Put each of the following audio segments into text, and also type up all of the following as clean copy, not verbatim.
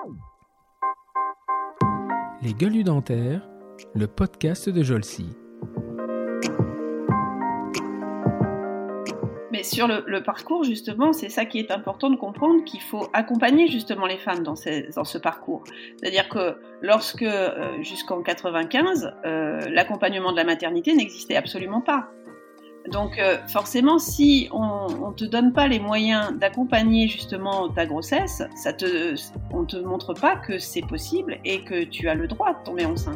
Les Gueules dentaires, le podcast de Jolcy. Mais sur le parcours, justement, c'est ça qui est important de comprendre, qu'il faut accompagner justement les femmes dans ce parcours. C'est-à-dire que lorsque, jusqu'en 95, l'accompagnement de la maternité n'existait absolument pas. Donc forcément, si on ne te donne pas les moyens d'accompagner justement ta grossesse, on ne te montre pas que c'est possible et que tu as le droit de tomber enceinte.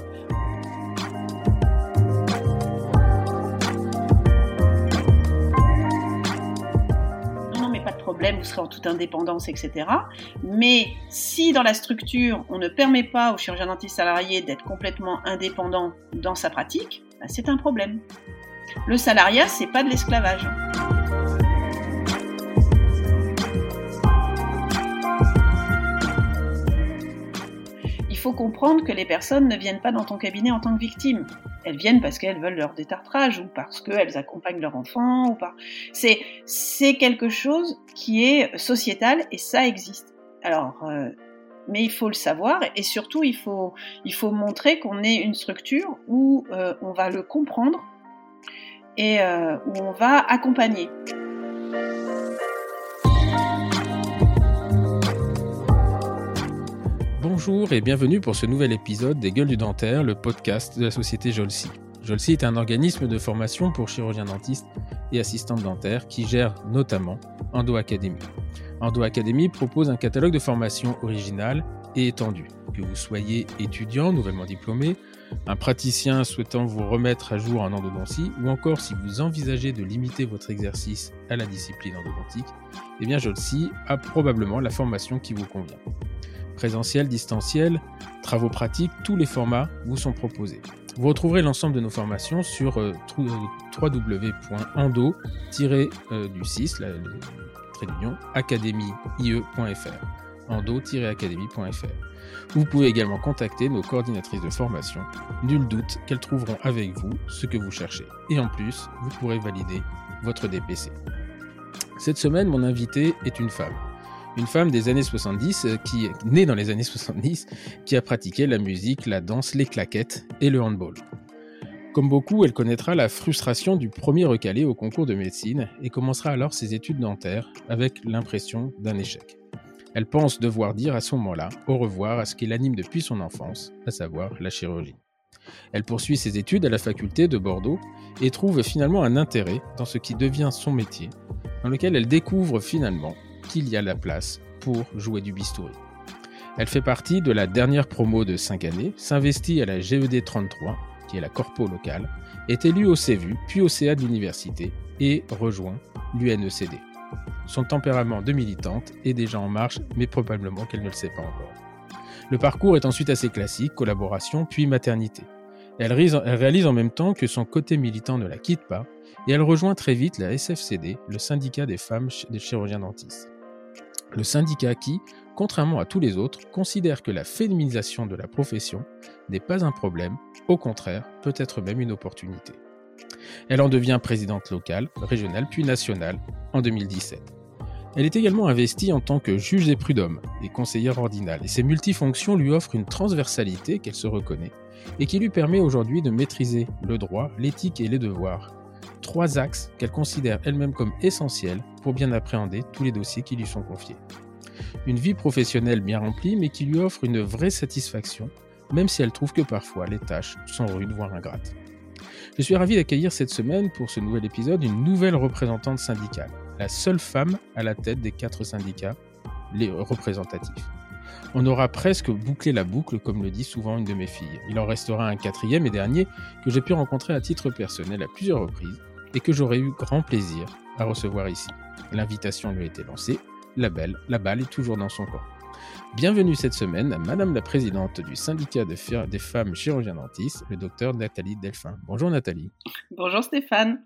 Problème, vous serez en toute indépendance, etc. Mais si dans la structure, on ne permet pas au chirurgien dentiste salarié d'être complètement indépendant dans sa pratique, c'est un problème. Le salariat, c'est pas de l'esclavage. Il faut comprendre que les personnes ne viennent pas dans ton cabinet en tant que victimes. Elles viennent parce qu'elles veulent leur détartrage ou parce qu'elles accompagnent leur enfant. C'est quelque chose qui est sociétal et ça existe. Alors, mais il faut le savoir et surtout il faut montrer qu'on est une structure où on va le comprendre et où on va accompagner. Bonjour et bienvenue pour ce nouvel épisode des Gueules du dentaire, le podcast de la société Jolcy. Jolcy est un organisme de formation pour chirurgiens dentistes et assistantes dentaires qui gère notamment Endo Academy. Endo Academy propose un catalogue de formation original et étendu. Que vous soyez étudiant, nouvellement diplômé, un praticien souhaitant vous remettre à jour en endodontie ou encore si vous envisagez de limiter votre exercice à la discipline endodontique, eh bien Jolcy a probablement la formation qui vous convient. Présentiel, distanciel, travaux pratiques, tous les formats vous sont proposés. Vous retrouverez l'ensemble de nos formations sur www.endo-academie.fr endo-academie.fr. Vous pouvez également contacter nos coordinatrices de formation. Nul doute qu'elles trouveront avec vous ce que vous cherchez. Et en plus, vous pourrez valider votre DPC. Cette semaine, mon invité est une femme. Une femme des années 70, née dans les années 70, qui a pratiqué la musique, la danse, les claquettes et le handball. Comme beaucoup, elle connaîtra la frustration du premier recalé au concours de médecine et commencera alors ses études dentaires avec l'impression d'un échec. Elle pense devoir dire à ce moment-là au revoir à ce qui l'anime depuis son enfance, à savoir la chirurgie. Elle poursuit ses études à la faculté de Bordeaux et trouve finalement un intérêt dans ce qui devient son métier, dans lequel elle découvre finalement qu'il y a la place pour jouer du bistouri. Elle fait partie de la dernière promo de 5 années, s'investit à la GED 33, qui est la corpo locale, est élue au CEVU, puis au CA de l'université, et rejoint l'UNECD. Son tempérament de militante est déjà en marche, mais probablement qu'elle ne le sait pas encore. Le parcours est ensuite assez classique, collaboration, puis maternité. Elle réalise en même temps que son côté militant ne la quitte pas, et elle rejoint très vite la SFCD, le syndicat des femmes des chirurgiens dentistes. Le syndicat qui, contrairement à tous les autres, considère que la féminisation de la profession n'est pas un problème, au contraire, peut être même une opportunité. Elle en devient présidente locale, régionale puis nationale en 2017. Elle est également investie en tant que juge des prud'hommes et conseillère ordinale, et ses multifonctions lui offrent une transversalité qu'elle se reconnaît et qui lui permet aujourd'hui de maîtriser le droit, l'éthique et les devoirs. 3 axes qu'elle considère elle-même comme essentiels pour bien appréhender tous les dossiers qui lui sont confiés. Une vie professionnelle bien remplie, mais qui lui offre une vraie satisfaction, même si elle trouve que parfois les tâches sont rudes, voire ingrates. Je suis ravi d'accueillir cette semaine pour ce nouvel épisode une nouvelle représentante syndicale, la seule femme à la tête des 4 syndicats, les représentatifs. On aura presque bouclé la boucle, comme le dit souvent une de mes filles. Il en restera un 4e et dernier que j'ai pu rencontrer à titre personnel à plusieurs reprises et que j'aurais eu grand plaisir à recevoir ici. L'invitation lui a été lancée, la balle est toujours dans son camp. Bienvenue cette semaine à Madame la Présidente du syndicat des femmes chirurgiens dentistes, le docteur Nathalie Delphin. Bonjour Nathalie. Bonjour Stéphane.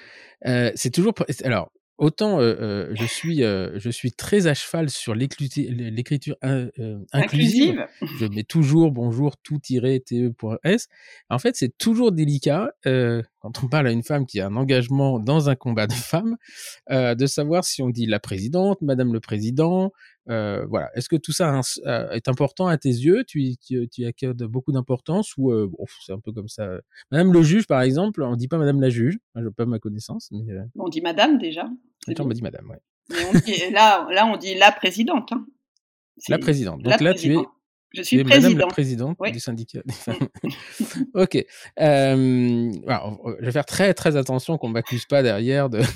C'est toujours... Alors, autant je suis très à cheval sur l'écriture inclusive. Je mets toujours bonjour tout-te.s. En fait, c'est toujours délicat quand on parle à une femme qui a un engagement dans un combat de femmes, de savoir si on dit la présidente, madame le président, Voilà. Est-ce que tout ça est important à tes yeux? Tu y accordes beaucoup d'importance ou bon, c'est un peu comme ça. Madame le juge, par exemple, on dit pas Madame la juge. Moi, je pas ma connaissance, mais On dit madame déjà. on m'a dit Madame, ouais. Mais on dit, là, on dit la présidente. Hein. La présidente. La Donc là, tu présidente. Je suis es Madame la président. présidente Oui. du syndicat des femmes. Ok. Alors, je vais faire très très attention qu'on m'accuse pas derrière de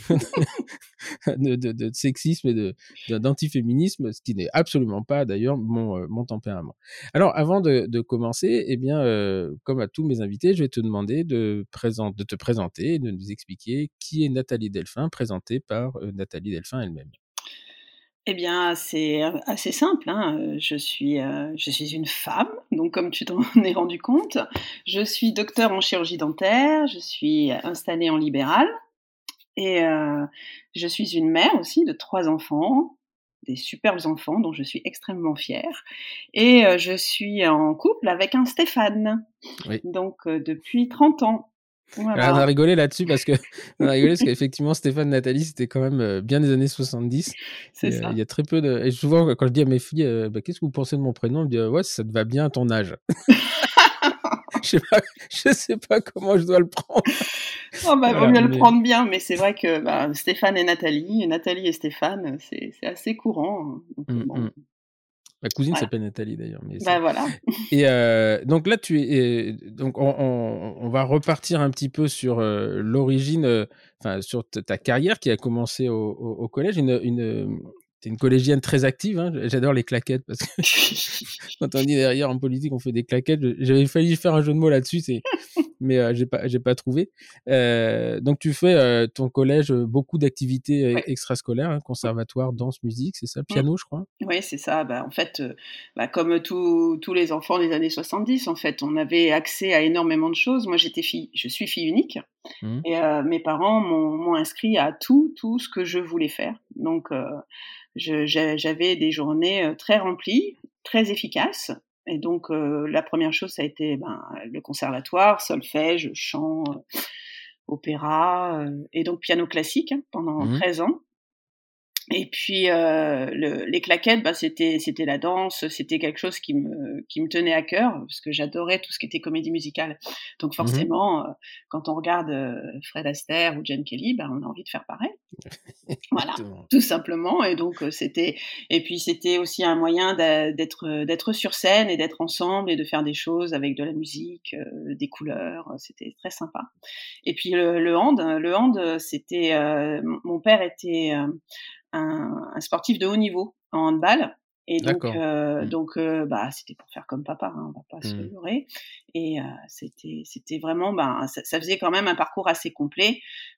sexisme et d'antiféminisme, ce qui n'est absolument pas d'ailleurs mon tempérament. Alors, avant de commencer, eh bien, comme à tous mes invités, je vais te demander de te présenter et de nous expliquer qui est Nathalie Delphin, présentée par Nathalie Delphin elle-même. Eh bien, c'est assez simple, hein. Je suis une femme, donc comme tu t'en es rendu compte. Je suis docteure en chirurgie dentaire, je suis installée en libéral et je suis une mère aussi de 3 enfants, des superbes enfants dont je suis extrêmement fière et je suis en couple avec un Stéphane, Oui. donc depuis 30 ans. Voilà. Alors, on a rigolé là-dessus parce qu'effectivement, Stéphane, Nathalie, c'était quand même bien des années 70. C'est ça. Il y a très peu de. Et souvent, quand je dis à mes filles, qu'est-ce que vous pensez de mon prénom? Elles me disent, ouais, ça te va bien à ton âge. Je sais pas comment je dois le prendre. Oh bah, vaut mieux le prendre bien, mais c'est vrai que Stéphane et Nathalie et Stéphane, c'est assez courant. Donc, bon. Ma cousine Voilà. s'appelle Nathalie d'ailleurs. Mais voilà. Et donc là, donc on va repartir un petit peu sur l'origine, enfin sur ta carrière qui a commencé au collège. T'es une collégienne très active, hein. J'adore les claquettes parce que quand on dit derrière en politique on fait des claquettes, j'avais failli faire un jeu de mots là-dessus, mais j'ai pas trouvé. Donc tu fais ton collège beaucoup d'activités extrascolaires, hein, conservatoire, danse, musique, c'est ça, piano, je crois. Oui, c'est ça. En fait, comme tous les enfants des années 70, en fait, on avait accès à énormément de choses. Moi, je suis fille unique, et mes parents m'ont inscrit à tout ce que je voulais faire. Donc, j'avais des journées très remplies, très efficaces. Et donc, la première chose, ça a été le conservatoire, solfège, chant, opéra, et donc piano classique pendant 13 ans. Et puis les claquettes, c'était la danse, c'était quelque chose qui me tenait à cœur parce que j'adorais tout ce qui était comédie musicale. Donc forcément, quand on regarde Fred Astaire ou Jane Kelly, on a envie de faire pareil. Voilà, tout simplement. Et donc c'était aussi un moyen d'être sur scène et d'être ensemble et de faire des choses avec de la musique, des couleurs. C'était très sympa. Et puis le hand, c'était mon père était un sportif de haut niveau en handball. Et donc, c'était pour faire comme papa, hein, on va pas se leurrer. Et c'était vraiment, ça faisait quand même un parcours assez complet.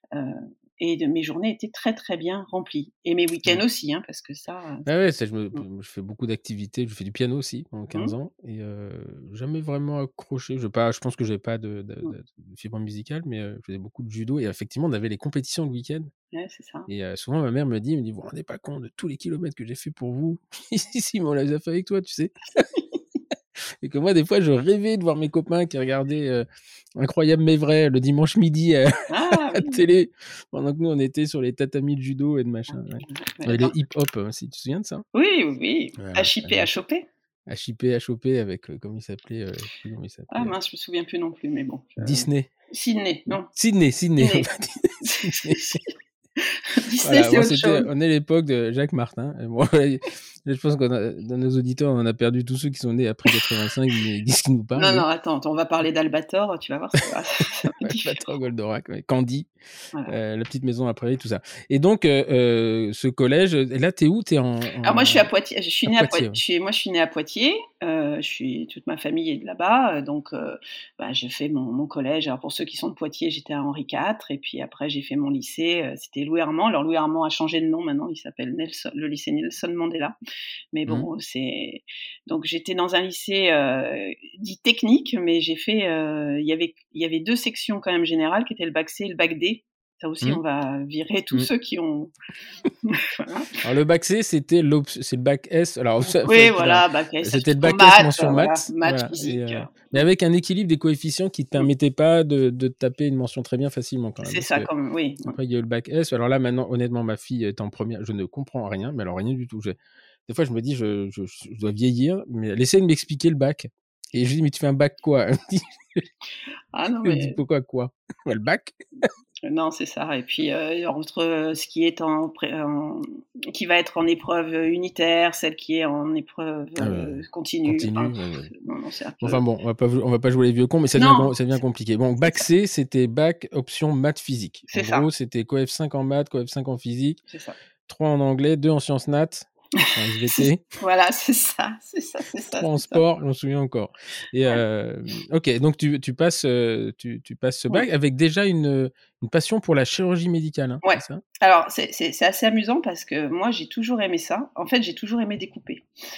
Et mes journées étaient très très bien remplies. Et mes week-ends aussi, hein, parce que ça. Je fais beaucoup d'activités. Je fais du piano aussi pendant 15 ans et jamais vraiment accroché. Je pense que j'ai pas de fibre musicale, mais je faisais beaucoup de judo et effectivement on avait les compétitions le week-end. Ouais, c'est ça. Et souvent ma mère me dit, vous vous rendez pas compte de tous les kilomètres que j'ai fait pour vous. Si, mais on les a fait avec toi, tu sais. Et que moi, des fois, je rêvais de voir mes copains qui regardaient Incroyable mais vrai le dimanche midi à la télé, pendant que nous, on était sur les tatamis de judo et de machin. Ouais. Les hip-hop aussi, tu te souviens de ça? Oui. Voilà, à choper. À choper avec, comment il s'appelait, je sais plus comment il s'appelait. Ah mince, je me souviens plus non plus, mais bon. Disney. Sydney, non. Sydney. Disney, c'est autre chose. On est l'époque de Jacques Martin. Bon, je pense que dans nos auditeurs, on a perdu tous ceux qui sont nés après 85, mais ils disent qu'ils nous parlent. Non, attends, on va parler d'Albator, tu vas voir. Albator, Goldorak, Candy, voilà. La petite maison à Prairie, tout ça. Et donc, ce collège, là, t'es où? Alors moi, je suis à Poitiers. Je suis née à Poitiers. Moi, je suis née à Poitiers. Toute ma famille est de là-bas, donc j'ai fait mon collège. Alors pour ceux qui sont de Poitiers, j'étais à Henri IV, et puis après j'ai fait mon lycée. C'était Louis Armand. Alors Louis Armand a changé de nom maintenant, il s'appelle le lycée Nelson Mandela. Mais bon, donc j'étais dans un lycée dit technique, mais j'ai fait. Il y avait 2 sections quand même générales, qui étaient le bac C et le bac D. Ça aussi, on va virer tous ceux qui ont. Voilà. Alors le bac C, c'est le bac S. Alors bac S. C'était le bac S mention maths, maths, physique. Mais avec un équilibre des coefficients qui te permettait pas de taper une mention très bien facilement quand même. C'est ça, quand même, oui. Après, il y a eu le bac S. Alors là, maintenant, honnêtement, ma fille est en première. Je ne comprends rien, mais alors rien du tout. des fois, je me dis, je dois vieillir, mais elle essaie de m'expliquer le bac. Et je lui dis, mais tu fais un bac quoi? Ah non, Elle me dit, mais pourquoi quoi? Le bac? non, c'est ça et puis, entre, ce qui est qui va être en épreuve, unitaire, celle qui est en épreuve, Ah ouais, continue, enfin, continue, ouais. non, non, c'est un peu Enfin bon, on va pas jouer les vieux cons, mais non, ça devient compliqué. Bon, c'est bac ça, C, c'était bac option maths physique. En c'est ça, gros, c'était coef 5 en maths, coef 5 en physique, c'est ça. 3 en anglais, 2 en sciences nat, en C'est SVT, voilà, c'est ça, c'est ça, c'est ça, 3 en c'est ça. sport, je m'en souviens encore. Et Ouais, OK, donc tu passes, tu passes ce ouais. bac avec déjà une passion pour la chirurgie médicale, hein, Ouais. c'est ça? Alors c'est assez amusant parce que moi j'ai toujours aimé ça. En fait, j'ai toujours aimé découper.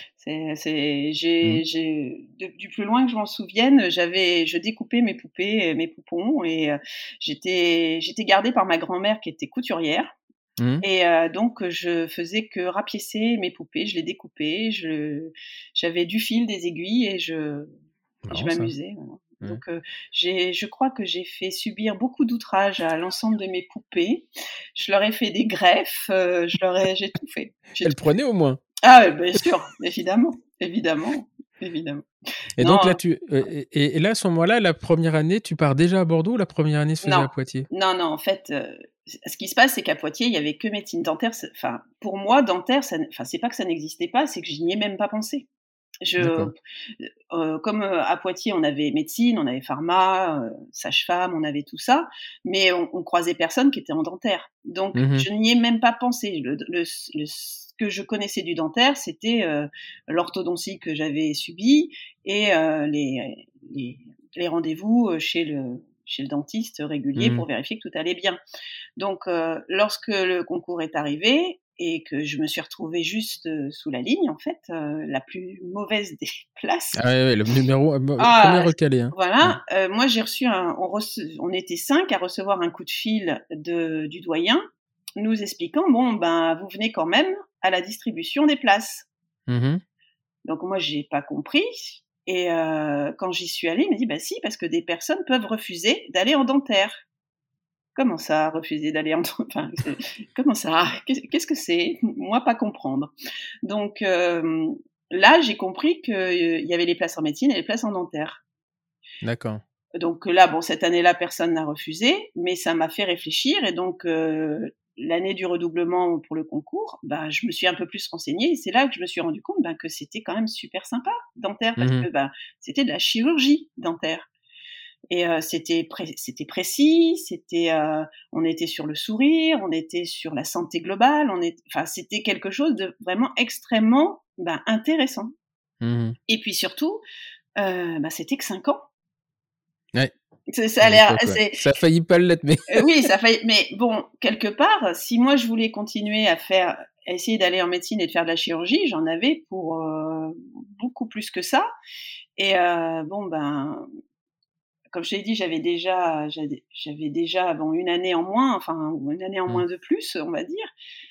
C'est Mmh. j'ai du plus loin que je m'en souvienne, je découpais mes poupées, mes poupons et j'étais gardée par ma grand-mère qui était couturière Mmh. et donc je faisais que rapiécer mes poupées, je les découpais, j'avais du fil, des aiguilles et je Marrant ça. m'amusais, voilà. Mmh. Donc je crois que j'ai fait subir beaucoup d'outrages à l'ensemble de mes poupées. Je leur ai fait des greffes, j'ai tout fait, j'ai Elle tout fait. prenait au moins? Ah bien sûr, évidemment, évidemment, évidemment. Et donc là, Non, tu et là, à ce moment-là, la première année, tu pars déjà à Bordeaux ou la première année se faisait non, à Poitiers? non, en fait, ce qui se passe, c'est qu'à Poitiers, il y avait que médecine dentaire, enfin, pour moi, dentaire, c'est pas que ça n'existait pas, c'est que je n'y ai même pas pensé. Je D'accord. Comme, à Poitiers, on avait médecine, on avait pharma, sage-femme, on avait tout ça, mais on croisait personne qui était en dentaire. Donc Mmh mh. je n'y ai même pas pensé. Ce que je connaissais du dentaire, c'était, l'orthodontie que j'avais subie et les les rendez-vous, chez le dentiste réguliers Mmh. pour vérifier que tout allait bien. Donc lorsque le concours est arrivé et que je me suis retrouvée juste, sous la ligne en fait, la plus mauvaise des places. Ah ouais, le numéro Ah 1er recalé, hein. Mmh. voilà, moi j'ai reçu on était 5 à recevoir un coup de fil du doyen, nous expliquant: «Bon ben, vous venez quand même à la distribution des places». Mmh mh. Donc moi j'ai pas compris et quand j'y suis allée, il m'a dit: «Bah si, parce que des personnes peuvent refuser d'aller en dentaire». Comment ça, refuser d'aller en enfin, comment ça? Qu'est-ce que c'est? Moi, pas comprendre. Donc là, j'ai compris qu'il y avait les places en médecine et les places en dentaire. D'accord. Donc là, bon, cette année-là, personne n'a refusé, mais ça m'a fait réfléchir et donc l'année du redoublement pour le concours, bah, je me suis un peu plus renseignée et c'est là que je me suis rendu compte, ben, que c'était quand même super sympa, dentaire, parce Mmh mh. que, bah, c'était de la chirurgie dentaire. Et c'était précis, on était sur le sourire, on était sur la santé globale, enfin, c'était quelque chose de vraiment extrêmement, ben, intéressant. Mmh mh. Et puis surtout, bah, c'était que 5 ans. Ouais, Ça à a l'air l'époque, ouais. c'est Ça a failli pas l'être, mais oui, ça fait mais bon, quelque part, si moi je voulais continuer à essayer d'aller en médecine et de faire de la chirurgie, j'en avais pour, beaucoup plus que ça et bon, ben, comme je t'ai dit, j'avais déjà bon une année en moins, enfin ou une année en mmh. moins de plus, on va dire.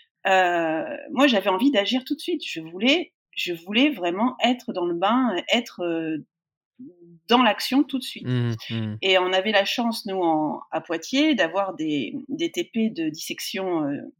Moi, j'avais envie d'agir tout de suite. Je voulais vraiment être dans le bain, être, dans l'action tout de suite. Mmh mh. Mmh. Et on avait la chance, nous, à Poitiers, d'avoir des TP de dissection,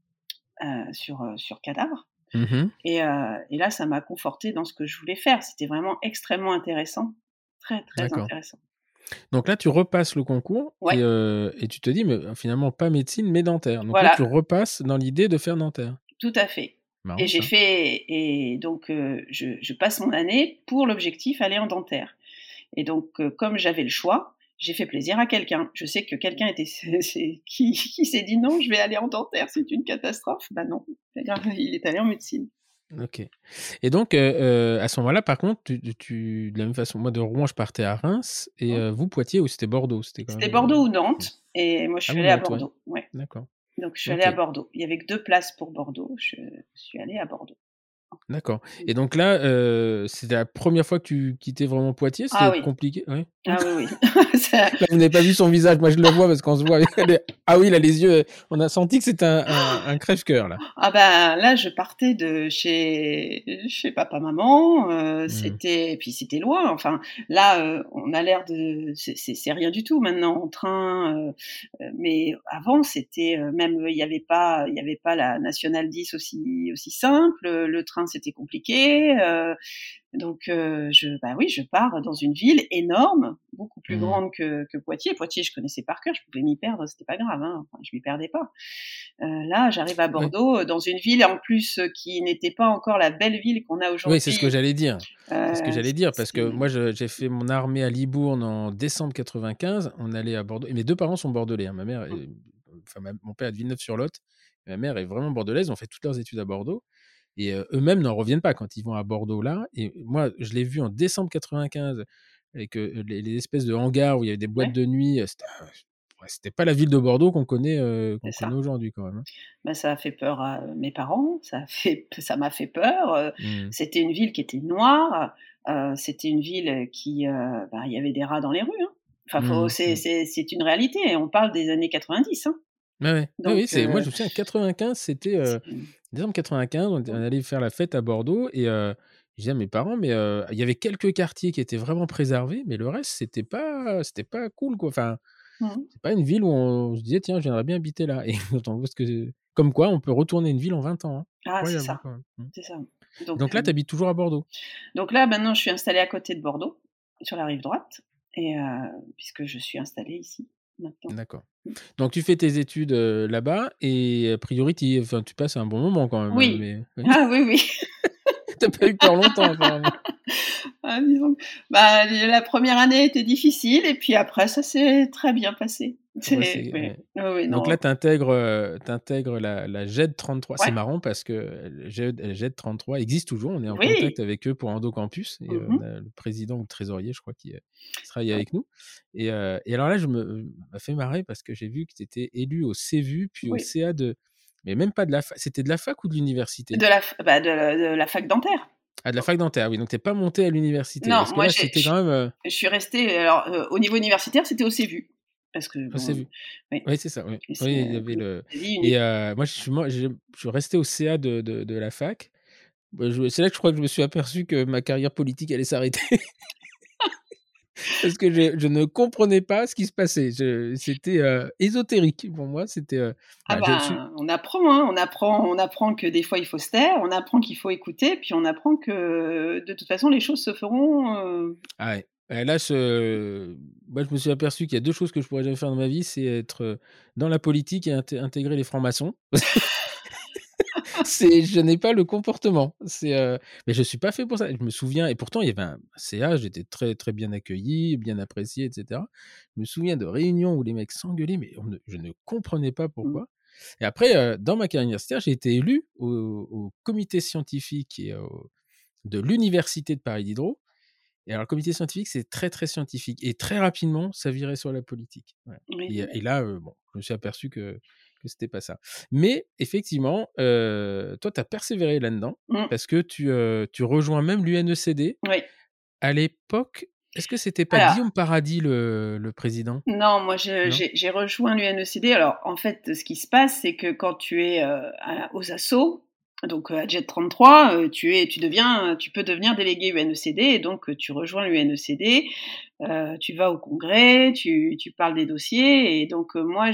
sur cadavre. Mmh mh. Et là, ça m'a confortée dans ce que je voulais faire. C'était vraiment extrêmement intéressant, très, très D'accord. intéressant. Donc là, tu repasses le concours Ouais, et tu te dis: «Mais finalement pas médecine, mais dentaire». Donc là, voilà. tu repasses dans l'idée de faire dentaire. Tout à fait. Et Marrant j'ai ça. fait et donc je passe mon année pour l'objectif aller en dentaire et donc comme j'avais le choix, j'ai fait plaisir à quelqu'un. Je sais que quelqu'un était qui s'est dit: «Non, je vais aller en dentaire, c'est une catastrophe». Bah non, c'est-à-dire il est allé en médecine. OK. Et donc à ce moment-là, par contre, tu de la même façon, moi de Rouen, je partais à Reims et Mmh. vous, Poitiers ou c'était Bordeaux? C'était quand C'était même, Bordeaux ou mmh. Nantes et moi je Ah suis ou allée à Nantes, ouais. Bordeaux, ouais. D'accord. Donc je suis allée OK. à Bordeaux. Il y avait que 2 places pour Bordeaux, je suis allée à Bordeaux. D'accord. Mmh. Et donc là, c'était la première fois que tu quittais vraiment Poitiers? Ah C'était oui, compliqué? Ouais? ah oui, oui. Ça Là, vous n'avez pas vu son visage, moi je le vois parce qu'on se voit avec les ah oui, il a les yeux, on a senti que c'était un crève-cœur là. Ah bah, là, je partais de chez papa-maman, Mmh. c'était loin, enfin, là, on a l'air de c'est rien du tout maintenant en train, mais avant c'était, même il y avait pas la nationale 10 aussi simple, le train rejoindre, c'était compliqué. Donc, je pars dans une ville énorme, beaucoup plus Mmh. grande que Poitiers. Poitiers, je connaissais par cœur, je pouvais m'y perdre, c'était pas grave, hein, enfin, je m'y perdais pas. Là, j'arrive à Ouais. Bordeaux, dans une ville en plus qui n'était pas encore la belle ville qu'on a Oui, c'est ce que aujourd'hui. j'allais dire. C'est ce que j'allais dire parce que C'est moi, j'ai fait mon armée à Libourne en décembre 95. On allait à Bordeaux et mes 2 parents sont bordelais, hein. Ma mère est enfin, mon père est de Villeneuve-sur-Lot et ma mère est vraiment bordelaise. Ils ont fait toutes leurs études à Bordeaux et eux-mêmes n'en reviennent pas quand ils vont à Bordeaux là et moi, je l'ai vu en décembre 95 avec, les espèces de hangars où il y avait des boîtes ouais, de nuit, ouais, c'était pas la ville de Bordeaux c'est qu'on connaît ça. aujourd'hui quand même, hein. Bah, ça a fait peur à mes parents, ça m'a fait peur, Mmh. c'était une ville qui était noire, c'était une ville qui, il y avait des rats dans les rues, hein. Enfin, Mmh mh. c'est une réalité, on parle des années 90, hein. Ouais, ouais. Oui, Donc oui, c'est moi je me souviens 95, c'était, c'est décembre 95, on mmh, allait faire la fête à Bordeaux et je disais à mes parents: «Mais il y avait quelques quartiers qui étaient vraiment préservés, mais le reste c'était pas cool quoi». Enfin, mmh. c'est pas une ville où on se disait: «Tiens, j'aimerais bien habiter là» et quand on voit ce que comme quoi on peut retourner une ville en 20 ans, hein. Ah, Incroyable, hein, quand même. Mmh. c'est ça. Et Donc donc là, tu habites toujours à Bordeaux? là, maintenant, je suis installée à côté de Bordeaux, sur la rive droite et puisque je suis installée ici, maintenant. D'accord. Mmh. Donc tu fais tes études, là-bas et a priori tu passes un bon moment quand même, Oui. mais oui? Ah oui, oui. Tu pas eu peur longtemps apparemment? Ah disons que la première année était difficile et puis après ça s'est très bien passé. Ouais, C'est c'est oui, ouais. oui, oui, Donc non, là, tu intègres la GED 33. C'est ouais, marrant parce que le GED 33 existe toujours. On est en contact oui. avec eux pour Endocampus et Mmh on mh. a le président ou le trésorier, je crois, qui travaille avec nous et alors là, je m'a fait marrer parce que j'ai vu que tu étais élu au CEVU puis au Oui. CA mais même pas de la fac. C'était de la fac ou de l'université? De la fac dentaire. Ah, de la fac dentaire, oui, donc tu es pas monté à l'université Non, parce que moi là, c'était quand même, je suis restée alors, au niveau universitaire, c'était au CEVU parce que au bon, CEVU. oui, Oui, c'est ça, oui. et c'est, Oui, il y avait comme le tu dit, et je suis resté au CA de la fac. Bah, c'est là que je crois que je me suis aperçu que ma carrière politique allait s'arrêter parce que je ne comprenais pas ce qui se passait. C'était, ésotérique pour moi, c'était, ah je suis on apprend, hein, on apprend que des fois il faut se taire, on apprend qu'il faut écouter, puis on apprend que de toute façon les choses se feront, ah ouais, là moi je me suis aperçu qu'il y a 2 choses que je pourrais jamais faire dans ma vie, c'est être, dans la politique et intégrer les francs-maçons. Je n'ai pas le comportement. Mais je suis pas fait pour ça. Je me souviens et pourtant il y avait un CA, j'étais très, très bien accueilli, bien apprécié et cetera. Je me souviens de réunions où les mecs s'engueulaient, mais je ne comprenais pas mmh, pourquoi et après, dans ma carrière universitaire, j'ai été élu au comité scientifique de l'université de Paris Diderot et alors le comité scientifique, c'est très, très scientifique et très rapidement, ça virait sur la politique. Ouais oui, et là, bon, je me suis aperçu que c'était pas ça. Mais effectivement, toi, tu as persévéré là-dedans mmh, parce que tu rejoins même l'UNECD. oui. À l'époque, est-ce que c'était pas Alors Guillaume Paradis le président? non, moi Non? j'ai rejoint l'UNECD. Alors en fait, ce qui se passe, c'est que quand tu es, aux assos, donc à JET 33, tu peux devenir délégué UNECD et donc tu rejoins l'UNECD, tu vas au congrès, tu parles des dossiers et donc moi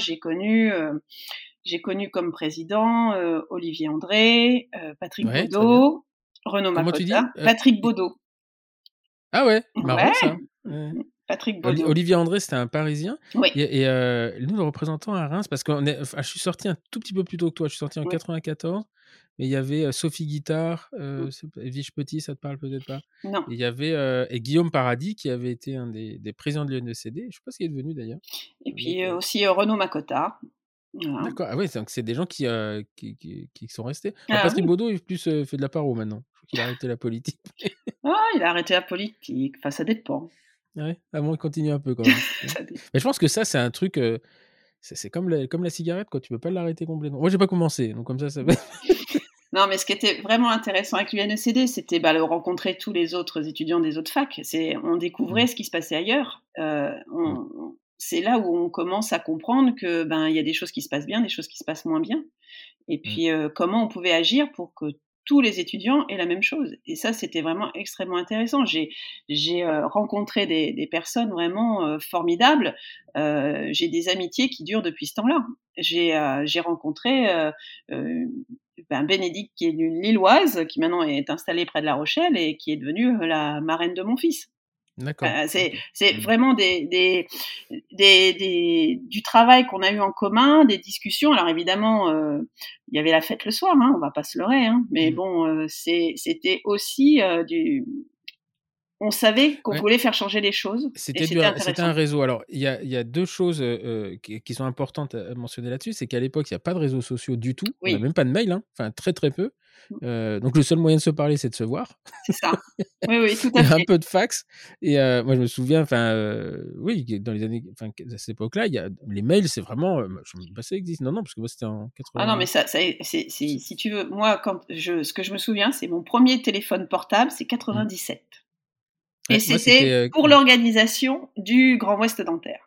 j'ai connu comme président, Olivier André, Patrick Ouais, très bien. Baudot, Renaud Comment tu dis? Makota. Patrick I Baudot. ah ouais, marrant Ouais, ça. Ouais. Patrick Baudot. Olivier André, c'était un Parisien Oui, et nous, le représentant à Reims, parce je suis sorti un tout petit peu plus tôt que toi, je suis sorti en oui. 94, mais il y avait, Sophie Guittard, Mmh. Edwige Petit, ça te parle peut-être pas? Non. Et il y avait, et Guillaume Paradis qui avait été un des présidents de l'UNECD, je sais pas ce qu'il est devenu d'ailleurs, Et un mec, puis, aussi, Renaud Makota. Voilà. d'accord, ah ouais, donc c'est des gens qui sont restés. Ah Patrick oui. Baudot, il plus, fait de la paro maintenant. Je crois qu'il a arrêté la politique. Ah, il a arrêté la politique. Enfin, ça dépend. Ouais, ah bon, il continue un peu quand même. Mmh. Ça dé Mais je pense que ça, c'est un truc, c'est comme la cigarette quoi, tu peux pas l'arrêter complètement. Moi, j'ai pas commencé, donc comme ça va. Non, mais ce qui était vraiment intéressant avec l'UNECD, c'était, de rencontrer tous les autres étudiants des autres facs. On découvrait Mmh, ce qui se passait ailleurs. mmh, C'est là où on commence à comprendre que, il y a des choses qui se passent bien, des choses qui se passent moins bien. Et mmh. puis, comment on pouvait agir pour que tous les étudiants aient la même chose. Et ça, c'était vraiment extrêmement intéressant. J'ai rencontré des personnes vraiment, formidables. J'ai des amitiés qui durent depuis ce temps-là. J'ai rencontré, Bénédicte qui est une Lilloise, qui maintenant est installée près de La Rochelle et qui est devenue la marraine de mon fils. D'accord. C'est vraiment du travail qu'on a eu en commun, des discussions. Alors évidemment, il y avait la fête le soir, hein, on va pas se leurrer, hein, mais bon, c'était aussi on savait qu'on voulait faire changer les choses et c'était C'était un intéressant. réseau. Alors, il y a 2 choses, qui sont importantes à mentionner là-dessus. C'est qu'à l'époque, il y a pas de réseaux sociaux du tout. On a Oui, même pas de mail, hein, enfin très, très peu. Donc le seul moyen de se parler, c'est de se voir. c'est ça. Oui, oui, tout Il à y a un fait. peu de fax et moi, je me souviens, enfin, oui, dans les années enfin, à cette époque-là, il y a les mails, c'est vraiment, je ne sais même pas si ça existe. Non, non, parce que moi, c'était en Ah non, mais 80 c'est c'est si tu veux, moi, ce que je me souviens, c'est mon premier téléphone portable, c'est mmh. 97 et Ouais, moi, c'était, c'était pour l'organisation du Grand Ouest dentaire.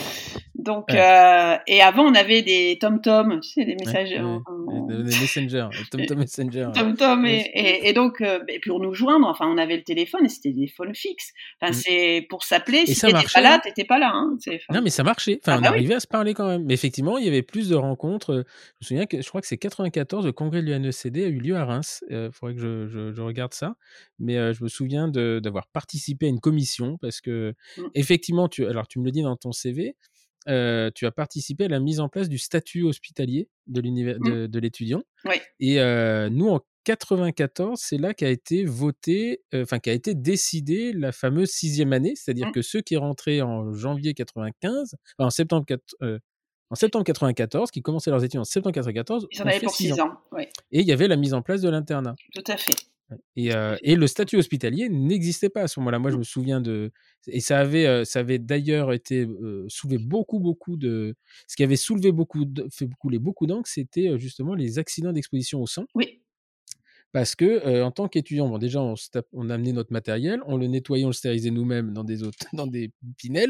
Donc ouais, et avant, on avait des tom-tom, tu sais, des ouais, messages ouais, les Messenger, TomTom Messenger, ouais. tom-tom Ouais, et donc et pour nous joindre, enfin, on avait le téléphone et c'était des téléphones fixes. Enfin, mmh c'est pour s'appeler, et si ça tu étais pas marchait, là, hein. tu étais pas là, hein, Non, mais ça marchait. ah Enfin, on bah oui, arrivait à se parler quand même. Mais effectivement, il y avait plus de rencontres, je me souviens que je crois que c'est 94, le congrès de l'UNECD a eu lieu à Reims. Faudrait que je regarde ça. Mais, je me souviens d'avoir participé à une commission parce mmh, qu'effectivement, tu me le dis dans ton CV, tu as participé à la mise en place du statut hospitalier mmh, de l'étudiant oui, et nous, en 94, c'est là qu'a été voté, enfin, qu'a été décidée la fameuse 6e année. C'est-à-dire mmh. que ceux qui rentraient en janvier 95, en septembre en septembre 94, qui commençaient leurs études en septembre 94, Ils en ont avaient fait pour 6 6 ans ans, oui, et il y avait la mise en place de l'internat. tout à fait, Ouais tout à fait. et le statut hospitalier n'existait pas à ce moment-là. Moi, je Mmh, me souviens et ça avait d'ailleurs été, soulevé beaucoup de ce qui avait soulevé fait couler beaucoup d'encre, c'était, justement les accidents d'exposition au sang. oui, Parce que, en tant qu'étudiant, bon déjà on amenait notre matériel, on le nettoyait, on le stérilisait nous-mêmes dans des dans des pinelles,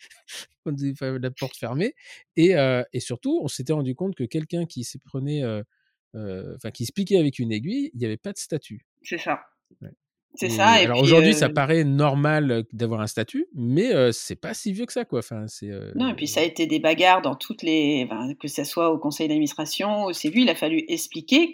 enfin la porte fermée et surtout on s'était rendu compte que quelqu'un qui se prenait, enfin qui se piquait avec une aiguille, il y avait pas de statut. c'est ça. Ouais C'est ça et et alors puis, aujourd'hui ça paraît normal, d'avoir un statut, mais c'est pas si vieux que ça quoi, enfin c'est, non et puis ça a été des bagarres dans toutes les enfin, que ça soit au conseil d'administration, au CEVU, il a fallu expliquer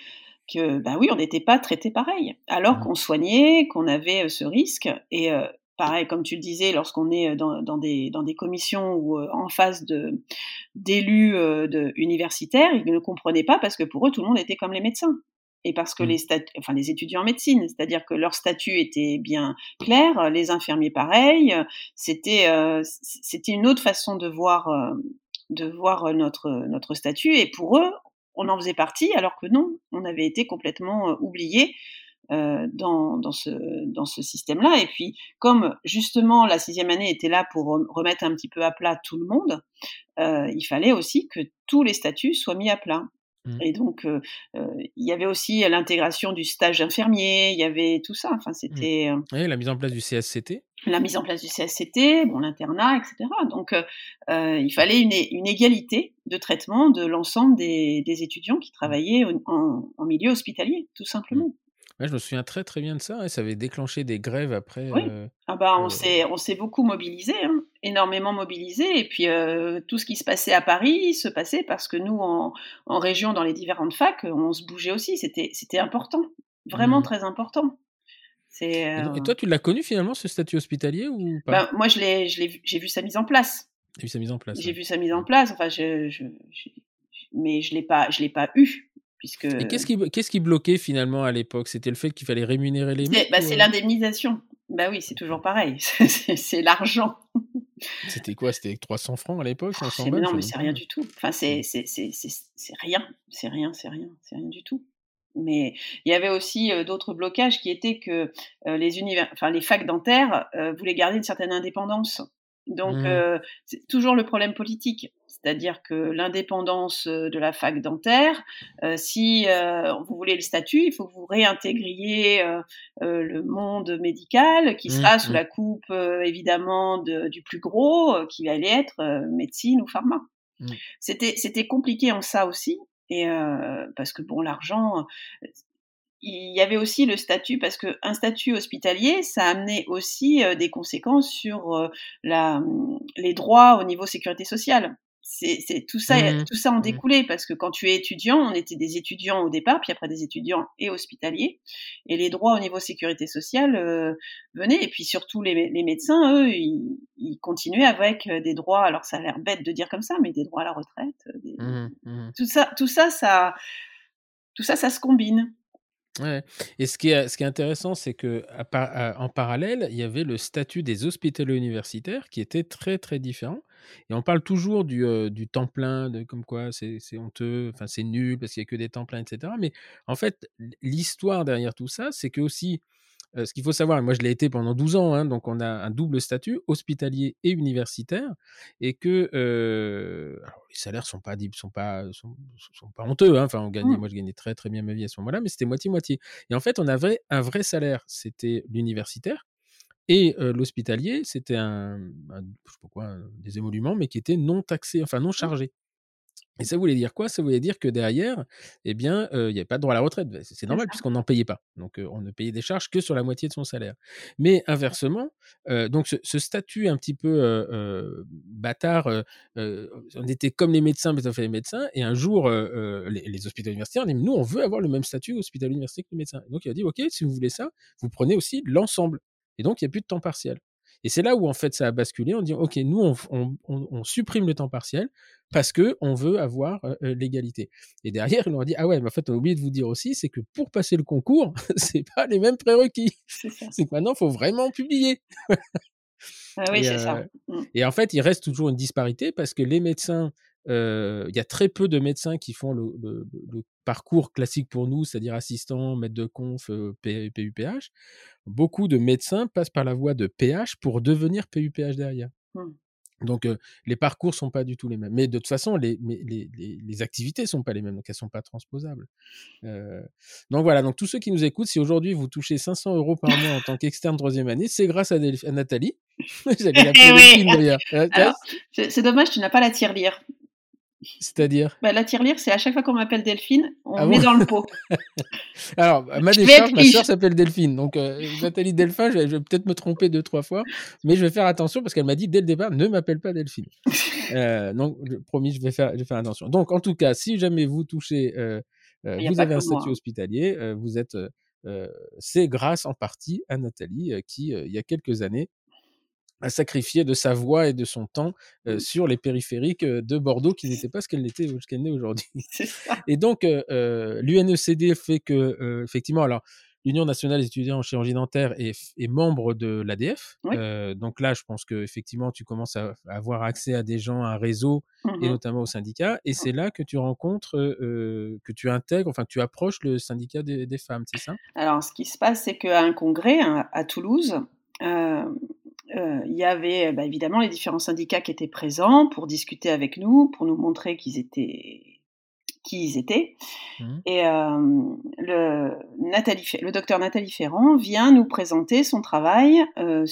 bah, oui, on n'était pas traités pareil. Alors mmh, qu'on soignait, qu'on avait, ce risque et pareil, comme tu le disais, lorsqu'on est, dans des commissions ou, en face d'élus, universitaires, ils ne comprenaient pas parce que pour eux, tout le monde était comme les médecins et parce que mmh, les étudiants en médecine, c'est-à-dire que leur statut était bien clair, les infirmiers pareil, c'était une autre façon de voir, notre statut et pour eux, on en faisait partie alors que non, on avait été complètement, oubliés, dans ce système-là et puis comme justement la 6e année était là pour remettre un petit peu à plat tout le monde, il fallait aussi que tous les statuts soient mis à plat mmh. et donc il y avait aussi l'intégration du stage infirmier, il y avait tout ça, enfin Mmh. c'était, Ouais, la mise en place du CSCT. la mise en place du CSCT, bon l'internat et cetera donc il fallait une égalité de traitement de l'ensemble des étudiants qui Mmh. travaillaient en milieu hospitalier, tout Mmh. simplement. Ouais, je me souviens très, très bien de ça, ouais, ça avait déclenché des grèves après, Oui. Ah bah, heu, on s'est beaucoup mobilisés, hein, énormément mobilisés et puis, tout ce qui se passait à Paris se passait parce que nous en région dans les différentes facs, on se bougeait aussi, c'était important, vraiment mmh très important. C'est, et toi, tu l'as connu finalement ce statut hospitalier ou pas? ben, moi j'ai vu sa mise en place. Tu as vu sa mise en place, J'ai ouais. vu sa mise en Mmh place, enfin mais je l'ai pas eu puisque et qu'est-ce qui bloquait finalement à l'époque? C'était le fait qu'il fallait rémunérer les mecs ou, c'est l'indemnisation. Bah oui, c'est toujours pareil, c'est l'argent. c'était quoi? C'était 300 francs à l'époque, 500 Mais balles? non, Je sais mais même c'est pas. rien du tout. Enfin, Mmh. c'est rien, c'est rien du tout. Mais il y avait aussi, d'autres blocages qui étaient que, les facs dentaires, voulaient garder une certaine indépendance. Donc, Mmh. c'est toujours le problème politique. C'est-à-dire que l'indépendance, de la fac dentaire, si, vous voulez le statut, il faut que vous réintégriez, le monde médical qui Mmh, sera sous mmh, la coupe, évidemment du plus gros, qui allait être, médecine ou pharma. mmh. C'était compliqué en ça aussi et parce que bon l'argent, il y avait aussi le statut parce qu'un statut hospitalier, ça amenait aussi, des conséquences sur, les droits au niveau sécurité sociale. c'est Mmh. tout ça en Mmh. découlait parce que quand tu es étudiant, on était des étudiants au départ, puis après des étudiants et hospitaliers et les droits au niveau sécurité sociale, venaient et puis surtout les médecins, eux, ils continuaient avec, des droits alors ça a l'air bête de dire comme ça, mais des droits à la retraite, des Mmh. Mmh. tout ça, ça se combine. Ouais, et ce qui est intéressant, c'est en parallèle, il y avait le statut des hospitaliers universitaires qui était très, très différent et on parle toujours du temps plein, de comme quoi c'est honteux, enfin, c'est nul parce qu'il y a que des temps pleins et cetera, mais en fait, l'histoire derrière tout ça, c'est qu'aussi, ce qu'il faut savoir, et moi je l'ai été pendant 12 ans, hein, donc on a un double statut, hospitalier et universitaire, et que alors les salaires sont pas honteux, hein, enfin Mmh. moi je gagnais très très bien ma vie à ce moment-là, mais c'était moitié-moitié. Et en fait, on avait un vrai salaire, c'était l'universitaire, et l'hospitalier, c'était je sais pas quoi, des émoluments, mais qui étaient non taxés, enfin non Mmh. chargés. Et ça voulait dire quoi? Ça voulait dire que derrière, eh bien, il y avait pas de droit à la retraite. Beh, c'est C'est normal ça. puisqu'on n'en payait pas. Donc, on ne payait des charges que sur la moitié de son salaire. Mais inversement, donc ce statut un petit peu, bâtard, on était comme les médecins, mais sauf les médecins, et un jour, les hôpitaux universitaires ont dit: «Mais nous, on veut avoir le même statut hospitalo universitaire que les médecins». Donc il a dit: «OK, si vous voulez ça, vous prenez aussi l'ensemble». Et donc il y a plus de temps partiel. Et c'est là où en fait ça a basculé. On dit: «OK, nous on supprime le temps partiel parce que on veut avoir, l'égalité». Et derrière, ils leur ont dit: «Ah ouais, mais en fait, on a oublié de vous dire aussi, c'est que pour passer le concours, c'est pas les mêmes prérequis. C'est ça. C'est que maintenant, il faut vraiment publier». Ah oui, Et c'est ça. Mmh. en fait, il reste toujours une disparité parce que les médecins, il y a très peu de médecins qui font le parcours classique pour nous, c'est-à-dire assistant, maître de conf, PU-PH. Beaucoup de médecins passent par la voie de PH pour devenir PU-PH derrière. Mmh. Donc, les parcours sont pas du tout les mêmes. Mais de toute façon, les activités sont pas les mêmes, donc elles sont pas transposables. Heu, donc voilà, donc tous ceux qui nous écoutent, si aujourd'hui vous touchez 500 € par mois en tant qu'externe troisième année, c'est grâce à Nathalie. J'allais Eh l'appeler oui! Delphine d'ailleurs. Tu vois? Alors, c'est dommage, tu n'as pas la tirelire. C'est-à-dire? Bah, la tirelire, c'est à chaque fois qu'on m'appelle Delphine, on Ah met bon? dans le pot. Alors, à ma Je vais être décharge, ma riche. sœur s'appelle Delphine, donc Nathalie Delphin, je vais peut-être me tromper 2-3 fois, mais je vais faire attention parce qu'elle m'a dit dès le départ: «Ne m'appelle pas Delphine». Donc promis, je vais faire attention. Donc en tout cas, si jamais vous touchez, Il y a vous pas avez que un moi, statut hein. hospitalier, vous êtes, c'est grâce en partie à Nathalie, qui, il y a quelques années, a sacrifié de sa voix et de son temps, Mmh. sur les périphériques, de Bordeaux qui n'étaient pas ce qu'elle n'est aujourd'hui. C'est ça. Et donc, l'UNECD fait que, effectivement, alors, l'Union nationale des étudiants en chirurgie dentaire est membre de l'ADF. Oui. Donc là, je pense qu'effectivement, tu commences à avoir accès à des gens, à un réseau, Mmh et mh. notamment aux syndicats. Et Mmh. c'est là que tu rencontres, que tu intègres, enfin, que tu approches le syndicat des femmes, c'est ça? Alors, ce qui se passe, c'est qu'à un congrès, à Toulouse, hem, il y avait, bah, évidemment les différents syndicats qui étaient présents pour discuter avec nous, pour nous montrer qui ils étaient. Mmh. Et le docteur Nathalie Ferrand vient nous présenter son travail,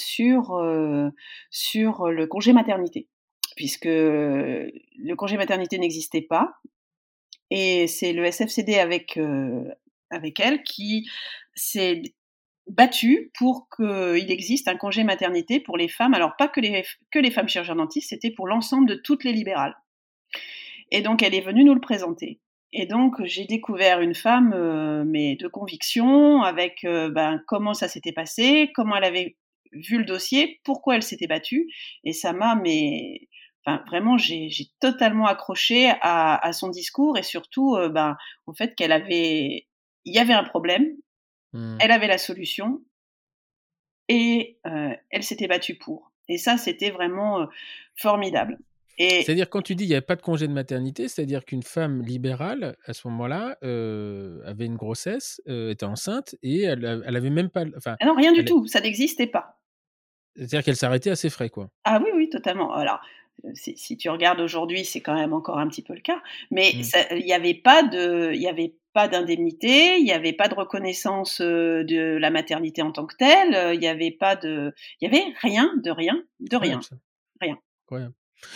sur le congé maternité. Puisque le congé maternité n'existait pas et c'est le SFCD avec elle qui s'est battu pour qu'il existe un congé maternité pour les femmes. Alors pas que les femmes chirurgiens dentistes, c'était pour l'ensemble de toutes les libérales. Et donc elle est venue nous le présenter. Et donc j'ai découvert une femme, mais de conviction, avec, ben, comment ça s'était passé, comment elle avait vu le dossier, pourquoi elle s'était battue. Et ça m'a mais enfin vraiment j'ai totalement accroché à son discours et surtout, ben, au fait il y avait un problème, Mmh. elle avait la solution et elle s'était battue pour. Et ça, c'était vraiment, formidable. Et C'est-à-dire quand tu dis: «Il y avait pas de congé de maternité», c'est-à-dire qu'une femme libérale, à ce moment-là, avait une grossesse, était enceinte, et elle avait même pas enfin, ah non, rien du elle tout, ça n'existait pas. c'est-à-dire qu'elle s'arrêtait à ses frais, quoi? Ah oui, oui, totalement. Alors, si tu regardes aujourd'hui, c'est quand même encore un petit peu le cas, mais Mmh. ça il y avait pas d'indemnité, il y avait pas de reconnaissance, de la maternité en tant que telle, il y avait rien, de rien, de Incroyable rien, ça, rien. incroyable.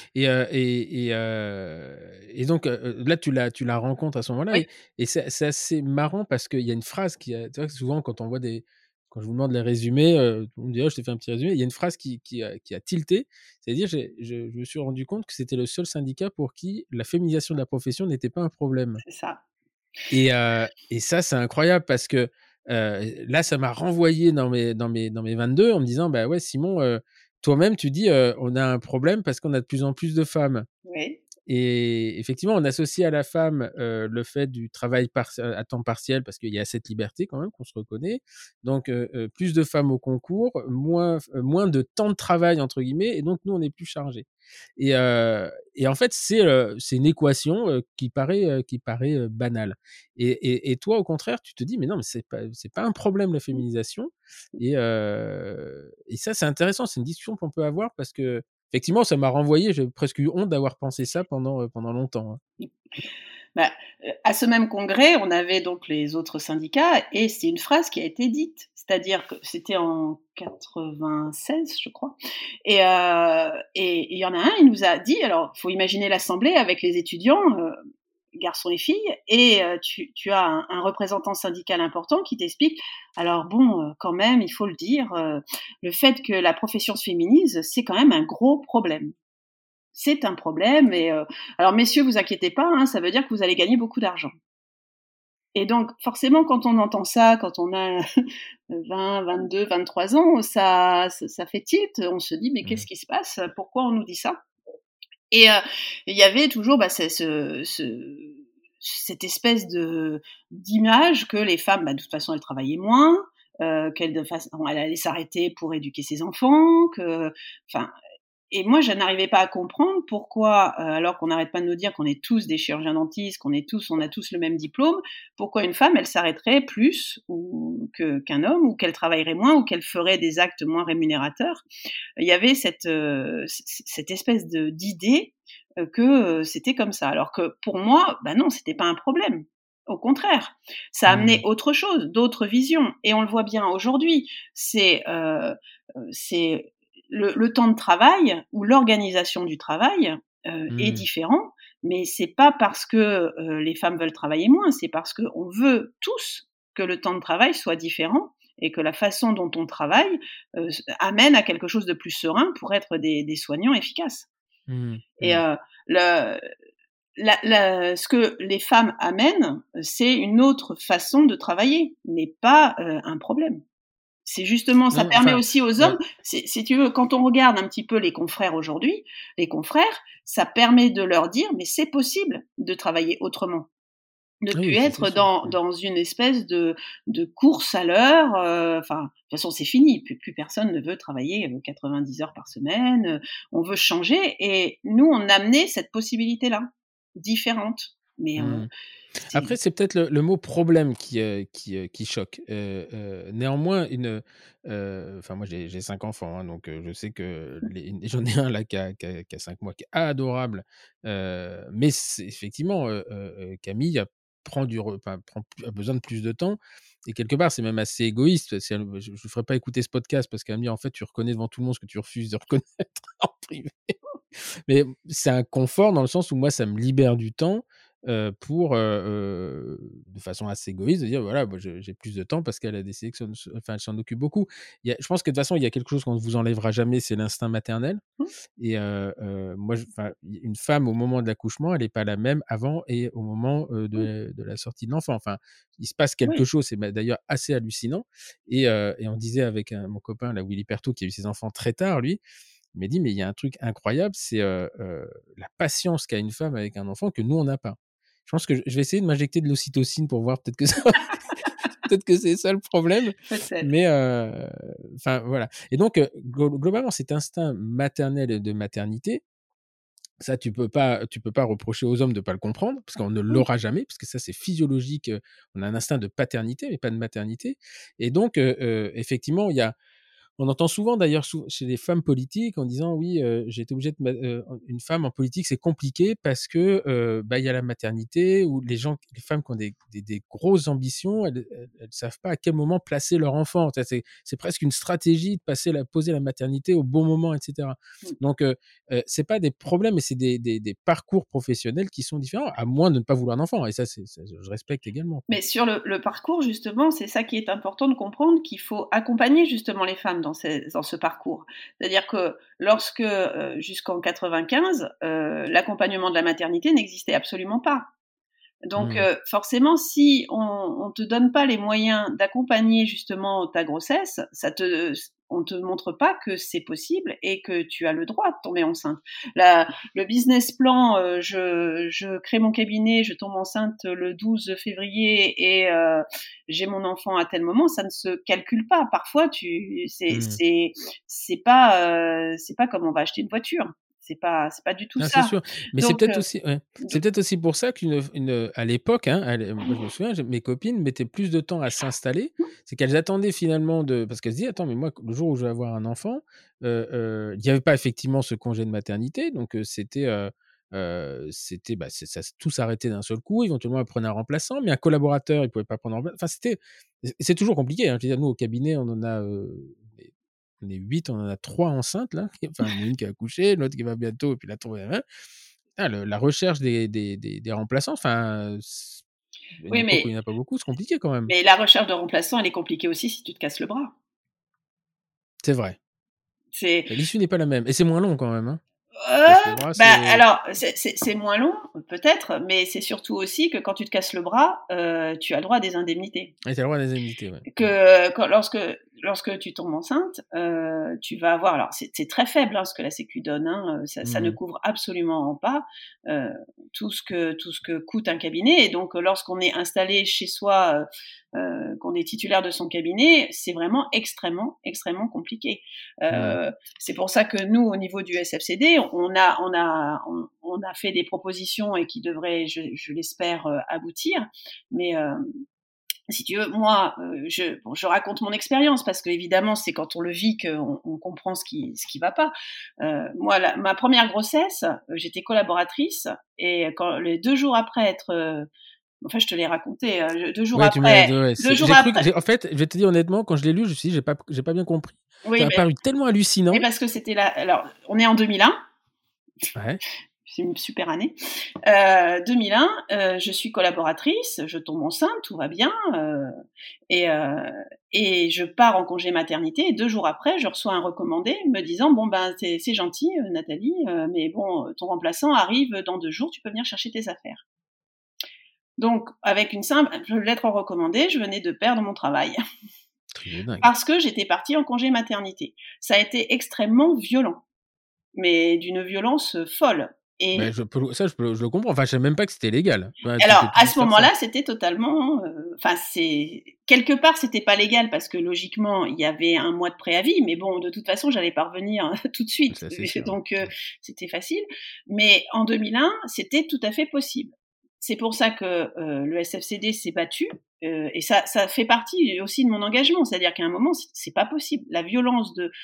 Et donc, là tu la rencontres à ce moment-là, Oui. et c'est assez marrant parce qu'il y a une phrase tu vois, souvent quand on voit quand je vous demande les résumés, on me dit: «Oh, je t'ai fait un petit résumé». Il y a une phrase qui a tilté, c'est-à-dire je me suis rendu compte que c'était le seul syndicat pour qui la féminisation de la profession n'était pas un problème. C'est ça. Et ça, c'est incroyable parce que, là, ça m'a renvoyé dans mes 22 en me disant: «Bah, ouais, Simon, toi-même, tu dis, on a un problème parce qu'on a de plus en plus de femmes». Oui. Et effectivement, on associe à la femme, le fait du travail à temps partiel parce qu'il y a cette liberté quand même qu'on se reconnaît. Donc plus de femmes au concours, moins de «temps de travail» entre guillemets et donc nous, on est plus chargés. Et en fait, c'est une équation, qui paraît banale. Et toi, au contraire, tu te dis: «Mais non, mais c'est pas un problème la féminisation». Et ça, c'est intéressant, c'est une discussion qu'on peut avoir parce que effectivement, ça m'a renvoyé, j'ai presque eu honte d'avoir pensé ça pendant longtemps, hein. Bah, à ce même congrès, on avait donc les autres syndicats et c'est une phrase qui a été dite. C'est-à-dire que c'était en 96, je crois. Et il y en a un, il nous a dit, alors il faut imaginer l'assemblée avec les étudiants, garçons et filles, et tu as un représentant syndical important qui t'explique, alors bon, quand même, il faut le dire, le fait que la profession se féminise, c'est quand même un gros problème. C'est un problème et alors messieurs, vous inquiétez pas, hein, ça veut dire que vous allez gagner beaucoup d'argent. Et donc forcément, quand on entend ça, quand on a 20, 22, 23 ans, ça fait tilt. On se dit: «Mais Mmh. qu'est-ce qui se passe? Pourquoi on nous dit ça?» Et il y avait toujours, bah, cette espèce d'image que les femmes, bah, de toute façon, elles travaillaient moins, elle allait s'arrêter pour éduquer ses enfants, enfin, et moi, je n'arrivais pas à comprendre pourquoi, alors qu'on n'arrête pas de nous dire qu'on est tous des chirurgiens dentistes, on a tous le même diplôme, pourquoi une femme, elle s'arrêterait plus qu'un homme, ou qu'elle travaillerait moins, ou qu'elle ferait des actes moins rémunérateurs. Il y avait cette espèce d'idée que c'était comme ça. Alors que pour moi, bah non, c'était pas un problème. Au contraire, ça amenait Mmh. autre chose, d'autres visions. Et on le voit bien aujourd'hui. C'est le temps de travail ou l'organisation du travail est Mmh. différent, mais c'est pas parce que les femmes veulent travailler moins, c'est parce qu'on veut tous que le temps de travail soit différent et que la façon dont on travaille amène à quelque chose de plus serein pour être des soignants efficaces. Mmh. Et Mmh. le, ce que les femmes amènent, c'est une autre façon de travailler, mais pas un problème. C'est justement, ça Non, permet enfin, aussi aux ouais. hommes, si tu veux, quand on regarde un petit peu les confrères aujourd'hui, les confrères, ça permet de leur dire, mais c'est possible de travailler autrement. Ne Ah plus oui, ça c'est être sûr. Mmh. dans une espèce de course à l'heure, enfin, de toute façon, c'est fini. Plus personne ne veut travailler 90 heures par semaine. On veut changer. Et nous, on amenait cette possibilité-là, différente. Mais Mmh. c'est Après, c'est peut-être le mot «problème» qui choque. Néanmoins, enfin moi j'ai 5 enfants, hein, donc je sais que j'en ai un là qui a 5 mois, qui est adorable, mais c'est effectivement, Camille a besoin de plus de temps et quelque part, c'est même assez égoïste. Je lui ferai pas écouter ce podcast parce qu'elle me dit: «En fait, tu reconnais devant tout le monde ce que tu refuses de reconnaître en privé». Mais c'est un confort dans le sens où moi, ça me libère du temps, pour, de façon assez égoïste, de dire: «Voilà, moi, j'ai plus de temps parce qu'elle a décidé que elle s'en occupe beaucoup». Je pense que de toute façon, il y a quelque chose qu'on ne vous enlèvera jamais, c'est l'instinct maternel. Et moi, enfin, une femme au moment de l'accouchement, elle est pas la même avant et au moment, oui, de la sortie de l'enfant. Enfin, il se passe quelque oui, chose, c'est d'ailleurs assez hallucinant. Et on disait avec mon copain là, Willy Pertot, qui a eu ses enfants très tard lui, il m'a dit: «Mais il y a un truc incroyable, c'est, la patience qu'a une femme avec un enfant que nous on n'a pas». Je pense que je vais essayer de m'injecter de l'ocytocine pour voir peut-être que ça peut-être que c'est ça le problème, peut-être. mais enfin voilà. Et donc globalement cet instinct maternel et de maternité, ça tu peux pas reprocher aux hommes de pas le comprendre, parce qu'on ne Oui, l'aura jamais, parce que ça c'est physiologique, on a un instinct de paternité mais pas de maternité. Et donc effectivement il y a On entend souvent d'ailleurs chez les femmes politiques en disant oui, j'ai été obligée de une femme en politique, c'est compliqué parce que il y a la maternité ou les femmes qui ont des grosses ambitions, elles savent pas à quel moment placer leur enfant. C'est presque une stratégie de poser la maternité au bon moment, etc. Donc c'est pas des problèmes, mais c'est des parcours professionnels qui sont différents, à moins de ne pas vouloir d'enfant. Et ça, je respecte également. Mais sur le parcours, justement, c'est ça qui est important de comprendre, qu'il faut accompagner justement les femmes dans ce parcours. C'est-à-dire que lorsque, jusqu'en 95, l'accompagnement de la maternité n'existait absolument pas. Donc forcément, si on te donne pas les moyens d'accompagner justement ta grossesse, on te montre pas que c'est possible et que tu as le droit de tomber enceinte. Le business plan, je crée mon cabinet, je tombe enceinte le 12 février et j'ai mon enfant à tel moment, ça ne se calcule pas. Parfois, c'est pas comme on va acheter une voiture. C'est pas du tout ça. C'est sûr. Mais donc, c'est peut-être aussi pour ça à l'époque, moi je me souviens, mes copines mettaient plus de temps à s'installer. C'est qu'elles attendaient finalement parce qu'elles se disaient, attends, mais moi, le jour où je vais avoir un enfant, il n'y avait pas effectivement ce congé de maternité. Donc, tout s'arrêtait d'un seul coup. Éventuellement, elles prenaient un remplaçant, mais un collaborateur, il ne pouvait pas prendre un remplaçant. Enfin, c'est toujours compliqué. Je veux dire, nous, au cabinet, on est 8, on en a 3 enceintes, là. Enfin, il y en a une qui a accouché, l'autre qui va bientôt, et puis la troisième. La recherche des remplaçants, enfin, une époque où il n'y en a pas beaucoup, c'est compliqué quand même. Mais la recherche de remplaçants, elle est compliquée aussi si tu te casses le bras. C'est vrai. L'issue n'est pas la même. Et c'est moins long quand même. Alors, c'est moins long, peut-être, mais c'est surtout aussi que quand tu te casses le bras, tu as le droit à des indemnités. Et tu as le droit à des indemnités, ouais. Lorsque tu tombes enceinte, tu vas avoir... Alors, c'est très faible ce que la Sécu donne, ça ne couvre absolument pas tout ce que coûte un cabinet. Et donc, lorsqu'on est installé chez soi, qu'on est titulaire de son cabinet, c'est vraiment extrêmement, extrêmement compliqué. C'est pour ça que nous, au niveau du SFCD, on a fait des propositions et qui devraient, je l'espère, aboutir. Mais si tu veux, moi, je raconte mon expérience parce que évidemment, c'est quand on le vit qu'on comprend ce qui va pas. Moi, ma première grossesse, j'étais collaboratrice et les 2 jours après être enfin, je te l'ai raconté. 2 jours après. En fait, je vais te dire honnêtement, quand je l'ai lu, je me suis dit, j'ai pas bien compris. Oui, ça m'a paru tellement hallucinant. Et parce que c'était là. Alors, on est en 2001. Ouais. C'est une super année. 2001, je suis collaboratrice, je tombe enceinte, tout va bien, et je pars en congé maternité. Et 2 jours après, je reçois un recommandé me disant bon ben c'est gentil, Nathalie, mais bon, ton remplaçant arrive dans 2 jours, tu peux venir chercher tes affaires. Donc, avec une simple lettre recommandée, je venais de perdre mon travail. Parce que j'étais partie en congé maternité. Ça a été extrêmement violent, mais d'une violence folle. Et je le comprends. Enfin, je savais même pas que c'était légal. Alors, à ce moment-là, c'était totalement... quelque part, c'était pas légal parce que logiquement, il y avait 1 mois de préavis, mais bon, de toute façon, j'allais pas revenir tout de suite. Ça, donc, c'était facile. Mais en 2001, c'était tout à fait possible. C'est pour ça que le SFCD s'est battu, et ça fait partie aussi de mon engagement. C'est-à-dire qu'à un moment, c'est pas possible. La violence de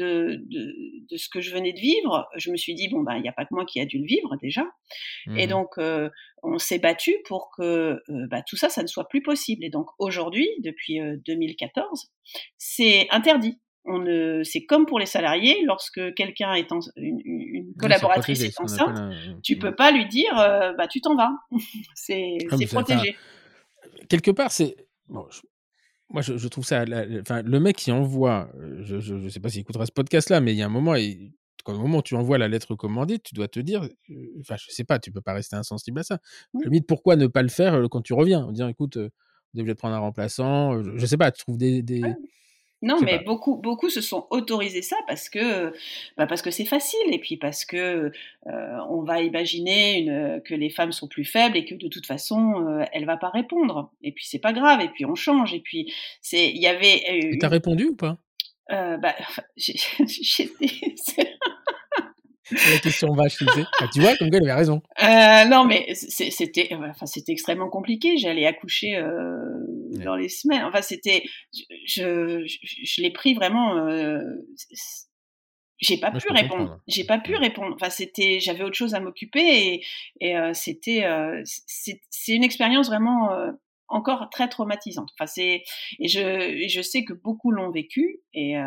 ce que je venais de vivre, je me suis dit bon ben il y a pas que moi qui a dû le vivre déjà, et donc on s'est battu pour que tout ça ne soit plus possible. Et donc aujourd'hui, depuis 2014, c'est interdit. C'est comme pour les salariés, lorsque quelqu'un est une collaboratrice est enceinte, tu peux pas lui dire tu t'en vas. C'est protégé. Quelque part, c'est bon, moi je trouve ça. Le mec qui envoie, je sais pas s'il écoutera ce podcast-là, mais il y a un moment, au moment où tu envoies la lettre recommandée, tu dois te dire, je sais pas, tu peux pas rester insensible à ça. À la limite, pourquoi ne pas le faire quand tu reviens, en disant écoute, on est obligé de prendre un remplaçant, je sais pas, tu trouves des... Non, mais beaucoup se sont autorisés ça parce que c'est facile, et puis parce que on va imaginer que les femmes sont plus faibles et que de toute façon elle va pas répondre. Et puis c'est pas grave, et puis on change. Et puis il y avait. Et t'as répondu ou pas? La question vache, tu sais. Tu vois, comme quoi elle avait raison. Non, mais c'était extrêmement compliqué. J'allais accoucher Ouais. dans les semaines. Enfin, c'était, je l'ai pris vraiment. J'ai pas Moi, je pu peux répondre. comprendre. J'ai pas pu Mmh. répondre. Enfin, j'avais autre chose à m'occuper c'était, c'est une expérience vraiment encore très traumatisante. Enfin, et je sais que beaucoup l'ont vécu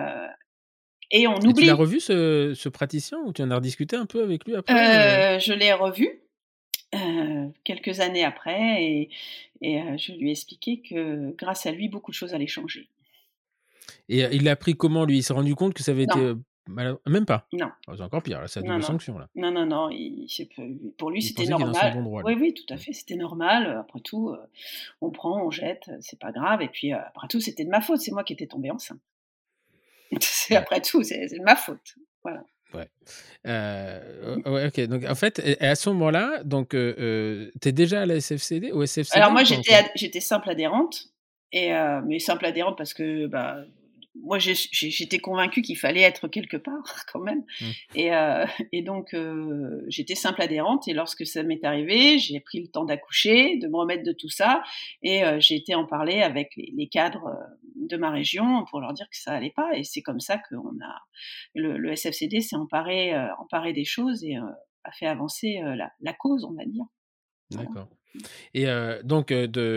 et on Et tu l'as oublie. revu ce praticien ou tu en as rediscuté un peu avec lui après? Je l'ai revu quelques années après je lui ai expliqué que grâce à lui, beaucoup de choses allaient changer. Et il l'a pris comment lui? Il s'est rendu compte que ça avait été, Non, même pas? non, Ah, c'est encore pire là, c'est la non, double non, sanction là. non, non, non, il c'est peu pour lui, Il c'était pensait qu'il est dans son normal. bon droit Oui, lui. oui, tout à Mmh. fait, c'était normal, après tout, on prend, on jette, c'est pas grave et puis, après tout, c'était de ma faute, c'est moi qui étais tombée enceinte. C'est Ouais, après tout, c'est de ma faute. Voilà. ouais. Ouais, OK, donc en fait et à ce moment-là, donc tu es déjà à la SFCD au Alors SFCD ou moi, pas encore? j'étais simple adhérente mais simple adhérente parce que, bah, moi, j'étais convaincue qu'il fallait être quelque part quand même Mmh. et heu et donc j'étais simple adhérente et lorsque ça m'est arrivé, j'ai pris le temps d'accoucher, de me remettre de tout ça j'ai été en parler avec les cadres, de ma région pour leur dire que ça allait pas et c'est comme ça qu'on a le SFCD s'est emparé des choses a fait avancer, la cause, on va dire. Voilà. D'accord. Et donc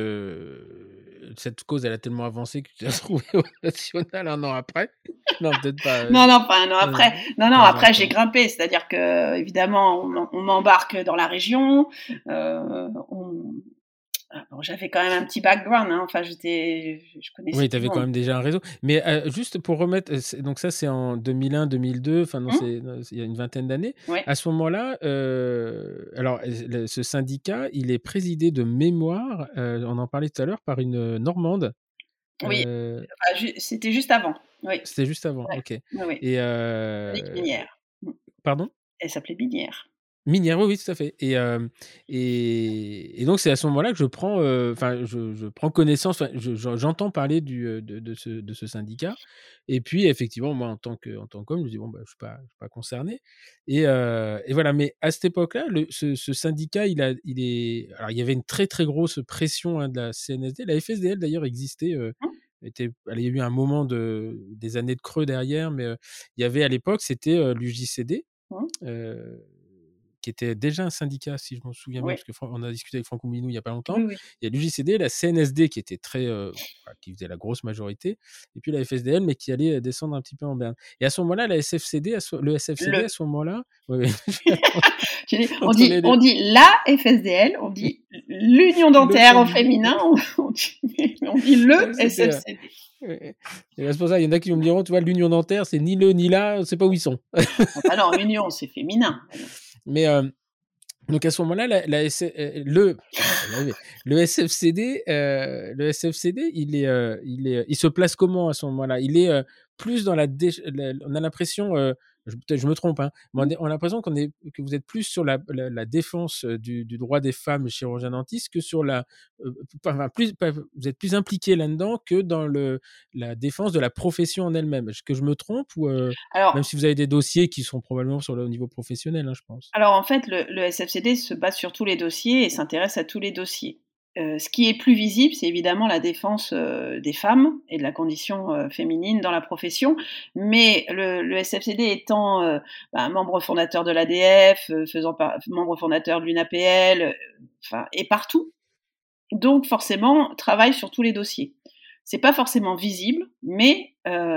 cette cause, elle a tellement avancé que tu t'es retrouvée au national 1 an après? Non, peut-être pas, Non, non, pas un an après. Non, non, 15 ans après j'ai après. grimpé, c'est-à-dire que évidemment on m'embarque dans la région, on bon j'avais quand même un petit background, hein, enfin je connaissais Oui, tu du avais quand monde. même déjà un réseau. Mais juste pour remettre, c'est donc ça, c'est en 2001-2002, enfin non, Mmh? c'est il y a une vingtaine d'années. Ouais. À ce moment-là, alors ce syndicat, il est présidé de mémoire, on en parlait tout à l'heure, par une, Normande. Oui, Heu, enfin c'était juste avant. Oui, C'était juste avant, ouais, OK. oui, oui. Et Monique Minière. Mmh. pardon? Elle s'appelait Minière. Minière, oui, oui, tout à fait. Et donc c'est à ce moment-là que je prends, enfin je prends connaissance, enfin j'entends parler de ce syndicat et puis effectivement moi en tant qu'homme, je me dis: «Bon bah, je suis pas concerné» et voilà. Mais à cette époque-là, ce syndicat, il est alors il y avait une très, très grosse pression, hein, de la CNSD. La FSDL d'ailleurs existait, Mmh, il y a eu un moment des années de creux derrière, mais il y avait à l'époque, c'était, l'UJCD, mmh. heu, qui était déjà un syndicat, si je m'en souviens bien, Oui, parce que on a discuté avec Franck Ouminou il y a pas oui, longtemps. oui. Il y a l'UJCD, la CNSD qui était très, voilà, qui faisait la grosse majorité et puis la FSDL, mais qui allait, descendre un petit peu en berne et à ce moment-là, la SFCD, le SFCD à Le ce moment-là, oui, oui, attends, J'ai dit entre on les dit la FSDL, on dit l'union le dentaire au féminin, féminin, on dit le c'était, SFCD. ouais et c'est pour ça, il y en a qui me diront, tu vois, l'union dentaire, c'est ni le ni là, on sait pas où ils sont. Ah bah non, union, c'est féminin, voyons. Mais donc à ce moment-là, la S je vais y arriver, le SFCD, il se place comment à ce moment-là? Il est, plus dans on a l'impression, peut-être je me trompe, hein, mais Mmh. on a l'impression que vous êtes plus sur la défense, du droit des femmes chirurgiens dentistes que sur enfin plus pas vous êtes plus impliqué là-dedans que dans la défense de la profession en elle-même. Est-ce que je me trompe ou, même Alors si vous avez des dossiers qui sont probablement sur le niveau professionnel, hein, je pense? alors en fait, le SFCD se base sur tous les dossiers et s'intéresse à tous les dossiers. Ce qui est plus visible, c'est évidemment la défense, des femmes et de la condition, féminine dans la profession. Mais le SFCD étant, bah, membre fondateur de l'ADF, faisant par membre fondateur de l'UNAPL, enfin est partout. Donc forcément, travaille sur tous les dossiers. C'est pas forcément visible, mais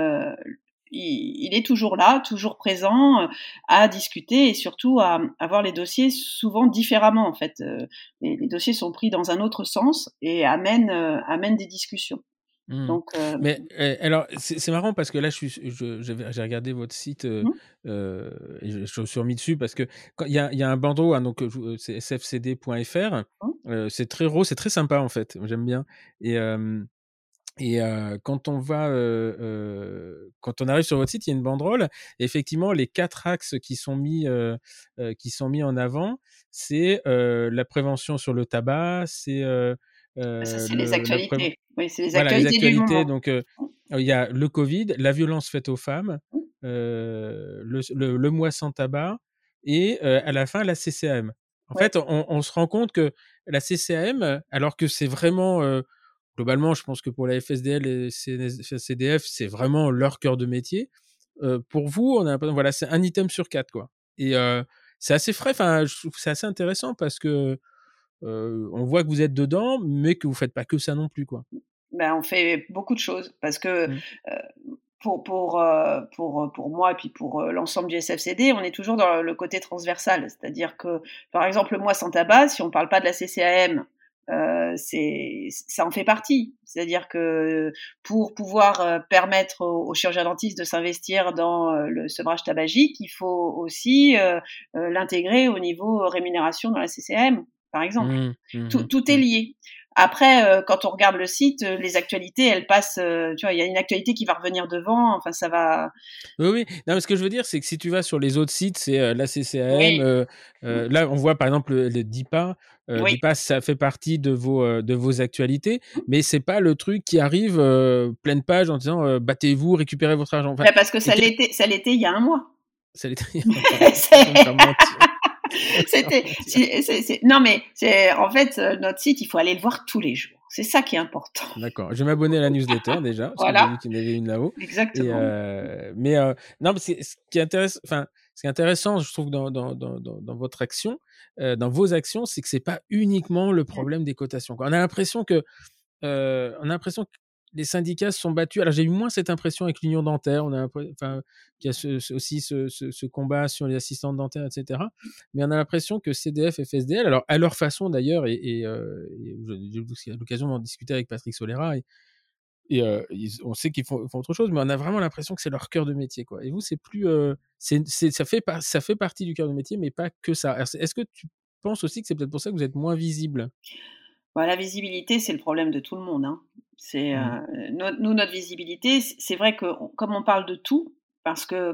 il est toujours là, toujours présent, à discuter et surtout à voir les dossiers souvent différemment en fait. Les dossiers sont pris dans un autre sens et amènent des discussions. Mmh. Donc Mais, alors c'est marrant parce que là j'ai regardé votre site, mmh, et je me suis remis dessus parce que quand il y a un bandeau, hein, donc c'est sfcd.fr, mmh, c'est très rose, c'est très sympa en fait, j'aime bien et quand on va, quand on arrive sur votre site, il y a une banderole et effectivement les 4 axes qui sont mis en avant, c'est, la prévention sur le tabac, c'est, ça c'est les le la prév actualités. Oui, c'est les voilà, les actualités du actualités, moment. donc il y a le Covid, la violence faite aux femmes, Mmh, le mois sans tabac et à la fin, la CCAM. En ouais, fait, on se rend compte que la CCAM, alors que c'est vraiment, globalement, je pense que pour la FSDL et CDF, c'est vraiment leur cœur de métier. Pour vous, on a l'impression, voilà, c'est un item sur 4, quoi. Et c'est assez frais. Enfin, je trouve que c'est assez intéressant parce que on voit que vous êtes dedans, mais que vous faites pas que ça non plus, quoi. Ben, on fait beaucoup de choses parce que, Mmh. pour moi et puis pour, l'ensemble du SFCD, on est toujours dans le côté transversal. C'est-à-dire que, par exemple, moi, sans tabac, si on parle pas de la CCAM, c'est ça en fait partie. C'est-à-dire que pour pouvoir, permettre aux chirurgiens dentistes de s'investir dans, le sevrage tabagique, il faut aussi, l'intégrer au niveau rémunération dans la CCAM, par exemple. Mmh. Mmh. Tout est Mmh. lié. Après, quand on regarde le site, les actualités, elles passent, tu vois, il y a une actualité qui va revenir devant, enfin ça va. Oui, oui. Non, mais ce que je veux dire, c'est que si tu vas sur les autres sites, c'est la CCAM. Oui, mmh, Là, on voit par exemple le DIPA. oui, DIPA, ça fait partie de vos actualités, mmh. mais c'est pas le truc qui arrive pleine page en disant battez-vous, récupérez votre argent. Enfin, Bah, parce que et ça l'était il y a un mois. ça l'était. Pardon, tu vas me C'est faire mentir. Tu vas me faire c'était mentir. c'est non mais c'est en fait, notre site, il faut aller le voir tous les jours. C'est ça qui est important. D'accord. Je vais m'abonner à la newsletter déjà, parce que j'ai Voilà, vu qu'il y en avait une là-haut. Et exactement. mais non, mais ce qui intéresse, enfin, ce qui est intéressant, je trouve, dans votre action, dans vos actions, c'est que c'est pas uniquement le Mmh, problème des cotations, quoi. On a l'impression que les syndicats se sont battus. Alors j'ai eu moins cette impression avec l'union dentaire. On a enfin, qu'il y a aussi ce combat sur les assistantes dentaires, et cetera. Mais on a l'impression que CDF et FSDL, alors à leur façon d'ailleurs, et j'ai eu l'occasion d'en discuter avec Patrick Solera, on sait qu'ils font autre chose, mais on a vraiment l'impression que c'est leur cœur de métier, quoi. Et vous, c'est plus, ça fait partie du cœur de métier, mais pas que ça. Alors est-ce que tu penses aussi que c'est peut-être pour ça que vous êtes moins visible? bah, la visibilité, c'est le problème de tout le monde, hein. C'est, Mmh. notre visibilité, c'est vrai que comme on parle de tout, parce que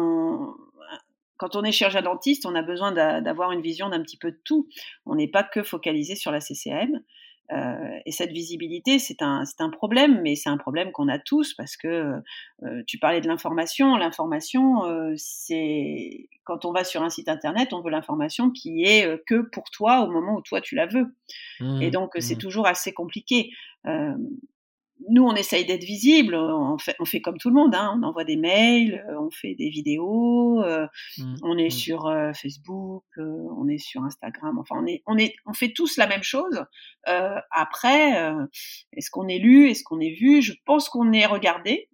quand on est chirurgien dentiste, on a besoin d'avoir une vision d'un petit peu de tout. On n'est pas que focalisé sur la CCM, et cette visibilité, c'est un problème, mais c'est un problème qu'on a tous parce que, tu parlais de l'information. L'information, c'est quand on va sur un site internet, on veut l'information qui est, que pour toi au moment où toi tu la veux. Et Mmh. donc, c'est Mmh. toujours assez compliqué. Nous, on essaye d'être visible, on fait comme tout le monde, hein, on envoie des mails, on fait des vidéos, Mmh. on est Mmh. sur, Facebook, on est sur Instagram, enfin on fait tous la même chose. Après, est-ce qu'on est lu? Est-ce qu'on est vu? Je pense qu'on est regardé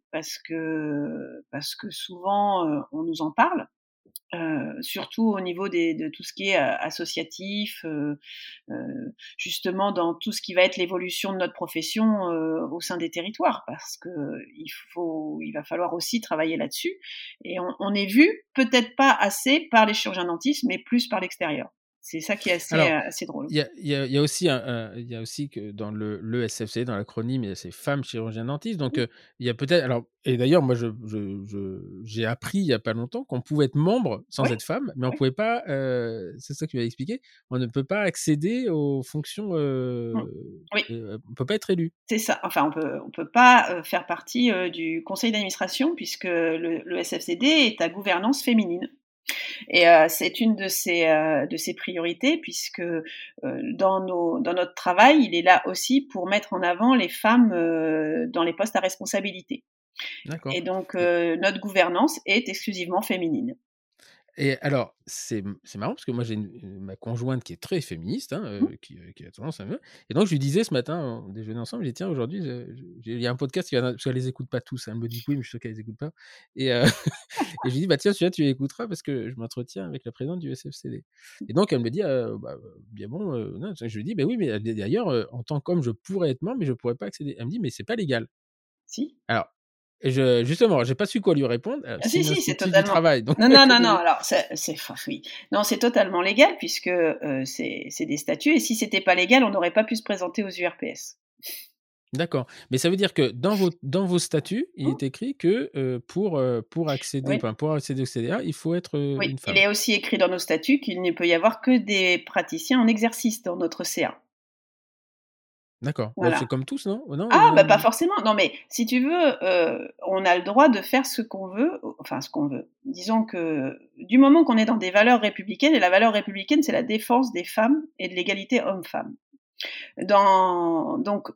parce que souvent, on nous en parle. Surtout au niveau de tout ce qui est, associatif, justement dans tout ce qui va être l'évolution de notre profession, au sein des territoires. Parce que il va falloir aussi travailler là-dessus et on est vu, peut-être pas assez par les chirurgiens dentistes, mais plus par l'extérieur. C'est ça qui est Alors, assez drôle. il y a aussi il y a aussi que dans le SFC, dans l'acronyme, il y a ces femmes chirurgiens dentistes. Donc, il y a peut-être, alors, et d'ailleurs, moi, j'ai appris il y a pas longtemps qu'on pouvait être membre sans Oui, être femme, mais on oui. pouvait pas, c'est ça que tu m'avais expliqué, on ne peut pas accéder aux fonctions, Mmh. Oui, on peut pas être élu. c'est ça. Enfin, on peut pas, faire partie, du conseil d'administration puisque le SFCD est à gouvernance féminine. Et c'est une de ses priorités puisque, dans notre travail, il est là aussi pour mettre en avant les femmes, dans les postes à responsabilité. D'accord. Et donc Et notre gouvernance est exclusivement féminine. Et alors, c'est marrant parce que moi, j'ai ma conjointe qui est très féministe, hein, Mmh, qui a tendance à me et donc je lui disais ce matin, on déjeunait ensemble, je lui dis: «Tiens, aujourd'hui, il y a un podcast qui va» parce qu'elle les écoute pas tous, hein. Elle me dit que oui, mais je suis sûr qu'elle les écoute pas et et je lui dis: «Bah, tiens, celui-là, tu l'écouteras parce que je m'entretiens avec la présidente du SFCD» et donc elle me dit: «Bah, bien bon, non». Je lui dis: «Beh, oui, mais d'ailleurs, en tant qu'homme, je pourrais être membre, mais je pourrais pas accéder». Elle me dit: «Mais c'est pas légal». si. Alors, justement, j'ai pas su quoi lui répondre. Ah C'est si, une si, c'est institutrice du totalement travail, donc non, elle non, non, non, connaît. alors c'est enfin oui. Non, c'est totalement légal puisque, c'est des statuts et si c'était pas légal, on n'aurait pas pu se présenter aux URPS. D'accord, mais ça veut dire que dans vos statuts, il Mmh, est écrit que, pour accéder, oui. enfin, pour accéder au CDA, il faut être, Oui, une il femme? est aussi écrit dans nos statuts qu'il ne peut y avoir que des praticiens en exercice dans notre CA. D'accord, bah, c'est Voilà. comme tous, non? Non, il y Ah en a bah, pas une. forcément. Non, mais si tu veux, on a le droit de faire ce qu'on veut, enfin ce qu'on veut. Disons que du moment qu'on est dans des valeurs républicaines et la valeur républicaine, c'est la défense des femmes et de l'égalité homme-femme. Donc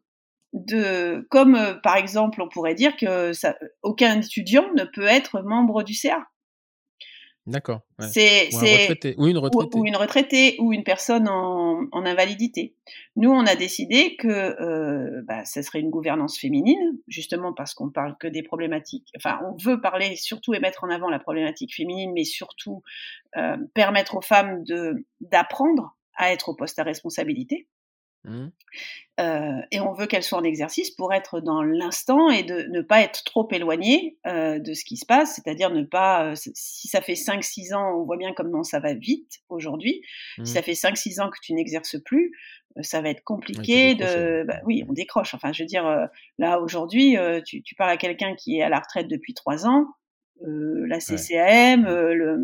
comme par exemple, on pourrait dire que aucun étudiant ne peut être membre du CA. D'accord, ouais. C'est Ou un c'est retraité, ou une ou retraitée. une retraitée ou une personne en invalidité. Nous, on a décidé que, ça serait une gouvernance féminine, justement parce qu'on parle que des problématiques, enfin, on veut parler surtout et mettre en avant la problématique féminine, mais surtout, permettre aux femmes d'apprendre à être au poste à responsabilité. Mmh. Et on veut qu'elle soit en exercice pour être dans l'instant et de ne pas être trop éloignée de ce qui se passe, c'est-à-dire ne pas, si ça fait 5-6 ans, on voit bien comment ça va vite aujourd'hui, si Mmh. ça fait 5-6 ans que tu n'exerces plus, ça va être Ouais, tu compliqué décrochais, ouais. oui, Mmh. on décroche. Enfin, je veux dire, là aujourd'hui, tu parles à quelqu'un qui est à la retraite depuis 3 ans, la Ouais. CCAM, Mmh.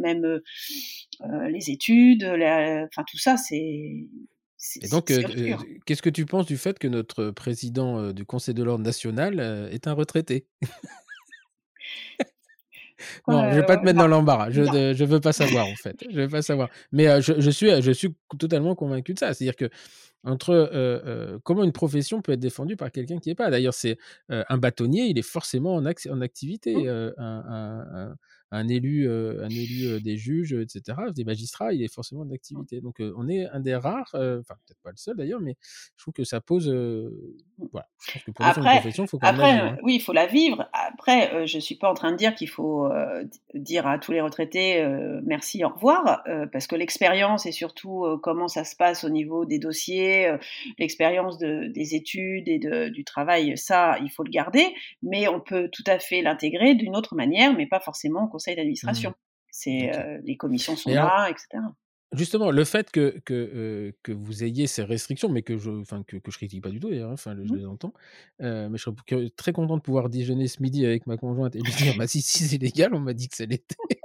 les études, enfin tout ça, Et donc, c'est obscur. qu'est-ce que tu penses du fait que notre président, du Conseil de l'ordre national, est un retraité? Non, je vais pas te mettre Non, dans l'embarras. non. Je veux pas savoir, en fait. Je veux pas savoir. Mais, je suis totalement convaincu de ça. C'est-à-dire que entre, comment une profession peut être défendue par quelqu'un qui est pas. D'ailleurs, c'est, un bâtonnier, il est forcément en activité, Mmh. un élu, des juges, et cetera, des magistrats, il est forcément en Mmh. activité. Donc, on est un des rares, enfin peut-être pas le seul d'ailleurs, mais je trouve que ça pose, Mmh. voilà, je pense que pour défendre une Après profession, il faut quand même la après, vivre, hein. oui, il faut la vivre. Après, je suis pas en train de dire qu'il faut, dire à tous les retraités, «Merci, au revoir», parce que l'expérience et surtout, comment ça se passe au niveau des dossiers, l'expérience des études et du travail, ça, il faut le garder, mais on peut tout à fait l'intégrer d'une autre manière, mais pas forcément au conseil Mmh. d'administration. OK. Les commissions sont Mais alors, là et cetera. justement, le fait que vous ayez ces restrictions, mais que je critique pas du tout d'ailleurs, hein, enfin, je Mmh. les entends, mais je serais très content de pouvoir déjeuner ce midi avec ma conjointe et lui dire: «Bah, si c'est légal, on m'a dit que ça l'était».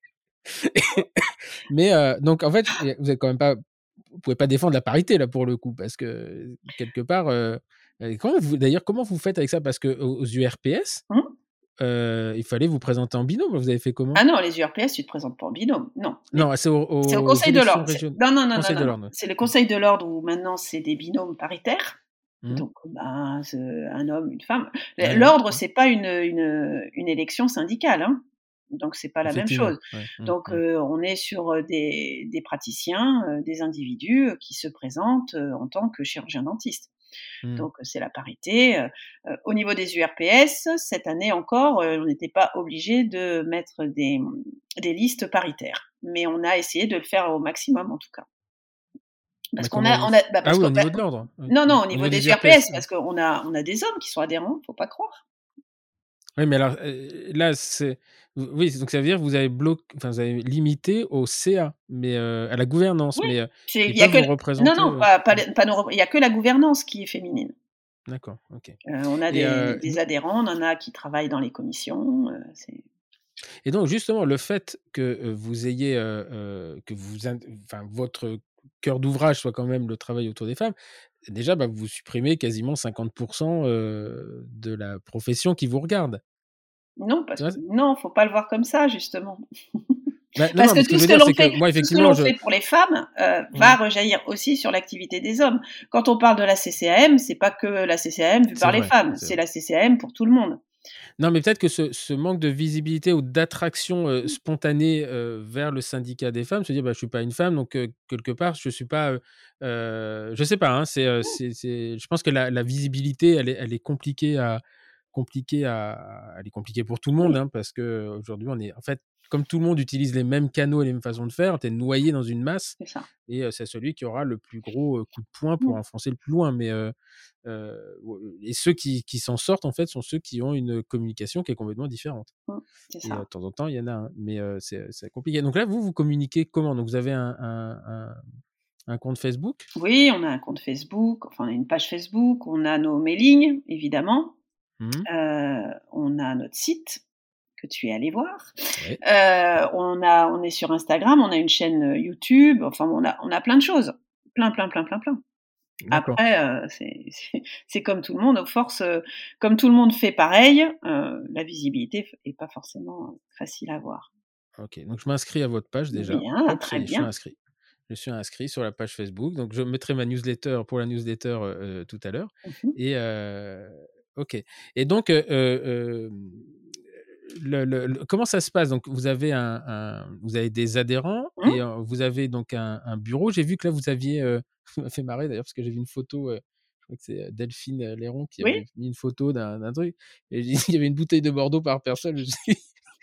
Mais, donc en fait, vous êtes quand même pas, vous pouvez pas défendre la parité là pour le coup, parce que quelque part, comment vous faites avec ça? Parce qu'aux URPS, Mmh. il fallait vous présenter en binôme, vous avez fait comment? Ah non, les URPS, tu te présentes pas en binôme, non. Non, c'est C'est au aux conseil de élections l'ordre. régionales, Non, non, non, non, conseil non, de non. l'ordre, ouais. C'est le conseil de l'ordre où maintenant c'est des binômes paritaires. Mmh. Donc, ben, c'est un homme, une femme. Ouais, ouais, L'ordre, ouais. c'est pas une élection syndicale, hein. Donc c'est pas la même Effectivement, chose. ouais. Mmh, Donc, mmh. on est sur des praticiens, des individus qui se présentent en tant que chirurgien dentiste. Mmh. Donc, c'est la parité. Au niveau des URPS, cette année encore, on n'était pas obligé de mettre des listes paritaires. Mais on a essayé de le faire au maximum en tout cas. Parce Mais qu'on comment a, vous f Ah parce oui, que, au niveau de l'ordre? non, Mmh. non, au Au niveau niveau des des URPS? URPS, parce qu'on a des hommes qui sont adhérents, faut pas croire. Oui, mais alors, là, c'est oui, donc ça veut dire que vous avez limité au CA, mais, à la gouvernance, Oui, mais, il ils y a peuvent que, vous non, représenter, non, pas nos il y a que la gouvernance qui est féminine. d'accord, OK. On a Et des adhérents, on en a qui travaillent dans les commissions, et donc justement, le fait que, vous ayez, que vous int enfin, votre cœur d'ouvrage soit quand même le travail autour des femmes, déjà, bah, vous supprimez quasiment 50 de la profession qui vous regarde. non, Tu vois? non, faut pas le voir comme ça justement. Bah, non, Parce non, que mais ce que je veux dire, c'est que moi, tout ce que effectivement, l'on je fait pour les femmes, mmh, va rejaillir aussi sur l'activité des hommes. Quand on parle de la CCAM, c'est pas que la CCAM vue c'est par les vrai, femmes, c'est c'est vrai. la CCAM pour tout le monde. Non, mais peut-être que ce manque de visibilité ou d'attraction, Mmh, spontanée, vers le syndicat des femmes, se dire: «Bah, je suis pas une femme, donc quelque part, je suis pas,» je sais pas, hein, c'est je pense que la visibilité, elle est elle est compliquée pour tout le monde, oui, hein, parce qu'aujourd'hui, on est en fait, comme tout le monde utilise les mêmes canaux et les mêmes façons de faire, tu es noyé dans une masse c'est ça. et c'est celui qui aura le plus gros, coup de poing pour Mmh, enfoncer le plus loin, mais et ceux qui s'en sortent, en fait, sont ceux qui ont une communication qui est complètement différente mmh, c'est et de ça. temps en temps, il y en a un, mais c'est compliqué. Donc là, vous communiquez comment? Donc vous avez un compte Facebook? Oui, on a un compte Facebook, enfin on a une page Facebook, on a nos mailings évidemment, Mmh. on a notre site que tu es allé voir. Ouais, On est sur Instagram, on a une chaîne, YouTube, enfin on a plein de choses. Plein, plein, plein, plein, plein. d'accord. Après, c'est comme tout le monde, aux forces, comme tout le monde fait pareil, la visibilité est pas forcément, facile à avoir. OK, donc je m'inscris à votre page déjà. Bien, Hop, ça très y est, je suis bien. inscrit. Je suis inscrit sur la page Facebook. Donc, je mettrai ma newsletter pour la newsletter tout à l'heure. Mmh. Et OK. Et donc, comment ça se passe? Donc, vous avez vous avez des adhérents Mmh. et vous avez donc un bureau. J'ai vu que là, vous aviez, ça m'a fait marrer d'ailleurs parce que j'ai vu une photo, je crois que c'est Delphine Léron qui Oui, avait mis une photo d'un truc et j'ai dit il y avait une bouteille de Bordeaux par personne. Je me suis dit,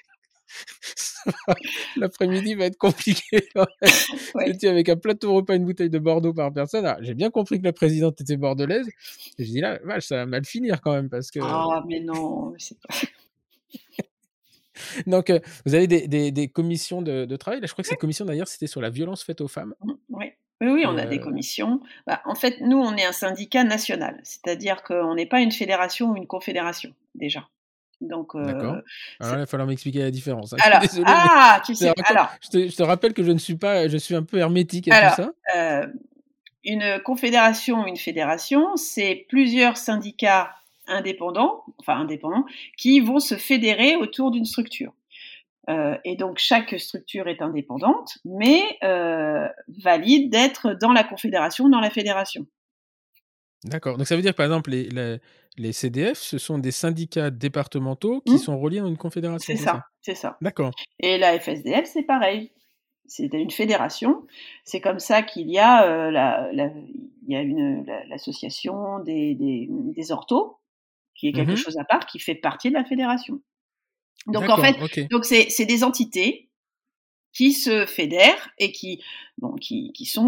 l'après-midi va être compliqué quand même. oui. C'était avec un plateau repas, une bouteille de Bordeaux par personne. Alors, j'ai bien compris que la présidente était bordelaise. Et je dis là, vache, ça va mal finir quand même parce que. Ah mais non, c'est pas Donc, vous avez des commissions de travail. Là, je crois que cette commission d'ailleurs, c'était sur la violence faite aux femmes. oui. Oui, oui, Et on a des commissions. Bah, en fait, nous, on est un syndicat national, c'est-à-dire qu'on n'est pas une fédération ou une confédération, déjà. Donc, d'accord. Alors là, il va falloir m'expliquer la différence, hein. Je suis alors désolé, mais ah! Tu je te, sais je te rappelle que je ne suis pas, je suis un peu hermétique à tout alors, ça. heu, une confédération ou une fédération, c'est plusieurs syndicats indépendants, qui vont se fédérer autour d'une structure. Et donc chaque structure est indépendante, mais valide d'être dans la confédération, dans la fédération. D'accord. Donc, ça veut dire que par exemple, les CDF, ce sont des syndicats départementaux qui Mmh, sont reliés dans une confédération, c'est c'est ça? ça, c'est ça. D'accord. Et la FSDF, c'est pareil. C'est une fédération. C'est comme ça qu'il y a, il y a l'association des orthos, qui est quelque Mhm. chose à part, qui fait partie de la fédération. Donc en fait, D'accord, ok. donc c'est des entités qui se fédèrent et qui sont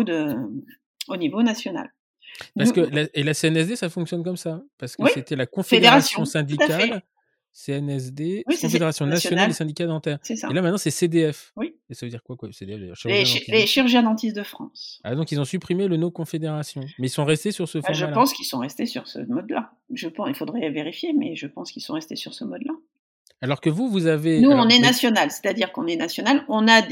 au niveau national. Parce Nous que la CNSD, ça fonctionne comme ça? Parce que Oui, c'était la confédération fédération, tout à fait. syndicale, CNSD, Oui, c'est Confédération sélection nationale des nationale, syndicats dentaires. c'est Et ça. là, maintenant, c'est CDF. Oui, Et ça veut dire quoi CDF d'ailleurs? Chirurgien dentiste de les France? chirurgiens dentistes de France. Ah, donc ils ont supprimé le nom confédération, mais ils sont restés sur ce Bah, je format-là? pense qu'ils sont restés sur ce mode-là. Je pense, il faudrait vérifier, mais je pense qu'ils sont restés sur ce mode-là. Alors que vous avez Nous, alors on est mais national, c'est-à-dire qu'on est national. On a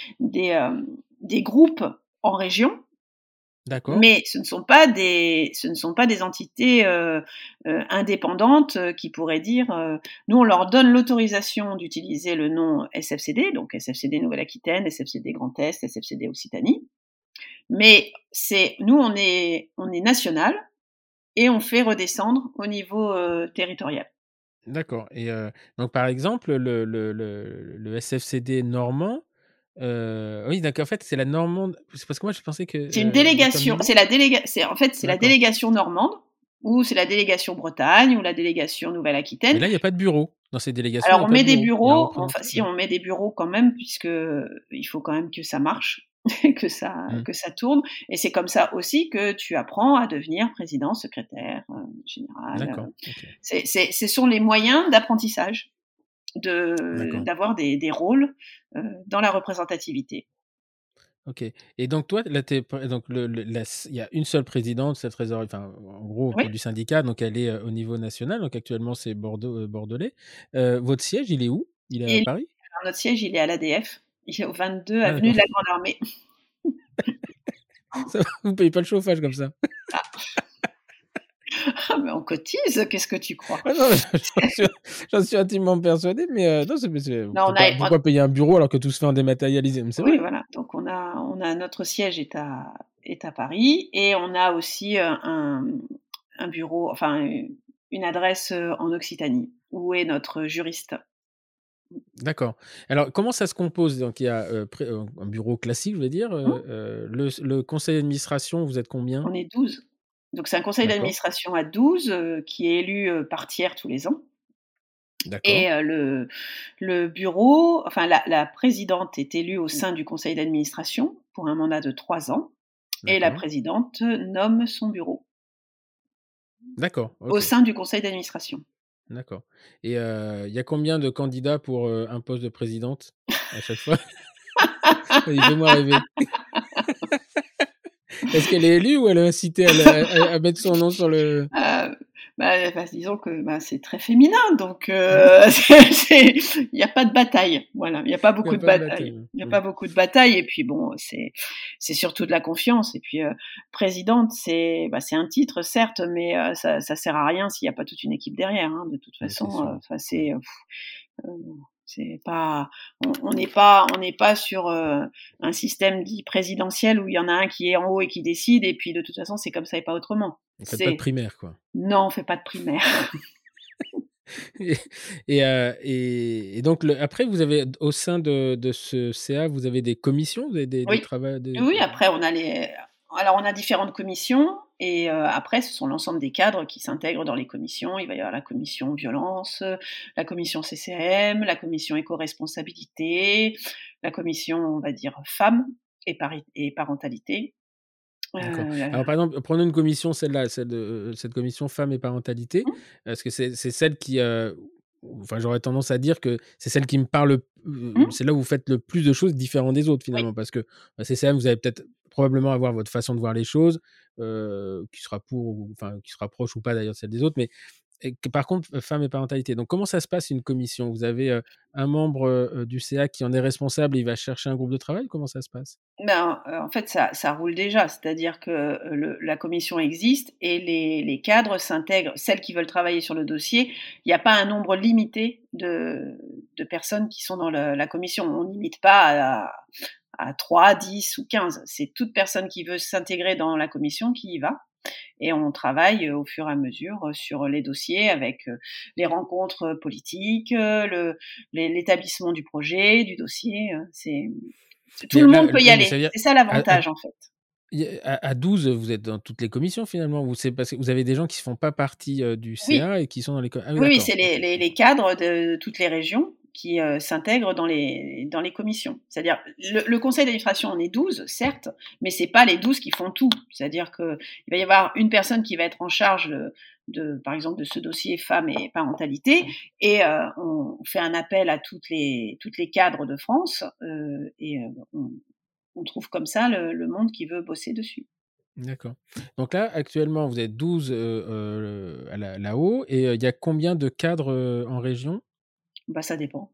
des groupes en région, d'accord. mais ce ne sont pas des entités indépendantes qui pourraient dire. Nous, on leur donne l'autorisation d'utiliser le nom SFCD, donc SFCD Nouvelle-Aquitaine, SFCD Grand Est, SFCD Occitanie. Mais nous, on est national et on fait redescendre au niveau territorial. D'accord. Et donc par exemple, le SFCD normand, oui, donc en fait, c'est la normande c'est parce que moi, je pensais que, C'est une donc comme délégation, lui c'est la d'accord. délégation normande, ou c'est la délégation Bretagne, ou la délégation Mais Nouvelle-Aquitaine. là, il y a pas de bureau. Dans ces délégations, il Alors y a on pas de met des bureau. Il y a un bureaux, enfin représentant si ouais. on met des bureaux quand même, puisque il faut quand même que ça marche, Mmh. que ça tourne. Et c'est comme ça aussi que tu apprends à devenir président, secrétaire général. D'accord, OK. Ce sont les moyens d'apprentissage, D'accord, d'avoir des rôles dans la représentativité. OK. Et donc toi, là, tu donc il y a une seule présidente, cette trésorerie enfin, en gros, Oui, pour du syndicat, donc elle est, au niveau national, donc actuellement, c'est bordelais. Votre siège, il est où? Il est à et Paris? alors notre siège, il est à l'ADF, il est au 22 Ah avenue d'accord. de la Grande Armée. Ça va, vous payez pas le chauffage comme ça? Ah, mais on cotise, qu'est-ce que tu crois? Ah non, j'en suis intimement persuadé, mais non, c'est Non, pourquoi payer un bureau alors que tout se fait en dématérialisé? Mais c'est oui, vrai. voilà, donc notre siège est à Paris, et on a aussi, un bureau, enfin, une adresse, en Occitanie, où est notre juriste. D'accord. Alors comment ça se compose? Donc il y a, un bureau classique, je vais dire, Mmh, le conseil d'administration, vous êtes combien? on est 12. Donc c'est un conseil D'accord, d'administration à 12, qui est élu, par tiers tous les ans. d'accord, Et le bureau, enfin la présidente est élue au sein du conseil d'administration pour un mandat de 3 ans, et la d'accord, présidente nomme son bureau d'accord, au OK, sein du conseil d'administration. d'accord. Et il y a combien de candidats pour, un poste de présidente à chaque fois? Vas-y, fais-moi rêver. Est-ce qu'elle est élue ou elle est incitée à mettre son nom sur le Heu, disons que, c'est très féminin, donc mmh, il y a pas de bataille, voilà, il y a pas il y a beaucoup de pas de bataille. bataille, Il y a mmh. pas beaucoup de bataille, et puis bon, c'est surtout de la confiance, et puis, présidente, c'est un titre certes, mais ça sert à rien s'il y a pas toute une équipe derrière, hein, de toute Ouais, c'est façon, sûr. enfin Mmh. c'est, C'est pas, on n'est pas sur un système dit présidentiel où il y en a un qui est en haut et qui décide, et puis de toute façon c'est comme ça et pas autrement. Vous faites pas de primaire, quoi. Non, on fait pas de primaire. Et, et donc, après, vous avez, au sein de ce CA, vous avez des commissions, vous avez des Oui, travaux. oui. Après on a différentes commissions, et après ce sont l'ensemble des cadres qui s'intègrent dans les commissions. Il va y avoir la commission violence, la commission CCM, la commission éco-responsabilité, la commission, on va dire, femmes et parentalité. D'accord. Heu, Alors, par exemple, prenons une commission, celle-là, cette commission femmes et parentalité. mmh, Est-ce que c'est celle qui, enfin, j'aurais tendance à dire que c'est celle qui me parle, mmh, c'est là où vous faites le plus de choses différentes des autres, oui. finalement, parce que, bah, CCM, vous allez peut-être probablement avoir votre façon de voir les choses, qui sera enfin, qui se rapproche ou pas d'ailleurs de celle des autres, mais et que par contre, femmes et parentalité. Donc, comment ça se passe, une commission? Vous avez, un membre, du CA qui en est responsable et il va chercher un groupe de travail? Comment ça se passe? Ben, en fait, ça roule déjà. C'est-à-dire que, la commission existe et les cadres s'intègrent. Celles qui veulent travailler sur le dossier, il y a pas un nombre limité de personnes qui sont dans la commission. On ne limite pas à 3, 10 ou 15. C'est toute personne qui veut s'intégrer dans la commission qui y va, et on travaille, au fur et à mesure, sur les dossiers avec, les rencontres, politiques, l'établissement du projet, du dossier, tout Mais le là, monde peut y oui, mais ça aller. veut dire C'est ça à l'avantage, en fait. à 12, vous êtes dans toutes les commissions, finalement? Ou c'est parce que vous avez des gens qui ne font pas partie, du Oui, CA et qui sont dans les co ah oui, oui, oui, d'accord, c'est OK, les je comprends. cadres de toutes les régions qui, s'intègrent dans les commissions. C'est-à-dire le conseil d'administration, on est 12, certes, mais c'est pas les 12 qui font tout. C'est-à-dire qu'il va y avoir une personne qui va être en charge par exemple, de ce dossier femmes et parentalité, et on fait un appel à toutes les cadres de France, et on trouve comme ça le monde qui veut bosser dessus. D'accord. Donc là, actuellement, vous êtes 12, là-haut, et il y a combien de cadres, en région? Bah, ça dépend.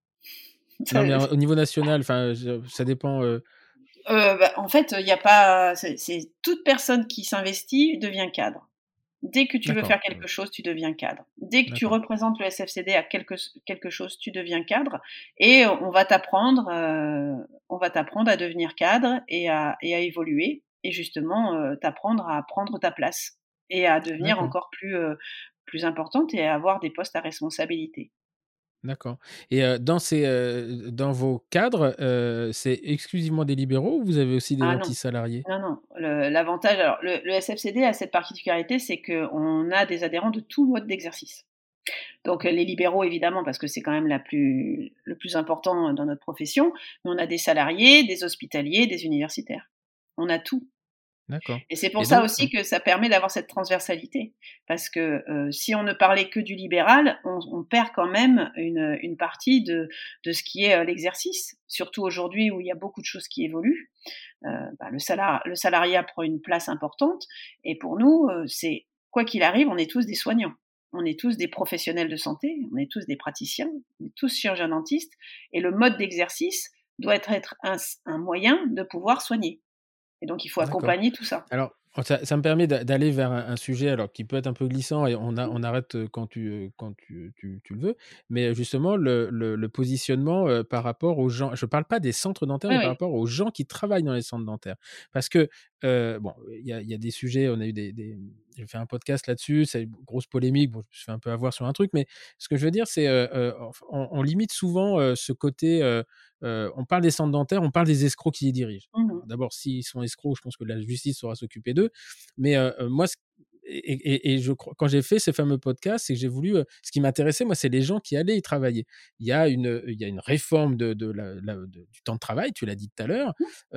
Non, mais Ça au niveau national, enfin, je ça dépend, Bah, en fait, il y a pas c'est toute personne qui s'investit devient cadre. Dès que tu veux d'accord, faire quelque chose, tu deviens cadre. Dès que tu d'accord, représentes le SFCD à quelque chose, tu deviens cadre, et on va t'apprendre à devenir cadre et à évoluer, et justement, t'apprendre à prendre ta place et à devenir d'accord. encore plus importante et à avoir des postes à responsabilité. D'accord, et dans vos cadres, c'est exclusivement des libéraux ou vous avez aussi des Ah non. anti-salariés? Non, non, l'avantage, alors le SFCD a cette particularité, c'est qu'on a des adhérents de tout mode d'exercice. Donc, les libéraux évidemment, parce que c'est quand même le plus important dans notre profession, mais on a des salariés, des hospitaliers, des universitaires. On a tout. D'accord, Et c'est pour et ça donc aussi que ça permet d'avoir cette transversalité. Parce que, si on ne parlait que du libéral, on perd quand même une partie de ce qui est, l'exercice. Surtout aujourd'hui où il y a beaucoup de choses qui évoluent. Bah, le salariat prend une place importante, et pour nous, c'est quoi qu'il arrive, on est tous des soignants. On est tous des professionnels de santé, on est tous des praticiens, on est tous chirurgiens dentistes, et le mode d'exercice doit être un moyen de pouvoir soigner, et donc il faut d'accord. accompagner tout ça. Alors, ça me permet d'aller vers un sujet, alors, qui peut être un peu glissant, et Mmh. on arrête, quand tu le veux. Mais, justement, le positionnement, par rapport aux gens, je ne parle pas des centres dentaires, Oui, mais par oui. rapport aux gens qui travaillent dans les centres dentaires. Parce que, bon, il y a des sujets, on a eu j'ai fait un podcast là-dessus, c'est une grosse polémique, bon, je me suis fait un peu avoir sur un truc, mais ce que je veux dire, c'est, on limite souvent, ce côté, on parle des centres dentaires, on parle des escrocs qui les dirigent. Mmh. Alors, d'abord, s'ils sont escrocs, je pense que la justice saura s'occuper d'eux. Mais, moi, et je crois, quand j'ai fait ce fameux podcast, c'est que j'ai voulu, ce qui m'intéressait, moi, c'est les gens qui allaient y travailler. Il y a une réforme du temps de travail, tu l'as dit tout à l'heure,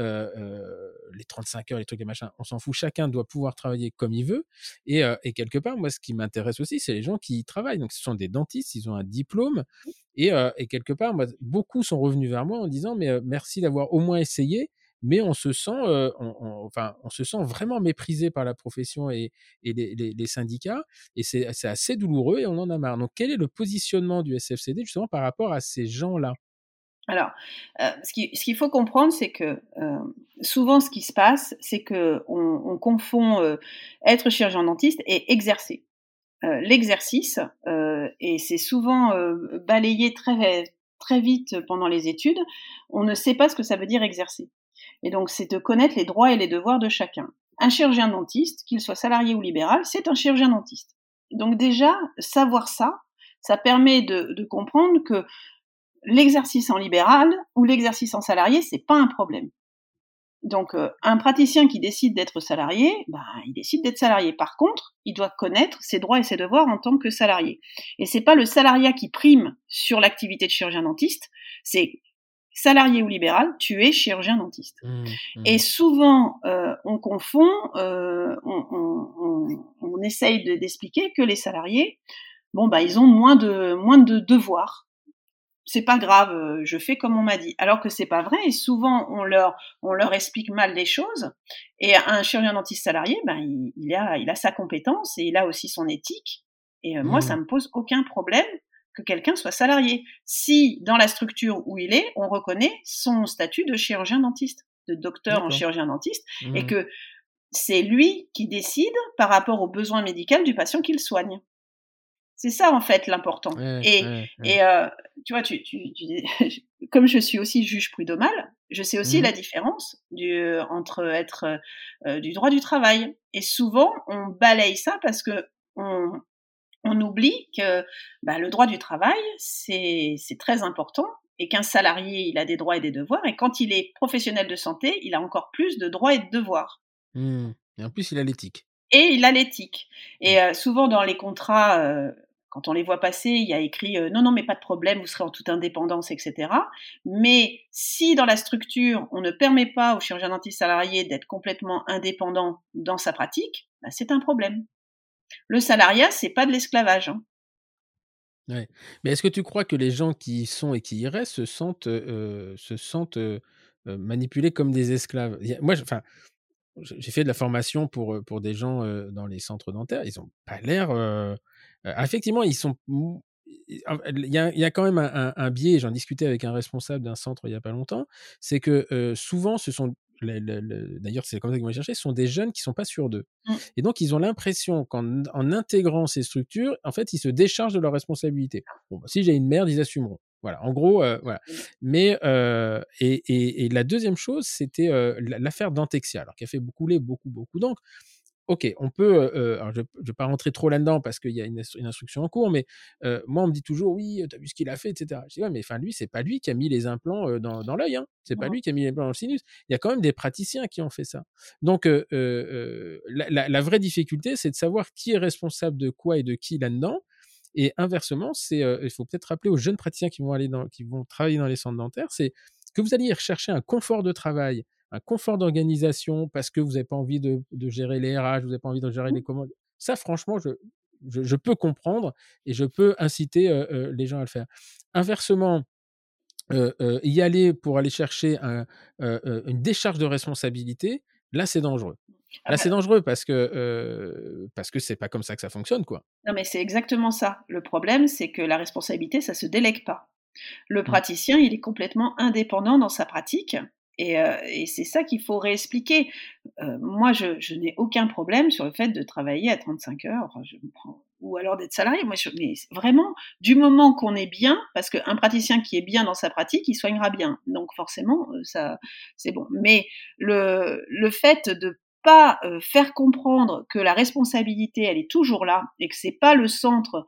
les 35 heures, les trucs et machins, on s'en fout, chacun doit pouvoir travailler comme il veut, et quelque part, moi, ce qui m'intéresse aussi, c'est les gens qui y travaillent. Donc ce sont des dentistes, ils ont un diplôme, et quelque part, moi, beaucoup sont revenus vers moi en disant: «Mais, merci d'avoir au moins essayé, mais on se sent, enfin, on se sent vraiment méprisé par la profession et les syndicats, et c'est assez douloureux et on en a marre». Donc quel est le positionnement du SFCD justement par rapport à ces gens-là? Alors, ce qu'il faut comprendre, c'est que, souvent ce qui se passe, c'est qu'on confond, être chirurgien dentiste et exercer. L'exercice, et c'est souvent, balayé très très vite pendant les études, on ne sait pas ce que ça veut dire exercer. Et donc, c'est de connaître les droits et les devoirs de chacun. Un chirurgien dentiste, qu'il soit salarié ou libéral, c'est un chirurgien dentiste. Donc déjà, savoir ça, ça permet de comprendre que l'exercice en libéral ou l'exercice en salarié, c'est pas un problème. Donc, un praticien qui décide d'être salarié, ben, il décide d'être salarié. Par contre, il doit connaître ses droits et ses devoirs en tant que salarié. Et c'est pas le salariat qui prime sur l'activité de chirurgien dentiste, c'est salarié ou libéral, tu es chirurgien dentiste. Mmh, Et mmh. souvent, on confond, on essaye d'expliquer que les salariés, bon, bah, ils ont moins de devoirs. C'est pas grave, je fais comme on m'a dit. Alors que c'est pas vrai et souvent on leur explique mal les choses et un chirurgien dentiste salarié, ben, il a sa compétence et il a aussi son éthique et moi ça Mmh. me pose aucun problème que quelqu'un soit salarié. Si dans la structure où il est, on reconnaît son statut de chirurgien dentiste, de docteur en D'accord. chirurgien dentiste et Mmh. que c'est lui qui décide par rapport aux besoins médicaux du patient qu'il soigne. C'est ça en fait l'important. Ouais, ouais, ouais. Et tu vois, comme je suis aussi juge prud'homal, je sais aussi Mmh. la différence entre être, du droit du travail et souvent on balaye ça parce qu'on on oublie que, bah, le droit du travail, c'est très important et qu'un salarié, il a des droits et des devoirs et quand il est professionnel de santé, il a encore plus de droits et de devoirs. Mmh. Et en plus, il a l'éthique. Et il a l'éthique. Mmh. Et souvent dans les contrats, quand on les voit passer, il y a écrit, «Non, non, mais pas de problème, vous serez en toute indépendance» et cetera. Mais si dans la structure, on ne permet pas au chirurgien dentiste salarié d'être complètement indépendant dans sa pratique, bah, c'est un problème. Le salariat, c'est pas de l'esclavage, hein. Ouais. Mais est-ce que tu crois que les gens qui y sont et qui y restent se sentent, manipulés comme des esclaves? Il y a moi, je enfin, j'ai fait de la formation pour des gens, dans les centres dentaires. Ils ont pas l'air, effectivement, ils sont mou i en il y a quand même un biais, j'en discutais avec un responsable d'un centre il y a pas longtemps, c'est que, souvent ce sont d'ailleurs c'est comme ça qu'ils vont les chercher, ce sont des jeunes qui sont pas sûrs d'eux Mmh. et donc ils ont l'impression en intégrant ces structures, en fait, ils se déchargent de leurs responsabilités. Bon, bah, si j'ai une merde, ils assumeront. Voilà, en gros, voilà. Mais et la deuxième chose, c'était, l'affaire Dentexia, alors qui a fait couler beaucoup, beaucoup d'encre. OK, on peut, alors je vais pas rentrer trop là-dedans parce qu'il y a une instruction en cours, mais moi, on me dit toujours: «Oui, tu as vu ce qu'il a fait?» et cetera. Je dis: «Ouais, mais enfin, lui, c'est pas lui qui a mis les implants, dans l'œil, hein. C'est pas Mmh. lui qui a mis les implants dans le sinus. Il y a quand même des praticiens qui ont fait ça». Donc la vraie difficulté, c'est de savoir qui est responsable de quoi et de qui là-dedans et inversement, c'est, il faut peut-être rappeler aux jeunes praticiens qui vont travailler dans les centres dentaires, c'est que vous alliez rechercher un confort de travail, un confort d'organisation parce que vous n'avez pas envie de gérer les RH, vous n'avez pas envie de gérer Mmh. les commandes. Ça, franchement, je peux comprendre et je peux inciter, les gens à le faire. Inversement, y aller pour aller chercher une décharge de responsabilité, là, c'est dangereux. Ah Là, bah, c'est dangereux parce que c'est pas comme ça que ça fonctionne, quoi. non, mais c'est exactement ça. Le problème, c'est que la responsabilité, ça se délègue pas. Le Mmh. praticien, il est complètement indépendant dans sa pratique et c'est ça qu'il faut réexpliquer. Moi, je n'ai aucun problème sur le fait de travailler à 35 heures, enfin, je me prends ou alors d'être salarié. Moi, mais vraiment, du moment qu'on est bien, parce qu'un praticien qui est bien dans sa pratique, il soignera bien. Donc forcément, ça, c'est bon. Mais le fait de pas faire comprendre que la responsabilité, elle est toujours là et que c'est pas le centre.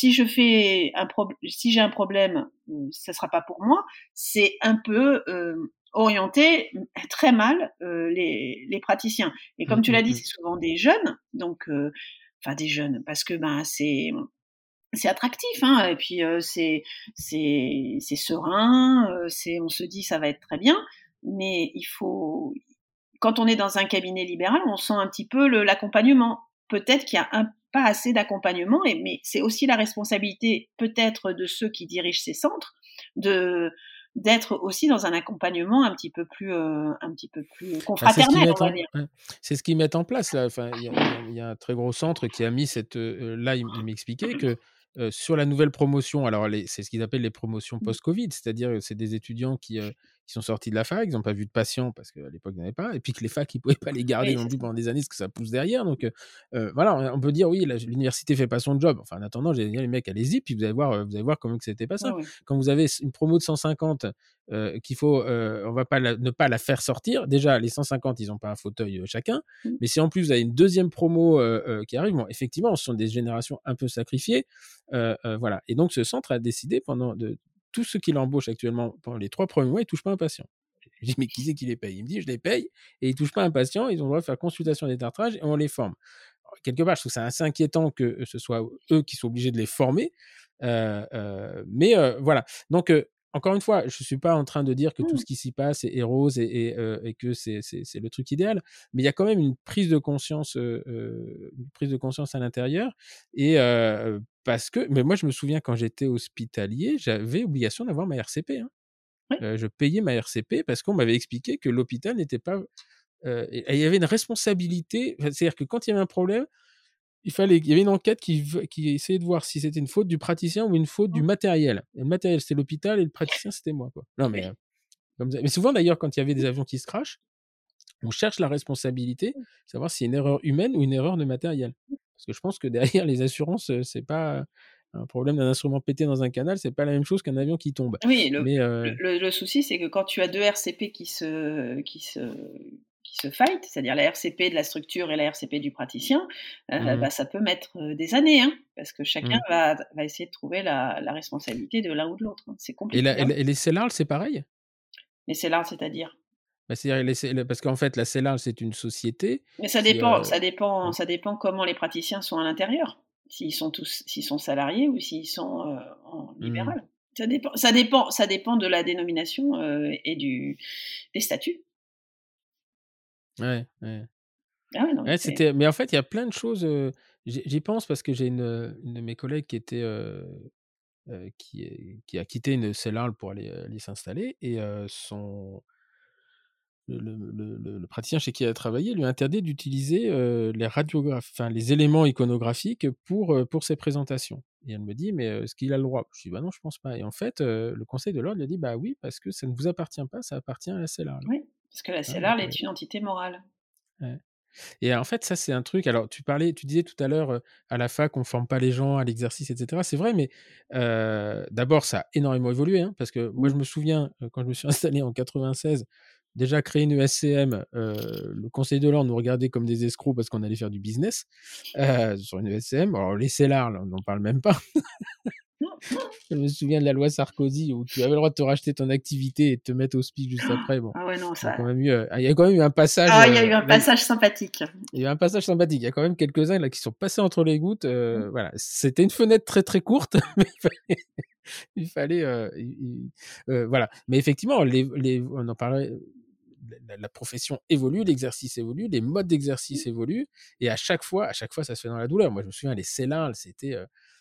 Si j'ai un problème, ça sera pas pour moi. C'est un peu orienter très mal les praticiens. Et Mmh, comme tu mmh l'as dit, mh. c'est souvent des jeunes, donc enfin des jeunes, parce que ben c'est attractif, hein, et puis c'est serein, on se dit ça va être très bien, mais il faut quand on est dans un cabinet libéral, on sent un petit peu l'accompagnement. Peut-être qu'il y a pas assez d'accompagnement, mais c'est aussi la responsabilité peut-être de ceux qui dirigent ces centres de d'être aussi dans un accompagnement un petit peu plus Bah, c'est ce qu'ils confraternel, on mettent va en dire. ouais, c'est ce qu'ils mettent en place là. Enfin, il y a un très gros centre qui a mis cette, là, il m'expliquait que, sur la nouvelle promotion, alors c'est ce qu'ils appellent les promotions Mmh. post-Covid, c'est-à-dire, c'est des étudiants qui qui sont sortis de la fac, ils n'ont pas vu de patients parce qu'à l'époque, il n'y en avait pas, et puis que les facs, ils ne pouvaient pas les garder Oui, non c'est plus ça. pendant des années parce que ça pousse derrière. Donc, voilà, on peut dire, oui, l'université ne fait pas son job. Enfin, en attendant, j'ai dit, les mecs, allez-y, puis vous allez voir comment que c'était pas Oui, ça. oui. Quand vous avez une promo de 150, qu'il faut, on va pas ne pas la faire sortir. Déjà, les 150, ils n'ont pas un fauteuil chacun. Mmh. Mais si en plus vous avez une deuxième promo qui arrive, bon, effectivement, ce sont des générations un peu sacrifiées. Voilà. Et donc, ce centre a décidé pendant tous ceux qui l'embauchent actuellement pendant les 3 premiers mois, ils ne touchent pas un patient. Je dis, mais qui c'est qui les paye? Il me dit, je les paye et ils ne touchent pas un patient. Ils ont le droit de faire consultation et détartrage et on les forme. Alors, quelque part, je trouve ça assez inquiétant que ce soit eux qui soient obligés de les former. Mais voilà. Donc, encore une fois, je ne suis pas en train de dire que tout Mmh. ce qui s'y passe est rose et que c'est le truc idéal, mais il y a quand même une prise de conscience à l'intérieur. Et parce que, mais moi, je me souviens quand j'étais hospitalier, j'avais obligation d'avoir ma RCP. Hein. Oui. Je payais ma RCP parce qu'on m'avait expliqué que l'hôpital n'était pas. Et il y avait une responsabilité, c'est-à-dire que quand il y avait un problème, il y avait une enquête qui essayait de voir si c'était une faute du praticien ou une faute du Mmh. matériel. Et le matériel, c'était l'hôpital et le praticien, c'était moi, quoi. Non, mais, Oui. mais souvent d'ailleurs, quand il y avait des avions qui se crashent, on cherche la responsabilité, savoir si c'est une erreur humaine ou une erreur de matériel. Parce que je pense que derrière les assurances, c'est pas un problème d'un instrument pété dans un canal, c'est pas la même chose qu'un avion qui tombe. Oui, Mais le souci, c'est que quand tu as 2 RCP qui se fight, c'est-à-dire la RCP de la structure et la RCP du praticien, mmh, bah, ça peut mettre, des années, hein, parce que chacun mmh. va essayer de trouver la responsabilité de l'un ou de l'autre, hein. C'est Et compliqué, hein. les CELARL, c'est pareil? Mais c'est là, c'est-à-dire? Bah, c'est-à-dire parce qu'en fait, la CELARL, c'est une société Mais qui, ouais. ça dépend comment les praticiens sont à l'intérieur. S'ils sont salariés ou s'ils sont, en Mmh. libéral. Ça dépend de la dénomination, et des statuts. Ouais, ouais. Ah ouais, non, mais Ouais, c'est mais en fait, il y a plein de choses, j'y pense parce que j'ai une de mes collègues qui a quitté une CELARL pour aller s'installer et son le praticien chez qui elle a travaillé lui a interdit d'utiliser, les éléments iconographiques pour ses présentations. Et elle me dit: «Mais, est-ce qu'il a le droit?» Je dis: «Bah non, je pense pas». Et en fait, le conseil de l'ordre lui a dit: «Bah oui, parce que ça ne vous appartient pas, ça appartient à la CELARL». oui, parce que la Hein, donc CELARL est une entité morale. ouais. Et en fait, ça, c'est un truc. Alors, tu disais tout à l'heure, à la fac, on forme pas les gens à l'exercice, et cetera. C'est vrai, mais d'abord, ça a énormément évolué, hein, parce que moi, Mmh. je me souviens, quand je me suis installé en 96, déjà créer une ESCM, le conseil de l'ordre nous regardait comme des escrocs parce qu'on allait faire du business, sur une ESCM. Alors les CELARL, on n'en parle même pas. Je me souviens de la loi Sarkozy où tu avais le droit de te racheter ton activité et de te mettre au SPIC juste après. Bon, Ah ouais, non, ça il y a quand même eu un passage, ah, il y a eu un passage sympathique. il y a eu un passage sympathique. Il y a quand même quelques-uns là qui sont passés entre les gouttes. Mmh. Voilà, c'était une fenêtre très très courte, mais il fallait, voilà. Mais effectivement, on en parlait. La profession évolue, l'exercice évolue, les modes d'exercice évoluent, et à chaque fois, ça se fait dans la douleur. Moi, je me souviens, les CELARL, c'était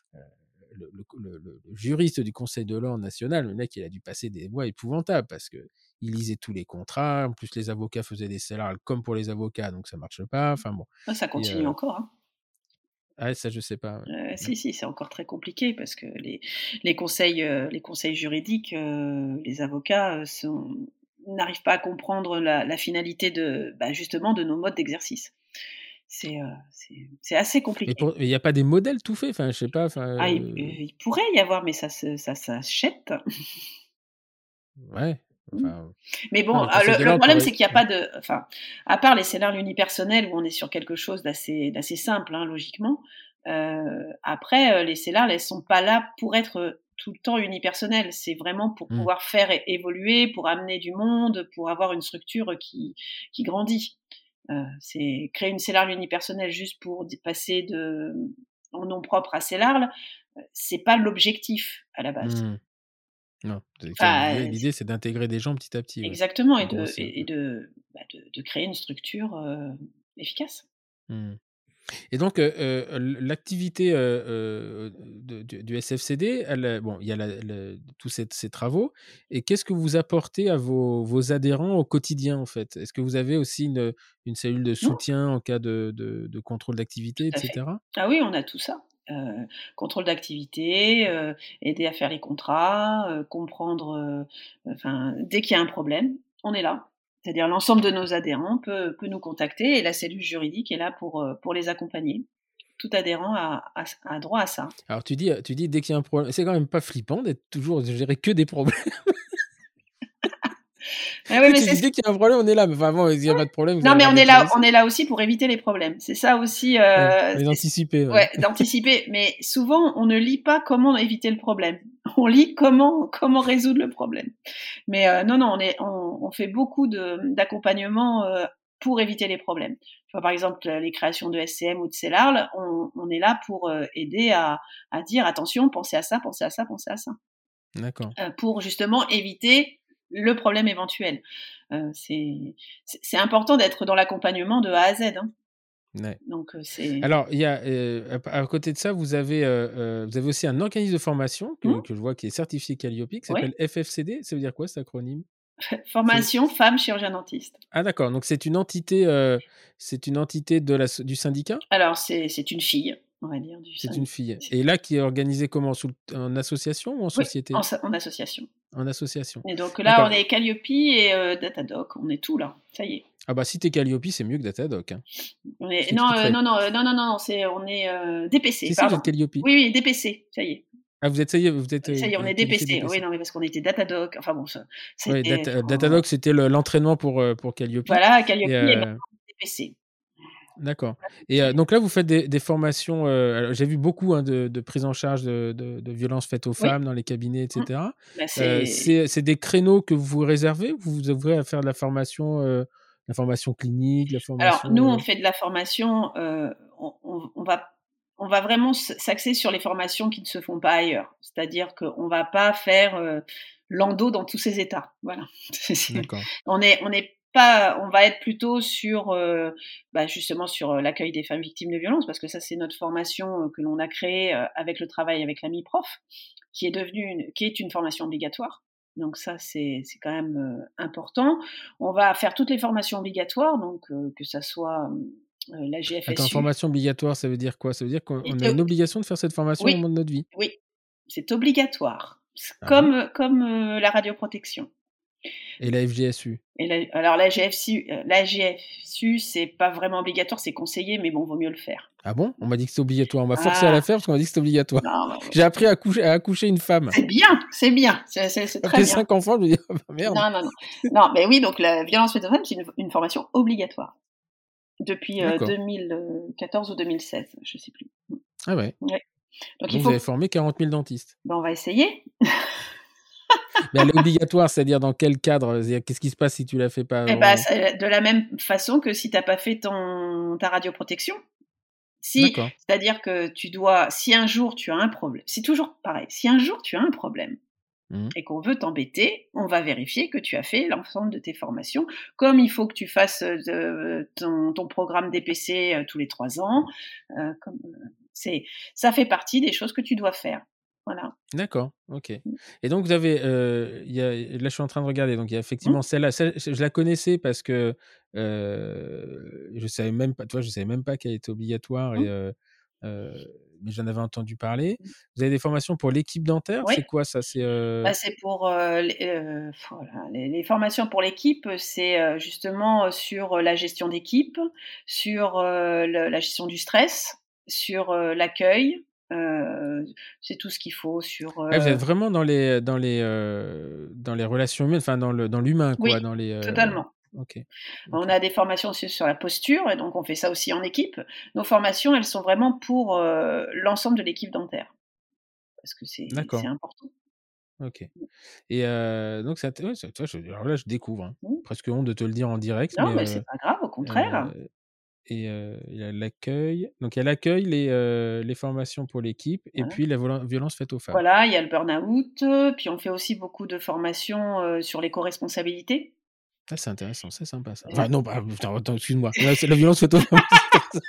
le juriste du Conseil de l'ordre national. Le mec, il a dû passer des mois épouvantables parce que il lisait tous les contrats. En plus, les avocats faisaient des CELARL comme pour les avocats, donc ça marche pas. Enfin bon. Ah, ça Et continue encore, hein. ah, ça, je sais pas. Ouais. Si, si, c'est encore très compliqué parce que les conseils juridiques, les avocats, n'arrivent pas à comprendre la finalité de, bah, justement de nos modes d'exercice. C'est assez compliqué. Mais il y a pas des modèles tout faits. Enfin, je sais pas. Enfin, Ah, il pourrait y avoir, mais ça s'achète. ouais. Mmh. Enfin, Mais bon, non, le Conseil de le l'ordre problème, c'est pourrait. qu'il y a pas de enfin, à part les scénars unipersonnels où on est sur quelque chose d'assez simple, hein, logiquement, après, les scélars, elles sont pas là pour être, tout le temps unipersonnelles. C'est vraiment pour Mmh. pouvoir faire évoluer, pour amener du monde, pour avoir une structure qui grandit. C'est créer une célare unipersonnelle juste pour passer en nom propre à célare, c'est pas l'objectif à la base. Mmh. Non, Enfin, l'idée, c'est d'intégrer des gens petit à petit, ouais, exactement, de grossir. bah, de créer une structure, efficace. Mmh. Et donc, l'activité, du SFCD, bon, il y a tous ces travaux, et qu'est-ce que vous apportez à vos adhérents au quotidien, en fait? Est-ce que vous avez aussi une cellule de Non, soutien en cas de contrôle d'activité, et tout à fait. cetera? Ah oui, on a tout ça. contrôle d'activité, aider à faire les contrats, comprendre, enfin, dès qu'il y a un problème, on est là. C'est-à-dire l'ensemble de nos adhérents peut nous contacter et la cellule juridique est là pour les accompagner. Tout adhérent a droit à ça. Alors tu dis dès qu'il y a un problème, c'est quand même pas flippant d'être toujours de gérer que des problèmes. Ah oui, mais Tu c'est dis dès qu'il y a un problème, on est là, mais enfin bon, il y a pas de problème, vous non, allez mais voir gérer ça. on est là aussi pour éviter les problèmes. C'est ça aussi, Ouais, et d'anticiper, ouais. ouais, d'anticiper. Mais souvent, on ne lit pas comment éviter le problème. On lit comment résoudre le problème. Mais non, on fait beaucoup d'accompagnement pour éviter les problèmes. Tu vois, par exemple, les créations de SCM ou de CELARL, on est là pour aider à dire attention, pensez à ça, pensez à ça, pensez à ça. D'accord. Pour justement éviter le problème éventuel. C'est important d'être dans l'accompagnement de A à Z. Hein. Ouais. Donc c'est. Alors, il y a, à côté de ça, vous avez aussi un organisme de formation Mmh, que je vois qui est certifié Calliope, qui oui. s'appelle FFCD. Ça veut dire quoi cet acronyme? C'est Formation femme chirurgien dentiste. Ah d'accord, donc c'est une entité de du syndicat? Alors c'est une fille, on va dire, du C'est une syndicat. fille et là qui est organisée comment? En association ou en Oui, société? en association. En association. Et donc là, D'accord. on est Calliope et Datadoc, on est tout là, ça y est. Ah bah, si tu es Calliope, c'est mieux que Datadoc, hein. On Je est non, t'expliquerai. non, on est DPC, Si, si, vous pardon. êtes Calliope. Oui, DPC, ça y est. Ah vous êtes ça y est, vous êtes, Ça y est, on est qualifié DPC. Oui, DPC. non, mais parce qu'on était Datadoc, enfin bon, ça Oui, c'était Datadoc, c'était l'entraînement pour Calliope voilà, Calliope et et maintenant DPC. d'accord et donc là, vous faites des formations, alors j'ai vu beaucoup, hein, de prise en charge de violences faites aux Oui, femmes dans les cabinets et mmh, cetera. bah, c'est C'est des créneaux que vous vous réservez? Vous vous ouvrez à faire de la formation clinique, la alors formation, nous, on fait de la formation, on va vraiment s'axer sur les formations qui ne se font pas ailleurs. C'est-à-dire qu'on va pas faire, l'endo dans tous ses états. Voilà. D'accord. On est pas on va être plutôt sur, bah, justement sur, l'accueil des femmes victimes de violences parce que ça, c'est notre formation, que l'on a créée, avec le travail avec la MIPROF, qui est une formation obligatoire. Donc ça, c'est quand même, important. On va faire toutes les formations obligatoires, donc que ça soit, la Attends, GFSU. formation obligatoire, ça veut dire quoi? Ça veut dire qu'on Et a une obligation de faire cette formation au oui, moment de notre vie? oui, c'est obligatoire. C'est Ah bon? comme, la radioprotection. Et la FGSU? Et alors la GFSU, c'est pas vraiment obligatoire, c'est conseillé, mais bon, vaut mieux le faire. Ah bon? On m'a dit que c'était obligatoire. On m'a forcé à Ah! la faire parce qu'on m'a dit que c'était obligatoire. Non, non, J'ai appris à accoucher une femme. c'est bien, c'est très Après bien. 5 enfants, je me dis: «Ah bah merde». Non, non, non. Non, mais oui, donc la violence faite aux femmes, c'est une formation obligatoire. Depuis, D'accord. 2014 ou 2016, je sais plus. Ah ouais. Ouais. Donc il Donc vous faut avez formé 40 000 dentistes. ben, on va essayer. Mais elle est obligatoire, c'est-à-dire dans quel cadre? C'est-à-dire qu'est-ce qui se passe si tu la fais pas Et bah, en c'est de la même façon que si tu as pas fait ta radioprotection. Si d'accord. c'est-à-dire que si un jour tu as un problème, c'est toujours pareil, si un jour tu as un problème Mmh. et qu'on veut t'embêter, on va vérifier que tu as fait l'ensemble de tes formations. Comme il faut que tu fasses, ton programme DPC, tous les 3 ans, comme, ça fait partie des choses que tu dois faire. Voilà. D'accord, OK Mmh. et donc vous avez, il y a là, je suis en train de regarder, donc il y a Mmh. effectivement celle-là, je la connaissais parce que, je savais même pas, tu vois, je savais même pas qu'elle était obligatoire et Mmh. heu, mais j'en avais entendu parler. Vous avez des formations pour l'équipe dentaire? Oui. C'est quoi ça? C'est, Bah, c'est pour, voilà, les formations pour l'équipe, c'est, justement, sur, la gestion d'équipe, sur, la gestion du stress, sur, l'accueil, c'est tout ce qu'il faut sur, ah, vous êtes vraiment dans les relations humaines, enfin dans l'humain oui, quoi, dans les, totalement. OK, On OK. a des formations aussi sur la posture et donc on fait ça aussi en équipe. Nos formations, elles sont vraiment pour, l'ensemble de l'équipe dentaire parce que c'est D'accord, important. OK et donc ça t ouais, ça tu vois, alors là, je découvre, hein. Mmh. Presque honte de te le dire en direct, Non, mais mais c'est pas grave, au contraire. heu et il y a l'accueil. Donc il y a l'accueil, les formations pour l'équipe et Voilà. puis la violence faite aux femmes. Voilà, il y a le burn-out, puis on fait aussi beaucoup de formations, sur l'éco-responsabilité. Ah, c'est intéressant, c'est sympa ça. Enfin Ouais. non, bah, putain, attends, excuse-moi. Là, c'est la violence faite aux femmes, c'est intéressant.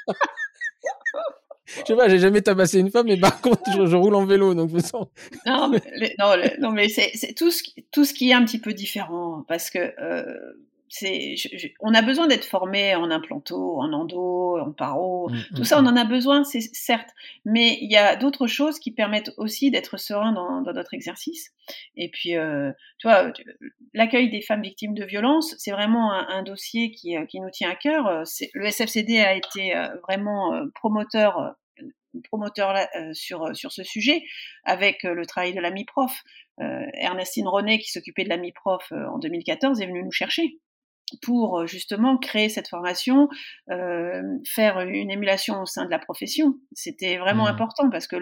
Je sais pas, j'ai jamais tabassé une femme, mais par contre, je roule en vélo, donc je me sens Non, mais non, mais c'est tout ce qui est un petit peu différent parce que, On a besoin d'être formé en implanto, en endo, en paro, Mmh, tout mmh, ça, on mmh. en a besoin, c'est certes, mais il y a d'autres choses qui permettent aussi d'être serein dans notre exercice. Et puis, tu vois, l'accueil des femmes victimes de violences, c'est vraiment un dossier qui nous tient à cœur. Le SFCD a été vraiment promoteur là, sur ce sujet, avec le travail de la MIPROF. Ernestine René, qui s'occupait de la MIPROF en 2014, est venue nous chercher pour justement créer cette formation, faire une émulation au sein de la profession. C'était vraiment Mmh. important parce que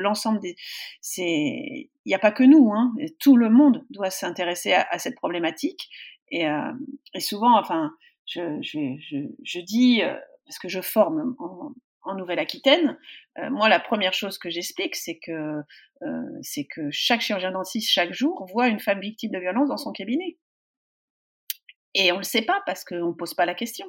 il n'y a pas que nous, hein, tout le monde doit s'intéresser à cette problématique. Et, et souvent, enfin, je dis, parce que je forme en Nouvelle-Aquitaine, moi, la première chose que j'explique, c'est que chaque chirurgien dentiste, chaque jour, voit une femme victime de violence dans son cabinet. Et on le sait pas parce qu'on pose pas la question.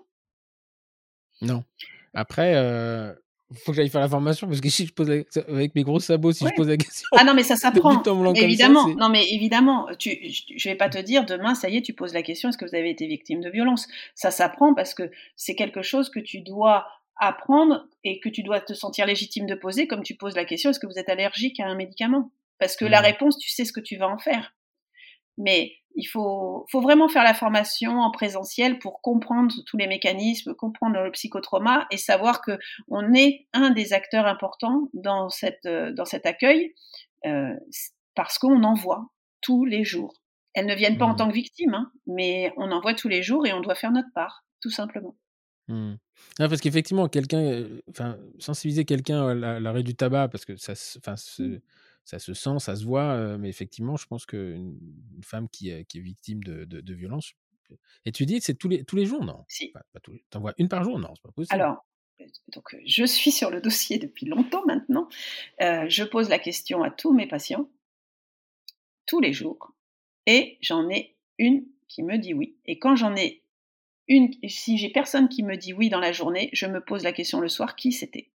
Non. Après, faut que j'aille faire la formation parce que si je pose la avec mes gros sabots, si je Ouais. pose la question Ah non, mais ça de but s'apprend. en blanc Mais comme ça, évidemment, c'est non, mais évidemment, je vais pas te dire demain, ça y est, tu poses la question, est-ce que vous avez été victime de violence? Ça s'apprend parce que c'est quelque chose que tu dois apprendre et que tu dois te sentir légitime de poser, comme tu poses la question, est-ce que vous êtes allergique à un médicament? Parce que la mmh, réponse, tu sais ce que tu vas en faire. Mais il faut vraiment faire la formation en présentiel pour comprendre tous les mécanismes, comprendre le psychotrauma et savoir que on est un des acteurs importants dans cet accueil, parce qu'on en voit tous les jours. Elles ne viennent pas en mmh, tant que victimes, hein, mais on en voit tous les jours et on doit faire notre part, tout simplement. mmh. Non, parce qu'effectivement, quelqu'un, enfin, sensibiliser quelqu'un à l'arrêt du tabac parce que Mmh. ça se sent, ça se voit, mais effectivement, je pense qu'une une femme qui est victime de violences et tu dis que c'est tous les jours? Non, Si. pas tous les tu vois une par jour? Non, c'est pas possible. Alors, donc je suis sur le dossier depuis longtemps maintenant. Je pose la question à tous mes patients, tous les jours. Et j'en ai une qui me dit oui. Et quand j'en ai une, si j'ai personne qui me dit oui dans la journée, je me pose la question le soir, qui c'était?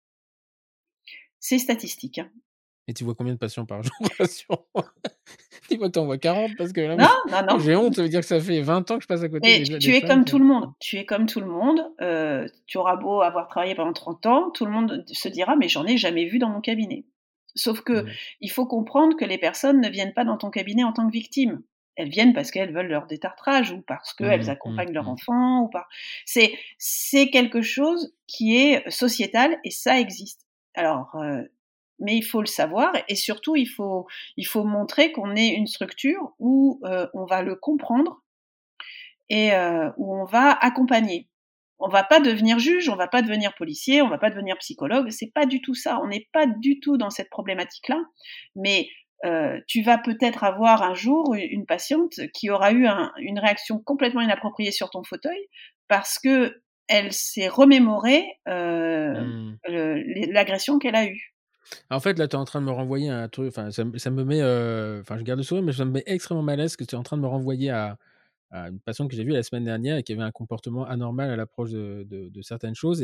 C'est statistique, hein. Et tu vois combien de patients par jour? Rassure-moi. Dis-moi que tu en vois 40 parce que là, moi Non, non, non. j'ai honte, ça veut dire que ça fait 20 ans que je passe à côté Mais des tu es femmes comme qui tout ont le monde. Tu es comme tout le monde. Tu auras beau avoir travaillé pendant 30 ans, tout le monde se dira: «Mais j'en ai jamais vu dans mon cabinet». Sauf que mmh, il faut comprendre que les personnes ne viennent pas dans ton cabinet en tant que victimes. Elles viennent parce qu'elles veulent leur détartrage ou parce qu'elles mmh, mmh, accompagnent leur mmh. enfant ou par c'est quelque chose qui est sociétal et ça existe. Alors, mais il faut le savoir et surtout il faut montrer qu'on est une structure où, on va le comprendre et où on va accompagner. On va pas devenir juge, on va pas devenir policier, on va pas devenir psychologue, c'est pas du tout ça. On n'est pas du tout dans cette problématique-là, mais tu vas peut-être avoir un jour une patiente qui aura eu une réaction complètement inappropriée sur ton fauteuil parce qu'elle s'est remémoré, Mmh. l'agression qu'elle a eue. En fait, là, tu es en train de me renvoyer à un truc, enfin, ça me met, enfin, je garde le sourire, mais ça me met extrêmement mal à l'aise que tu es en train de me renvoyer à une patiente que j'ai vue la semaine dernière et qui avait un comportement anormal à l'approche de certaines choses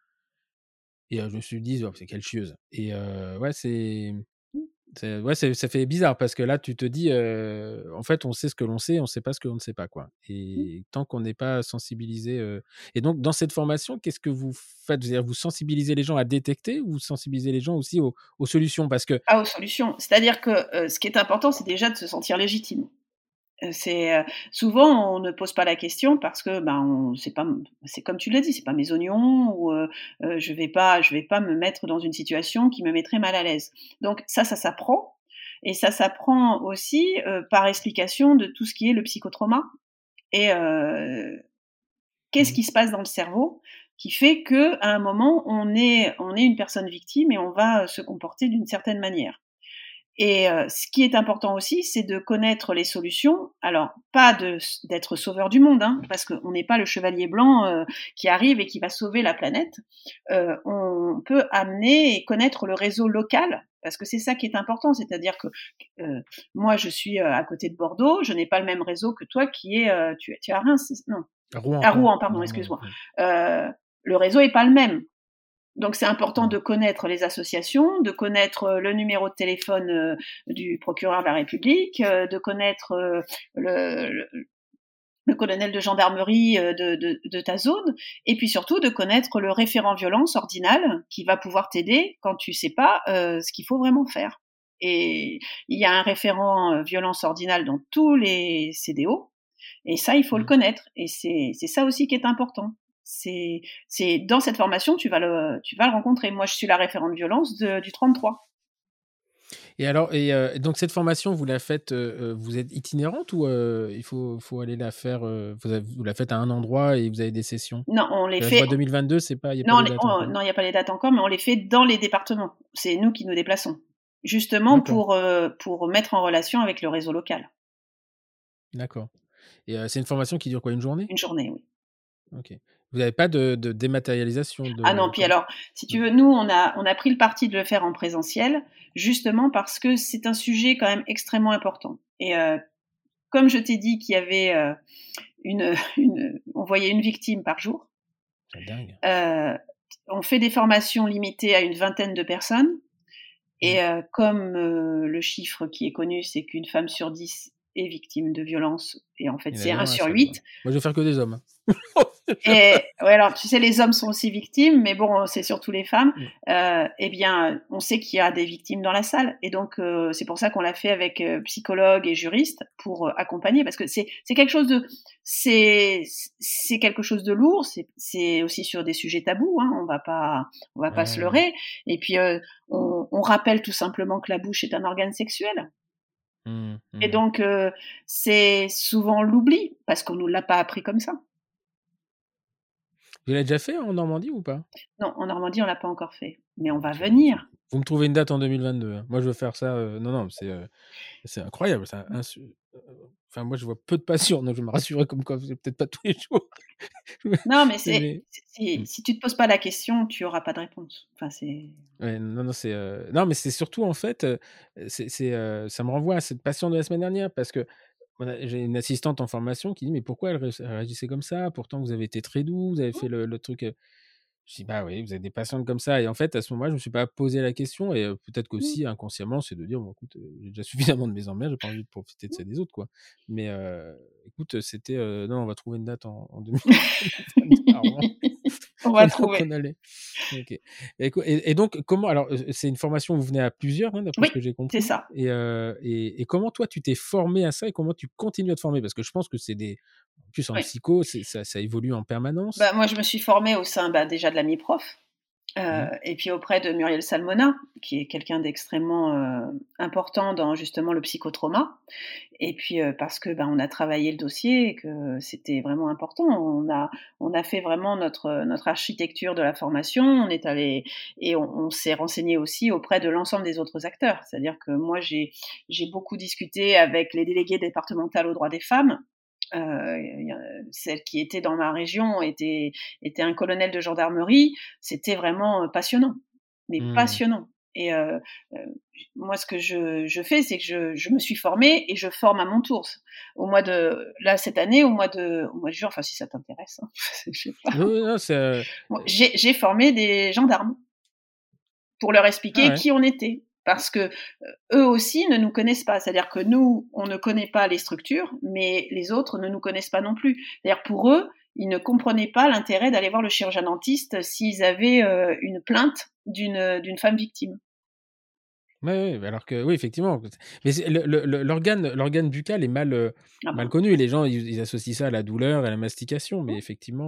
et je me suis dit: «Oh, c'est quelle chieuse» et ouais, ça fait bizarre parce que là, tu te dis, en fait, on sait ce que l'on sait, on sait pas ce que l'on ne sait pas, quoi et tant qu'on n'est pas sensibilisé, et donc dans cette formation, qu'est-ce que vous faites? C'est-à-dire, vous sensibilisez les gens à détecter ou vous sensibilisez les gens aussi aux solutions? Parce que Aux solutions. C'est-à-dire que, ce qui est important, c'est déjà de se sentir légitime. Souvent on ne pose pas la question parce que, ben, on c'est comme tu l'as dit, c'est pas mes oignons ou, je vais pas me mettre dans une situation qui me mettrait mal à l'aise. Donc ça s'apprend et ça s'apprend aussi, par explication de tout ce qui est le psychotrauma et qu'est-ce mmh, qui se passe dans le cerveau qui fait qu'à un moment on est une personne victime et on va, se comporter d'une certaine manière. Et ce qui est important aussi, c'est de connaître les solutions. Alors, pas d'être sauveur du monde, hein, parce qu'on n'est pas le chevalier blanc, qui arrive et qui va sauver la planète. On peut amener et connaître le réseau local, parce que c'est ça qui est important. C'est-à-dire que, moi, je suis, à côté de Bordeaux, je n'ai pas le même réseau que toi qui est, tu es à Reims, c'est non, Rouen, à Rouen, Rouen, pardon, Rouen, excuse-moi. mmh. Le réseau est pas le même. Donc c'est important Mmh. de connaître les associations, de connaître le numéro de téléphone du procureur de la République, de connaître le colonel de gendarmerie de ta zone, et puis surtout de connaître le référent violence ordinal qui va pouvoir t'aider quand tu sais pas ce qu'il faut vraiment faire. Et il y a un référent violence ordinale dans tous les CDO, et ça, il faut le Mmh. connaître. Et c'est ça aussi qui est important. C'est dans cette formation, tu vas le rencontrer. Moi, je suis la référente violence du 33. Et alors donc cette formation, vous la faites, vous êtes itinérante ou il faut aller la faire, vous la faites à un endroit et vous avez des sessions? Non, on les Là, je fait. vois 2022, c'est pas il y a pas Non, les dates encore? non, il n'y a pas les dates encore, mais on les fait dans les départements. C'est nous qui nous déplaçons, justement D'accord, pour mettre en relation avec le réseau local. d'accord. Et c'est une formation qui dure quoi, une journée? Une journée, oui. OK. Vous n'avez pas de dématérialisation Ah non, de puis comme alors, si tu non? veux, nous, on a pris le parti de le faire en présentiel, justement parce que c'est un sujet quand même extrêmement important. Et comme je t'ai dit qu'il y avait on voyait une victime par jour, C'est dingue. euh, on fait des formations limitées à une vingtaine de personnes. Mmh. Et comme le chiffre qui est connu, c'est qu'une femme sur 10 est victime de violence, et en fait, Il y en c'est avait un dans la sur salle, quoi. 8. Moi, je vais faire que des hommes, hein. Et ouais, alors tu sais, les hommes sont aussi victimes, mais bon, c'est surtout les femmes. Mmh. Eh bien, on sait qu'il y a des victimes dans la salle, et donc c'est pour ça qu'on l'a fait avec psychologues et juristes pour accompagner, parce que c'est quelque chose de c'est quelque chose de lourd. C'est aussi sur des sujets tabous, hein, on va pas se Ouais. leurrer. Et puis on rappelle tout simplement que la bouche est un organe sexuel. Mmh, Et mmh. donc c'est souvent l'oubli parce qu'on nous l'a pas appris comme ça. Vous l'avez déjà fait en Normandie ou pas? Non, en Normandie, on l'a pas encore fait, mais on va OK, bon, venir. vous me trouvez une date en 2022, hein. Moi, je veux faire ça, non, non, c'est incroyable, c'est enfin, moi, je vois peu de patients, donc je me rassurais comme quoi c'est peut-être pas tous les jours. Non, mais Mais mmh, si tu te poses pas la question, tu auras pas de réponse. Enfin, c'est ouais, non, non, non, mais c'est surtout, en fait, ça me renvoie à cette patiente de la semaine dernière parce que j'ai une assistante en formation qui dit: «Mais pourquoi elle réagissait comme ça? Pourtant vous avez été très doux, vous avez fait le truc», je dis: «Bah oui, vous avez des patientes comme ça», et en fait, à ce moment-là, je me suis pas posé la question, et peut-être mmh, qu'aussi inconsciemment, c'est de dire: «Bon écoute, j'ai déjà suffisamment de mes emmerdes, j'ai pas envie de profiter de mmh. celles des autres, quoi». Mais écoute, c'était, non, on va trouver une date en 2022 alors On va pendant trouver. qu'on allait OK. Et donc comment alors, c'est une formation où vous venez à plusieurs, hein, d'après Oui, ce que j'ai c'est compris, ça. et comment toi tu t'es formé à ça et comment tu continues à te former? Parce que je pense que c'est des en plus en Oui. psycho, ça évolue en permanence. Bah, moi, je me suis formée au sein, bah, déjà de la MIPROF. Mmh. Et puis auprès de Muriel Salmona, qui est quelqu'un d'extrêmement important dans justement le psychotrauma. Et puis parce que ben, on a travaillé le dossier et que c'était vraiment important. On a fait vraiment notre architecture de la formation. On est allé et on s'est renseigné aussi auprès de l'ensemble des autres acteurs. C'est-à-dire que moi j'ai beaucoup discuté avec les délégués départementales aux droits des femmes. Celle qui était dans ma région était un colonel de gendarmerie. C'était vraiment passionnant, mais Mmh. passionnant. Et moi, ce que je fais, c'est que je me suis formée et je forme à mon tour. Là, cette année, au mois de juin, enfin, si ça t'intéresse, hein, je sais pas. Oui, oui, non, Moi, j'ai formé des gendarmes pour leur ah expliquer ouais. qui on était. Parce que eux aussi ne nous connaissent pas. C'est-à-dire que nous, on ne connaît pas les structures, mais les autres ne nous connaissent pas non plus. C'est-à-dire pour eux, ils ne comprenaient pas l'intérêt d'aller voir le chirurgien dentiste s'ils avaient une plainte d'une femme victime. Ouais, ouais, bah, alors que oui, effectivement, mais c'est l'organe buccal est Ah mal ben, connu, et les gens, ils associent ça à la douleur, à la mastication, mais mmh. effectivement,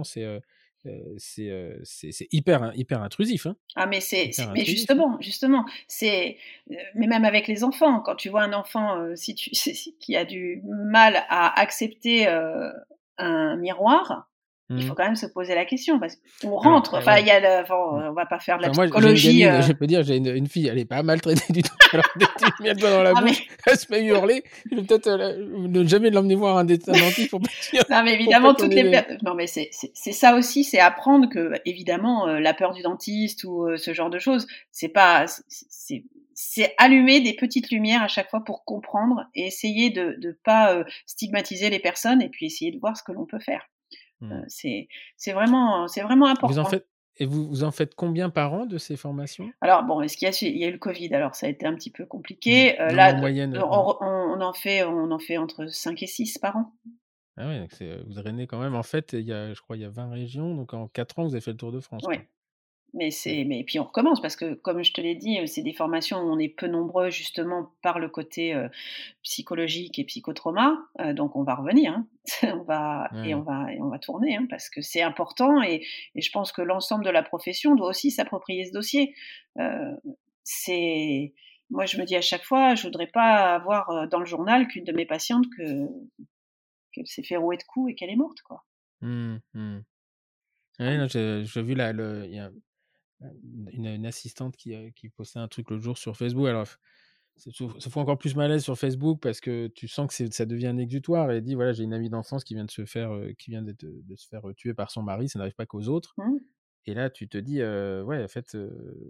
c'est hyper intrusif, hein, Ah mais hyper mais intrusif, hein. justement, mais même avec les enfants, quand tu vois un enfant, qui a du mal à accepter, un miroir, il faut Mmh. quand même se poser la question parce qu'on Alors, rentre, enfin il ouais. y a le bon, Mmh. on va pas faire de la Enfin, moi, j'ai une psychologie, gamine, je peux dire, j'ai une fille, elle est pas maltraitée du tout. Alors dès que tu lui mets le doigt dans la ah mais bouche, elle se met à hurler. Je vais peut-être, ne jamais l'emmener voir un dentiste pour pas dire non, mais pour pas évidemment qu'il y en toutes ait les des non, mais c'est ça aussi, c'est apprendre que, évidemment, la peur du dentiste ou ce genre de choses, c'est pas c'est allumer des petites lumières à chaque fois pour comprendre et essayer de pas, stigmatiser les personnes et puis essayer de voir ce que l'on peut faire. mmh. C'est c'est vraiment Vous en important. faites et vous en faites combien par an de ces formations? Alors bon, est-ce qu'il y a il y a eu le covid, alors ça a été un petit peu Mmh. compliqué, Non, mais là, en moyenne, on en fait entre 5 et 6 par an. Ah ouais, donc vous drainez quand même en fait, je crois il y a 20 régions, donc en 4 ans, vous avez fait le tour de France, quoi. Ouais. Mais Ouais. puis on recommence parce que comme je te l'ai dit, c'est des formations où on est peu nombreux justement par le côté, psychologique et psychotrauma, donc on va revenir, hein. On va Ouais, et on ouais. va et on va tourner, hein, parce que c'est important et je pense que l'ensemble de la profession doit aussi s'approprier ce dossier. Heu, c'est moi je me dis à chaque fois, je voudrais pas avoir, dans le journal qu'une de mes patientes qu'elle s'est fait rouer de coups et qu'elle est morte, quoi. Mmh, mmh. Ouais, Enfin, non, j'ai vu là il y a une assistante qui postait un truc l'autre jour sur Facebook. Alors ça fout encore plus mal à l'aise sur Facebook parce que tu sens que ça devient un exutoire et elle dit: «Voilà, j'ai une amie d'enfance qui vient qui vient de se faire, tuer par son mari, ça n'arrive pas qu'aux autres». mmh, Et là, tu te dis, ouais, en fait,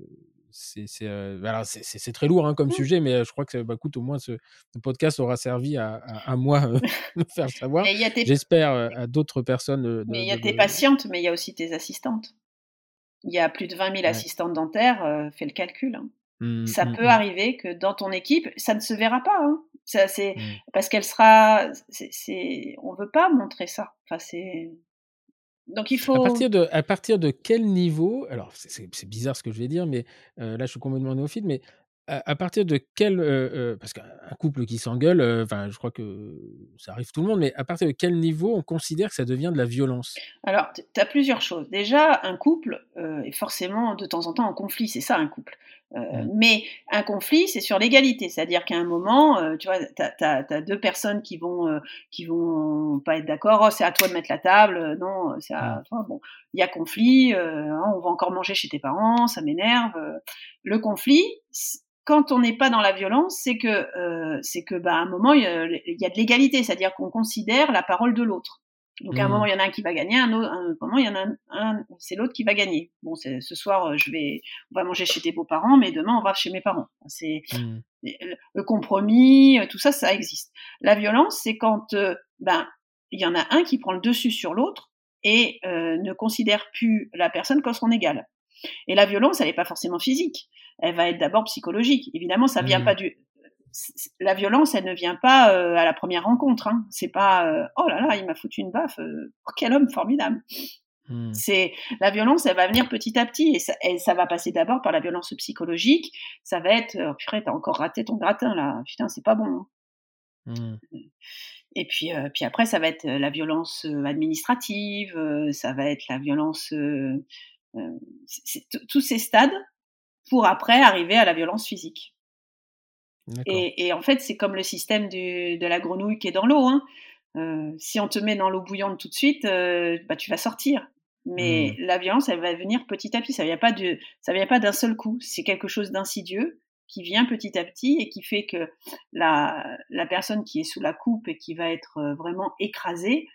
alors c'est très lourd, hein, comme mmh. sujet, mais je crois que, bah, écoute, au moins ce podcast aura servi à moi, me faire savoir. Mais il y a tes J'espère, à d'autres personnes, mais il y de a tes le patientes, mais il y a aussi tes assistantes. Il y a plus de 20 000 ouais. assistantes dentaires, fais le calcul, hein. Mmh, Ça mmh peut mh. arriver que dans ton équipe, ça ne se verra pas, hein. Ça c'est Mmh. parce qu'elle sera c'est on veut pas montrer ça. Enfin c'est donc il faut À partir de quel niveau alors c'est bizarre ce que je vais dire, mais là, je suis complètement néophyte, mais à partir de quel, parce qu'un couple qui s'engueule, enfin, je crois que ça arrive tout le monde, mais à partir de quel niveau on considère que ça devient de la violence? alors tu as plusieurs choses. Déjà, un couple, est forcément de temps en temps en conflit, c'est ça un couple. Mmh. Mais un conflit, c'est sur l'égalité. C'est-à-dire qu'à un moment, tu vois, tu as 2 personnes qui vont pas être d'accord: «Oh, c'est à toi de mettre la table, non, c'est Mmh. à toi». Bon, il y a conflit, hein: «On va encore manger chez tes parents, ça m'énerve», Le conflit, quand on n'est pas dans la violence, c'est que, bah, à un moment, il y a de l'égalité, c'est-à-dire qu'on considère la parole de l'autre. Donc à un moment, Mmh. il y en a un qui va gagner, un autre moment, il y en a c'est l'autre qui va gagner. Bon, ce soir, on va manger chez tes beaux-parents, mais demain, on va chez mes parents. C'est Mmh. le compromis, tout ça, ça existe. La violence, c'est quand, ben, il y en a un qui prend le dessus sur l'autre et ne considère plus la personne comme son égale. Et la violence, elle n'est pas forcément physique. Elle va être d'abord psychologique. Évidemment, ça vient Mmh. pas du la violence, elle ne vient pas à la première rencontre. Hein. C'est pas oh là là, il m'a foutu une baffe. Oh, quel homme formidable. Mmh. C'est la violence, elle va venir petit à petit et ça va passer d'abord par la violence psychologique. Ça va être oh, purée, t'as encore raté ton gratin là. Putain, c'est pas bon. Hein. Mmh. Et puis après, ça va être la violence administrative. Ça va être la violence. Tous ces stades pour après arriver à la violence physique. D'accord. Et en fait, c'est comme le système de la grenouille qui est dans l'eau, hein. Si on te met dans l'eau bouillante tout de suite, bah, tu vas sortir. Mais Mmh. la violence, elle va venir petit à petit. Ça vient pas d'un seul coup. C'est quelque chose d'insidieux qui vient petit à petit et qui fait que la personne qui est sous la coupe et qui va être, vraiment écrasée,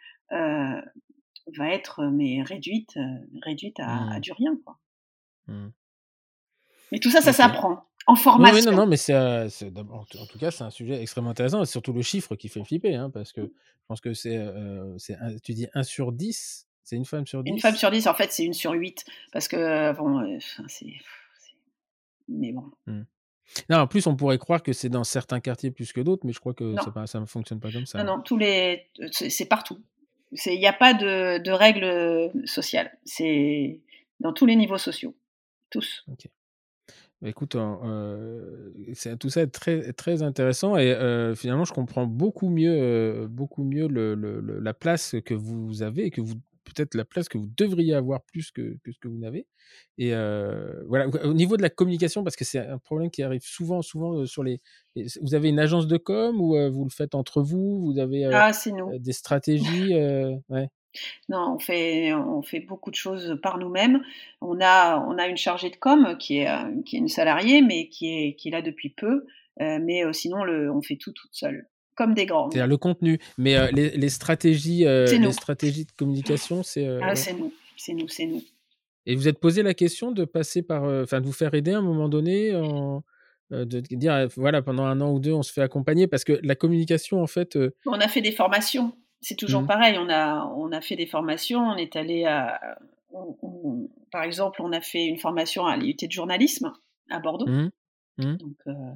va être, mais réduite à Mmh. du rien, quoi. Mmh. Mais tout ça, ça OK. s'apprend en Oui, oui, non, formation. non, mais c'est d'abord en tout cas, c'est un sujet extrêmement intéressant et surtout le chiffre qui fait flipper, hein, parce que je pense que c'est tu dis 1 sur 10. C'est une femme sur Une femme 10. sur 10, en fait, c'est 1 sur 8 parce que bon, enfin, c'est mais bon, Mmh. Non, en plus, on pourrait croire que c'est dans certains quartiers plus que d'autres, mais je crois que non, ça ne fonctionne pas comme ça, non, ouais. non, c'est partout. Il y a pas de règles, sociales. C'est dans tous les niveaux sociaux, tous. OK. Bah, écoute, c'est tout ça est très très intéressant et finalement, je comprends beaucoup mieux la place que vous avez et que vous peut-être la place que vous devriez avoir plus que ce que vous n'avez et voilà, au niveau de la communication, parce que c'est un problème qui arrive souvent, sur vous avez une agence de com ou vous le faites entre vous? Vous avez, Ah, c'est nous. des stratégies, ouais? Non, on fait beaucoup de choses par nous-mêmes. On a une chargée de com qui est une salariée, mais qui est là depuis peu, mais sinon on fait tout toute seule, comme des grandes. C'est-à-dire le contenu, mais C'est les nous. stratégies de communication, Ah, ouais. c'est nous, c'est nous, c'est nous. Et vous êtes posé la question de passer par, enfin de vous faire aider à un moment donné de dire: «Voilà, pendant 1 an ou 2, on se fait accompagner», parce que la communication en fait, On a fait des formations. C'est toujours mmh, pareil, on a fait des formations, on est allé à par exemple, on a fait une formation à l'IUT de journalisme à Bordeaux. mmh, Mmh. Donc,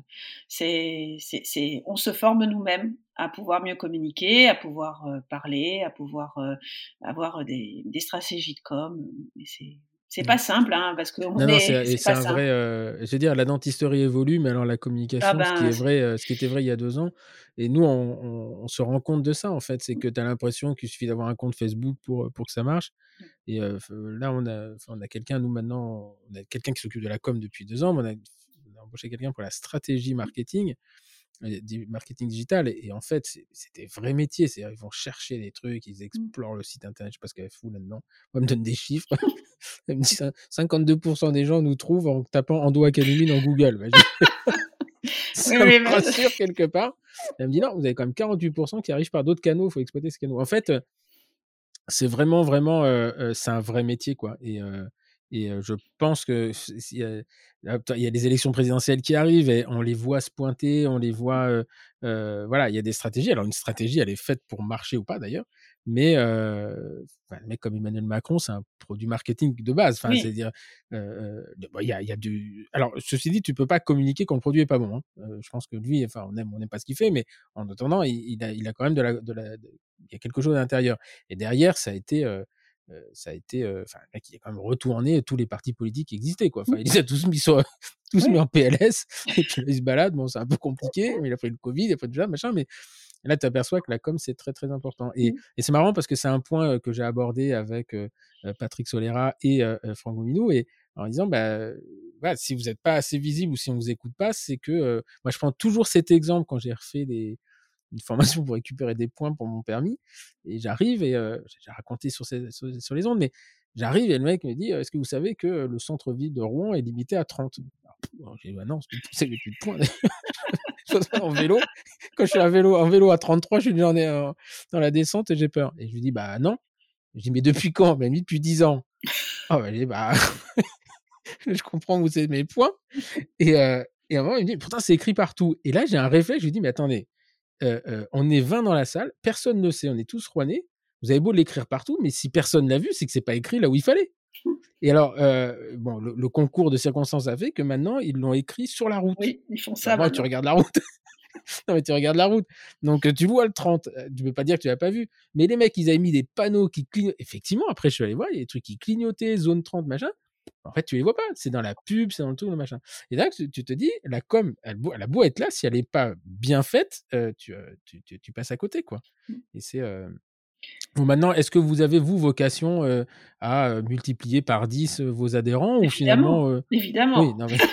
on se forme nous-mêmes à pouvoir mieux communiquer, à pouvoir parler, à pouvoir avoir des stratégies de com. Mais c'est Ouais. pas simple, hein, parce que Non, non, c'est c'est pas un simple. vrai, je veux dire la dentisterie évolue, mais alors la Ah communication, ben, ce qui était vrai il y a 2 ans et nous on se rend compte de ça, en fait. C'est que tu as l'impression qu'il suffit d'avoir un compte Facebook pour que ça marche et f là on a quelqu'un nous maintenant, on a quelqu'un qui s'occupe de la com depuis 2 ans, mais on a embauché quelqu'un pour la stratégie marketing. Du marketing digital et en fait, c'est des vrais métiers. C'est-à-dire, ils vont chercher des trucs, ils mmh, explorent le site internet, je sais pas ce qu'elle fout là-dedans. Moi, elle me donne des chiffres. Elle me dit: «52 des gens nous trouvent en tapant Endo Academy dans Google». Bah, je oui, ça me oui, mais rassure quelque part. Elle me dit: «Non, vous avez quand même 48 qui arrivent par d'autres canaux, il faut exploiter ces canaux». En fait, c'est vraiment, vraiment, c'est un vrai métier, quoi et je pense que s'il y a il y a des élections présidentielles qui arrivent et on les voit se pointer, on les voit, voilà, il y a des stratégies. Alors une stratégie, elle est faite pour marcher ou pas d'ailleurs, mais enfin, un mec comme Emmanuel Macron, c'est un produit marketing de base. Enfin, oui, c'est-à-dire, bon, il y a du alors ceci dit, tu peux pas communiquer quand le produit est pas bon, hein. Je pense que lui, enfin, on n'aime pas ce qu'il fait, mais en attendant, il a quand même il y a quelque chose à l'intérieur. Et derrière, enfin, le mec, il a quand même retourné tous les partis politiques qui existaient, quoi. Enfin, mmh, il les a tous mis tous mis oui, en PLS et puis là, il se balade. Bon, c'est un peu compliqué, mais il a pris le Covid, il a pris tout ça, machin, mais là, tu aperçois que la com, c'est très, très important mmh, et c'est marrant parce que c'est un point, que j'ai abordé avec, Patrick Solera et Franck Gomineau et en disant: «Bah, voilà, si vous n'êtes pas assez visible ou si on vous écoute pas, c'est que», moi, je prends toujours cet exemple quand j'ai refait une formation pour récupérer des points pour mon permis et j'arrive et j'ai raconté sur les ondes, mais j'arrive et le mec me dit: «Est-ce que vous savez que le centre-ville de Rouen est limité à 30?» Alors j'ai dit: «Bah non, c'est pour ça que j'ai plus de points». Je passe en vélo. Quand je suis en vélo à 33, je suis déjà dans la descente et j'ai peur et je lui dis: «Bah non». Je dis: «Mais depuis quand?» «Bah lui depuis 10 ans». Ah bah, j'ai dit: «Bah, je comprends que vous avez mes points» et à un moment il me dit: «Pourtant c'est écrit partout» et là j'ai un réflexe, je lui dis: «Mais attendez, on est 20 dans la salle, personne ne sait, on est tous rouennais. Vous avez beau l'écrire partout, mais si personne l'a vu, c'est que c'est pas écrit là où il fallait». Et alors, bon, le concours de circonstances a fait que maintenant, ils l'ont écrit sur la route. oui, ils font ça Normalement, tu maintenant. regardes la route. Non, mais tu regardes la route. Donc, tu vois le 30, tu peux pas dire que tu l'as pas vu. Mais les mecs, ils avaient mis des panneaux qui clignotent. Effectivement, après, je suis allé voir, il y a des trucs qui clignotaient, zone 30, machin. En fait, tu les vois pas. C'est dans la pub, c'est dans le tout, le machin. Et là, tu te dis, la com, elle a beau être là, si elle est pas bien faite, tu passes à côté, quoi. Mmh. Et c'est, bon, maintenant, est-ce que vous avez, vous, vocation, à, multiplier par 10 vos adhérents ou Évidemment, finalement, oui, évidemment. non, mais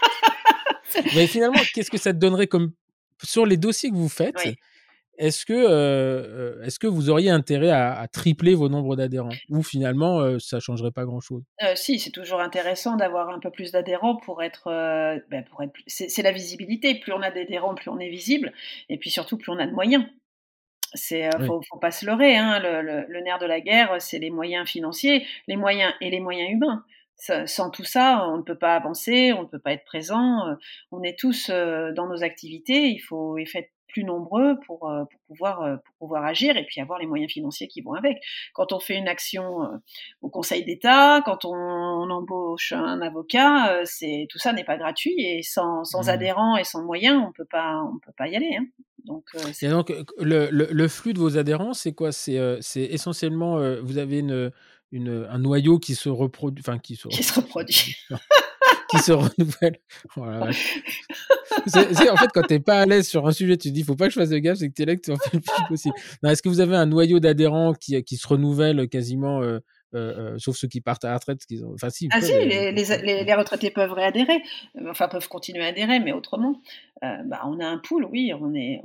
mais finalement, qu'est-ce que ça te donnerait comme sur les dossiers que vous faites, Oui. est-ce que vous auriez intérêt à tripler vos nombres d'adhérents? Ou finalement, ça changerait pas grand-chose? Si, c'est toujours intéressant d'avoir un peu plus d'adhérents pour être, pour être plus c'est la visibilité. Plus on a d'adhérents, plus on est visible et puis surtout plus on a de moyens. Oui. Faut pas se leurrer, hein, le nerf de la guerre, c'est les moyens financiers, les moyens et les moyens humains. Sans tout ça, on ne peut pas avancer, on ne peut pas être présent, on est tous, dans nos activités, il faut être plus nombreux pour pouvoir agir et puis avoir les moyens financiers qui vont avec. Quand on fait une action, au Conseil d'État, quand on embauche un avocat, c'est tout ça n'est pas gratuit et sans Mmh. adhérents et sans moyens, on peut pas y aller, hein. Donc Et donc, le flux de vos adhérents, c'est quoi? C'est essentiellement, vous avez un noyau qui se reproduit enfin qui se qui se reproduit. reproduit, non, qui se renouvelle. Oh la vache. C'est en fait, quand tu es pas à l'aise sur un sujet, tu te dis: «Faut pas que je fasse de gaffe», c'est que tu es là, que tu en fais le plus possible. Non, est-ce que vous avez un noyau d'adhérents qui se renouvelle quasiment, sauf ceux qui partent à la retraite, qu'ils ont enfin si, ils Ah si, peuvent, ils peuvent pas. les retraités peuvent réadhérer, enfin peuvent continuer à adhérer, mais autrement. On a un pool, oui,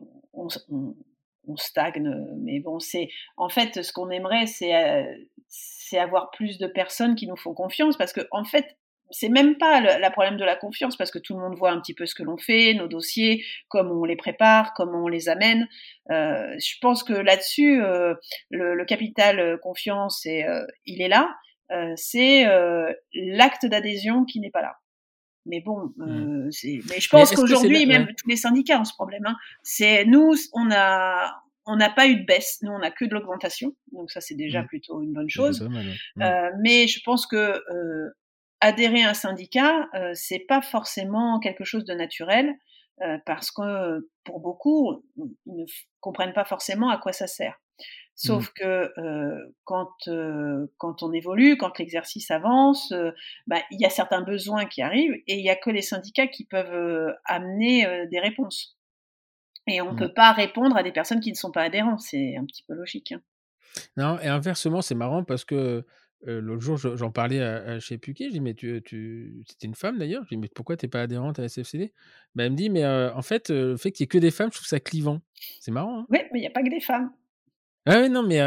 on stagne, mais bon, c'est en fait, ce qu'on aimerait, c'est avoir plus de personnes qui nous font confiance parce qu'en fait, c'est même pas le problème de la confiance parce que tout le monde voit un petit peu ce que l'on fait, nos dossiers, comment on les prépare, comment on les amène. Je pense que là-dessus, le capital, confiance il est là. C'est, l'acte d'adhésion qui n'est pas là. Mais bon, Mmh. mais je Mais pense est-ce que c'est qu'aujourd'hui, là même ouais. tous les syndicats ont ce problème, hein. C'est nous, on n'a pas eu de baisse. Nous, on a que de l'augmentation. Donc ça, c'est déjà Mmh. plutôt une bonne C'est déjà chose. pas mal, ouais. Mmh. Mais je pense que, adhérer à un syndicat, c'est pas forcément quelque chose de naturel, parce que, pour beaucoup, ils ne comprennent pas forcément à quoi ça sert. Mmh. Sauf que, quand on évolue, quand l'exercice avance, il y a certains besoins qui arrivent et il y a que les syndicats qui peuvent, amener, des réponses. Et on Mmh. peut pas répondre à des personnes qui ne sont pas adhérents, c'est un petit peu logique, hein. Non et inversement, c'est marrant parce que, l'autre jour, j'en parlais à je sais plus qui, je dis: «Mais c'était une femme d'ailleurs, je dis: «Mais pourquoi tu es pas adhérente à la CFCD?» Bah, elle me dit: «Mais, en fait, le fait qu'il y ait que des femmes, je trouve ça clivant». C'est marrant, hein? Oui, mais il y a pas que des femmes. Ah ouais, non, mais,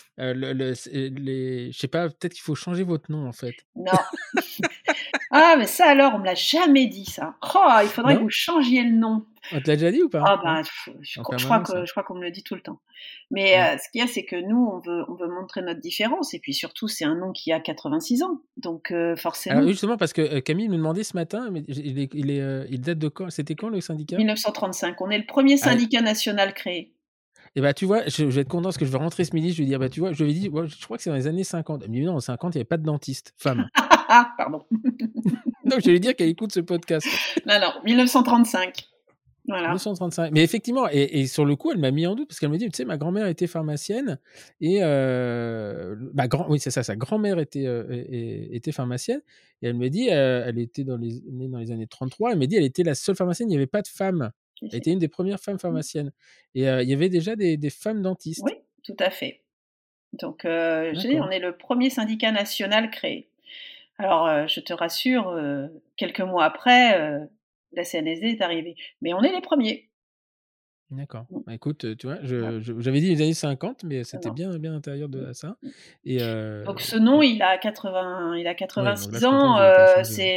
je sais pas, peut-être qu'il faut changer votre nom, en fait. Non. Ah, mais ça alors, on me l'a jamais dit ça. Oh, il faudrait que Non? vous changiez le nom. On te l'a déjà dit ou pas? Ah Non? bah, je En crois je crois permanence, que ouais. je crois qu'on me le dit tout le temps. Mais, Mmh. ce qu'il y a, c'est que nous, on veut montrer notre différence et puis surtout, c'est un nom qui a 86 ans, donc Alors forcément. oui, justement parce que, Camille me demandait ce matin, mais il date de quand? C'était quand le syndicat? 1935, on est le premier Ah syndicat national créé. et bah, tu vois, je vais être content parce que je vais rentrer ce midi, je lui ai dit: «Ah bah, tu vois», je lui ai dit: «Ouais, je crois que c'est dans les années 50». Elle me dit: «Non, en 50, il y avait pas de dentiste, femme». Pardon. Donc je vais lui dire qu'elle écoute ce podcast. Non, non, 1935. Voilà. 1935. Mais effectivement et sur le coup, elle m'a mis en doute parce qu'elle me dit: «Tu sais, ma grand-mère était pharmacienne et ma grand oui, c'est ça, sa grand-mère était pharmacienne» et elle me dit, elle était née dans les années 33. Elle m'a dit: «Elle était la seule pharmacienne, il n'y avait pas de femmes». Si, Elle si. était une des premières femmes Mmh. pharmaciennes et il y avait déjà des femmes Oui, dentistes. tout à fait. Donc, je dis, on D'accord. est le premier syndicat national créé. Alors, je te rassure, quelques mois après, la CNSD est arrivée. Mais on est les premiers. D'accord. Mmh, Bah, écoute, tu vois, voilà. j'avais dit les années 50, mais Non, c'était non. bien antérieur Mmh, à ça mmh. et Donc ce nom, et il a ouais, donc là, 86 je suis content que ans, vous ayez pas changé, ouais.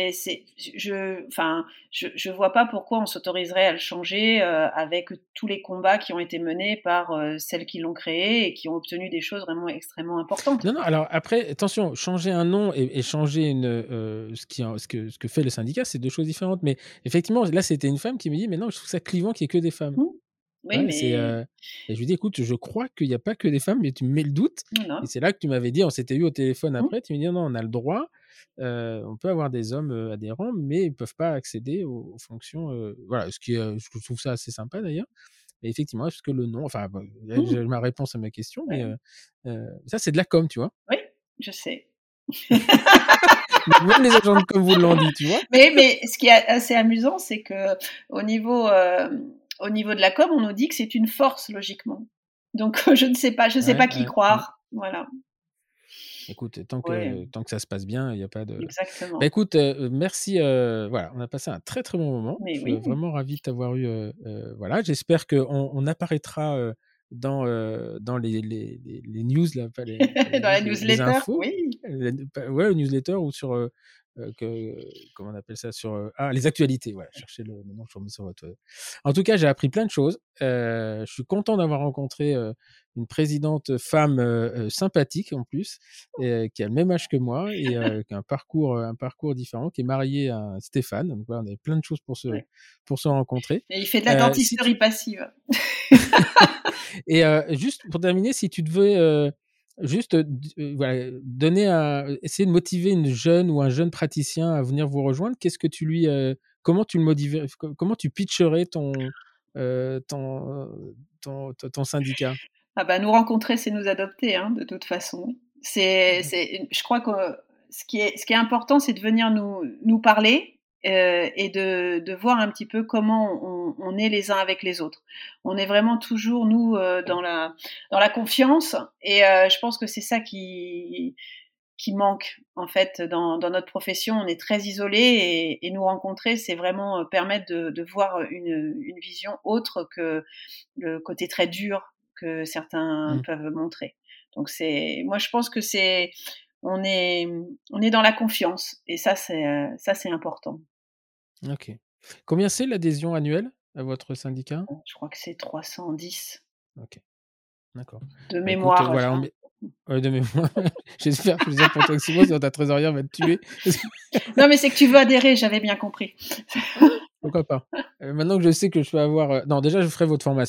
je vois pas pourquoi on s'autoriserait à le changer, avec tous les combats qui ont été menés par, celles qui l'ont créé et qui ont obtenu des choses vraiment extrêmement importantes, Non, non, quoi. alors après, attention, changer un nom et changer ce que fait le syndicat, c'est 2 choses différentes. Mais effectivement, là, c'était une femme qui me dit: «Mais non, je trouve ça clivant qu'il y ait que des femmes». Mmh. Oui, Ouais, mais et je lui dis: «Écoute, je crois qu'il y a pas que des femmes, mais tu me mets le doute» non, et non. c'est là que tu m'avais dit on s'était eu au téléphone Mmh. après, tu me dis: «Non, non, on a le droit, on peut avoir des hommes, adhérents, mais ils peuvent pas accéder aux fonctions», voilà, ce qui est, je trouve ça assez sympa d'ailleurs. Mais effectivement, est-ce que le nom enfin, bon, là, Mmh. j'ai ma réponse à ma question, mais Ouais. ça, c'est de la com, tu vois? Oui, je sais. Donc même les agents de com vous l'ont dit, tu vois? Mais ce qui est assez amusant, c'est au niveau de la com, on nous dit que c'est une force logiquement. Donc je ne sais Ouais, pas qui ouais, mmh. croire. Voilà. Écoute, Ouais, tant que ça se passe bien, il y a pas de bah, exactement. écoute, merci, voilà, on a passé un très, très bon moment. Mais Je suis oui, vraiment ravi de t'avoir eu, voilà. J'espère qu'on apparaîtra, dans les news là, pas les dans news, la les newsletter, infos, oui. pas ouais, newsletter ou sur, comment on appelle ça? Sur, les actualités, voilà, cherchez le nom, je remets sur votre, en tout cas, j'ai appris plein de choses. Je suis content d'avoir rencontré, une présidente femme, sympathique en plus, qui a le même âge que moi et qui a un parcours différent, qui est mariée à un Stéphane. Donc voilà, on avait plein de choses Ouais. pour se rencontrer. Et il fait de la Si tu dentisterie passive. et juste pour terminer, si tu devais, juste, voilà, essayer de motiver une jeune ou un jeune praticien à venir vous rejoindre, qu'est-ce que tu lui, comment tu le motiverais comment tu pitcherais ton syndicat? Ah bah, nous rencontrer, c'est nous adopter, hein, de toute façon. Mmh. Je crois que ce qui est important, c'est de venir nous parler, et de voir un petit peu comment on est les uns avec les autres. On est vraiment toujours nous, dans la confiance et je pense que c'est ça qui manque en fait dans notre profession. On est très isolés et nous rencontrer, c'est vraiment, permettre de voir une vision autre que le côté très dur que certains Mmh. peuvent montrer. Donc moi je pense que on est on est dans la confiance et ça c'est important. OK. Combien c'est l'adhésion annuelle à votre syndicat? Je crois que c'est 310 OK, d'accord. de Bah, écoute, mémoire, voilà, on enfin. met ouais, de mémoire. J'espère pour toi que c'est bon, sinon ta trésorière va te tuer. Non mais c'est que tu veux adhérer, j'avais bien compris. Ouais, pourquoi pas. Maintenant que je sais que je peux avoir, non, déjà, je ferai votre formation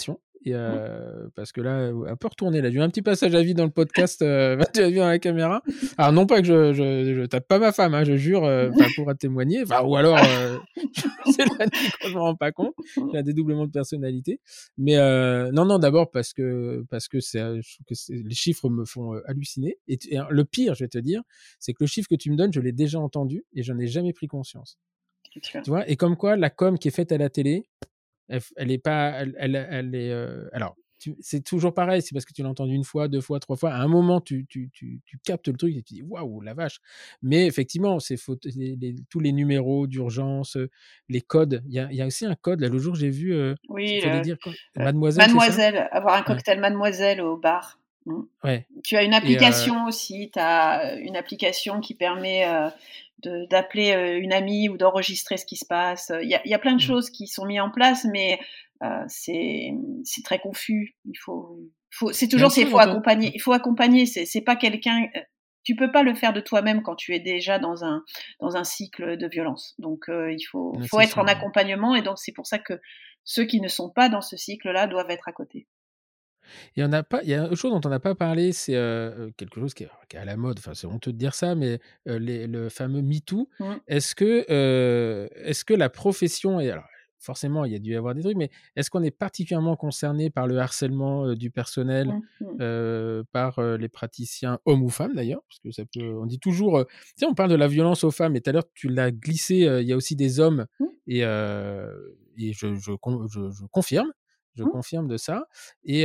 Et parce que là, un peu retourné, là. J'ai eu un petit passage à vide dans le podcast, tu as vu dans la caméra. Alors, non pas que je tape pas ma femme, hein, je jure, elle pourra témoigner. Ou alors, c'est la nuit quand je me rends pas compte. J'ai un dédoublement de personnalité. Mais non, d'abord parce que je trouve que les chiffres me font halluciner. Et le pire, je vais te dire, c'est que le chiffre que tu me donnes, je l'ai déjà entendu et j'en ai jamais pris conscience. Tu vois, et comme quoi la com qui est faite à la télé, elle est pas, elle est. Alors, c'est toujours pareil, c'est parce que tu l'as entendu une fois, deux fois, trois fois. À un moment, tu captes le truc et tu dis waouh, la vache. Mais effectivement, tous les numéros d'urgence, les codes. Il y a aussi un code. Là, le jour, j'ai vu, il Oui, fallait dire mademoiselle, c'est ça? Mademoiselle, avoir un Ouais. cocktail Mademoiselle au bar. Ouais. Tu as une Et application aussi, tu as une application qui permet d'appeler une amie ou d'enregistrer ce qui se passe. Il y a plein de choses qui sont mises en place, mais c'est très confus. C'est il y a un toujours, truc il faut dont on- accompagner. Il faut accompagner. C'est pas quelqu'un. Tu peux pas le faire de toi-même quand tu es déjà dans un cycle de violence. Donc Ouais, faut c'est être en sûr, ouais. accompagnement, et donc c'est pour ça que ceux qui ne sont pas dans ce cycle-là doivent être à côté. Il y en a pas. Il y a autre chose dont on n'a pas parlé, c'est quelque chose qui est à la mode. Enfin, c'est honteux de dire ça, mais le fameux MeToo. Mmh. Est-ce que la profession est alors forcément, il y a dû y avoir des trucs, mais est-ce qu'on est particulièrement concerné par le harcèlement du personnel, Mmh. Mmh. par les praticiens hommes ou femmes d'ailleurs, parce que ça peut. On dit toujours, tu sais, on parle de la violence aux femmes, et tout à l'heure tu l'as glissé. Il y a aussi des hommes, Mmh. et je confirme. Je Mmh. confirme de ça. Et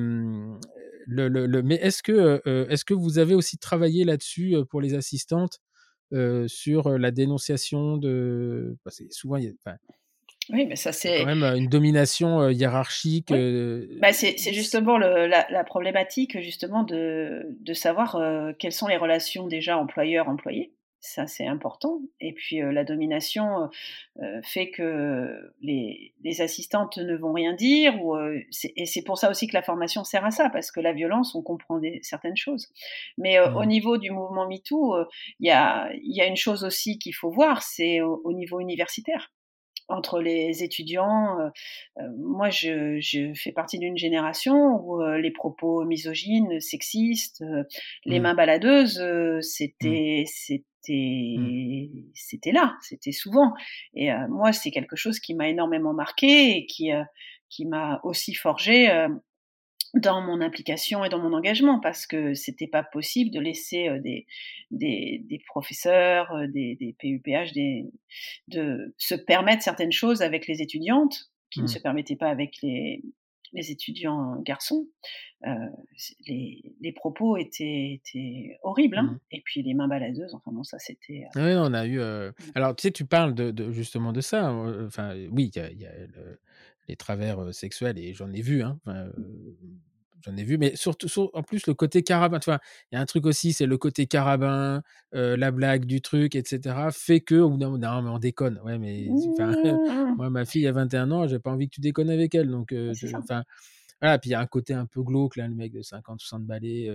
mais est-ce que vous avez aussi travaillé là-dessus pour les assistantes, sur la dénonciation de. Parce que souvent, Oui, mais ça il y a quand c'est même une domination hiérarchique. oui. Bah, c'est justement la problématique justement de savoir, quelles sont les relations déjà employeur-employé. Ça, c'est important, et puis, la domination, fait que les assistantes ne vont rien dire, ou, c'est pour ça aussi que la formation sert à ça, parce que la violence, on comprend certaines choses. Mais, au Mmh. niveau du mouvement MeToo, il y a une chose aussi qu'il faut voir, c'est au niveau universitaire. Entre les étudiants, moi je fais partie d'une génération où, les propos misogynes, sexistes, les Mmh. mains baladeuses, Mmh. Mmh. c'était là, c'était souvent, et moi c'est quelque chose qui m'a énormément marquée et qui m'a aussi forgée, dans mon implication et dans mon engagement, parce que c'était pas possible de laisser, des professeurs, des PUPH, de se permettre certaines choses avec les étudiantes qui ne Mmh. se permettaient pas avec les étudiants garçons. Heu, les propos étaient horribles, hein, Mmh. et puis les mains baladeuses, enfin bon, ça c'était, Ouais, on a eu. mmh, Alors, tu sais, tu parles justement de ça. Enfin, oui, il y a les travers sexuels, et j'en ai vu, hein. Enfin, j'en ai vu, mais surtout, en plus, le côté carabin. Tu vois, il y a un truc aussi, c'est le côté carabin, la blague du truc, etc., fait que, au bout d'un moment, non, mais on déconne. Ouais, mais enfin, mmh, moi, ma fille a 21 ans, j'ai pas envie que tu déconnes avec elle. Donc, c'est ça. enfin, voilà. Puis il y a un côté un peu glauque, là, le mec de 50, 60 balais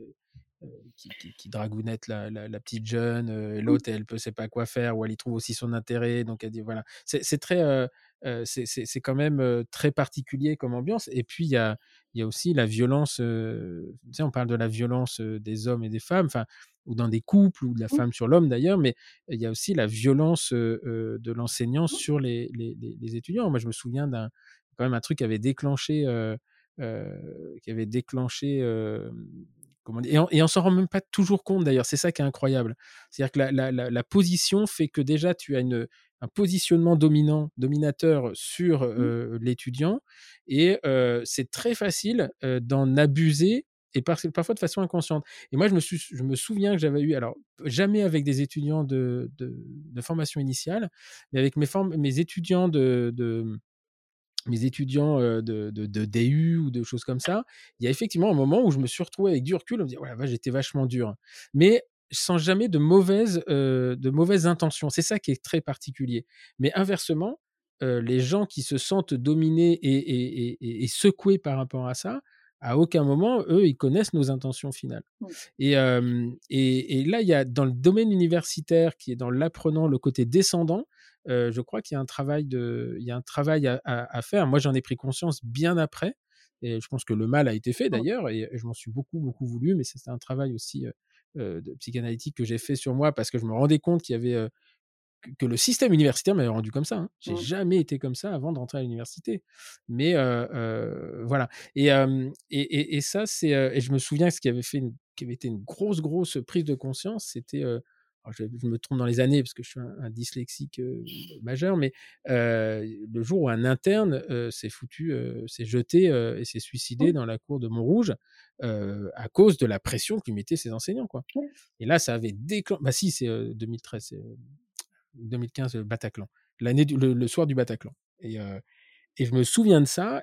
qui dragounette la petite jeune, et Mmh, l'autre, elle peut sait pas quoi faire, ou elle y trouve aussi son intérêt, donc elle dit voilà. C'est très, c'est quand même très particulier comme ambiance. Et puis il y a aussi la violence. Tu sais, on parle de la violence des hommes et des femmes, enfin, ou dans des couples, ou de la mmh, femme sur l'homme d'ailleurs, mais il y a aussi la violence de l'enseignant mmh, sur les étudiants. Moi, je me souviens d'un quand même un truc qui avait déclenché. Comment dire? Et on s'en rend même pas toujours compte d'ailleurs, c'est ça qui est incroyable. C'est-à-dire que la position fait que déjà tu as un positionnement dominateur sur, mmh, l'étudiant, et c'est très facile, d'en abuser, et parfois de façon inconsciente. Et moi je me souviens que j'avais eu, alors jamais avec des étudiants de formation initiale, mais avec mes étudiants mes étudiants de DU ou de choses comme ça, il y a effectivement un moment où je me suis retrouvé avec du recul, on me dit: «Ouais, la vache, j'étais vachement dur». Mais sans jamais de mauvaises intentions. C'est ça qui est très particulier. Mais inversement, les gens qui se sentent dominés et secoués par rapport à ça, à aucun moment, eux, ils connaissent nos intentions finales. mmh. Et là, il y a dans le domaine universitaire, qui est dans l'apprenant, le côté descendant, je crois qu'il y a un travail à faire. Moi, j'en ai pris conscience bien après, Et je pense que le mal a été fait d'ailleurs, et je m'en suis beaucoup, beaucoup voulu, mais c'était un travail aussi de psychanalytique que j'ai fait sur moi parce que je me rendais compte qu'il y avait que le système universitaire m'avait rendu comme ça. Hein. J'ai jamais été comme ça avant de rentrer à l'université. Mais voilà. Et ça, c'est. Et je me souviens ce qui avait qui avait été une grosse, grosse prise de conscience, c'était. Alors je me trompe dans les années parce que je suis un dyslexique majeur, mais le jour où un interne s'est jeté et s'est suicidé dans la cour de Montrouge à cause de la pression que lui mettaient ses enseignants, quoi. Et là, ça avait déclenché. Bah si, c'est 2013, c'est 2015, Bataclan, le soir du Bataclan. Et je me souviens de ça,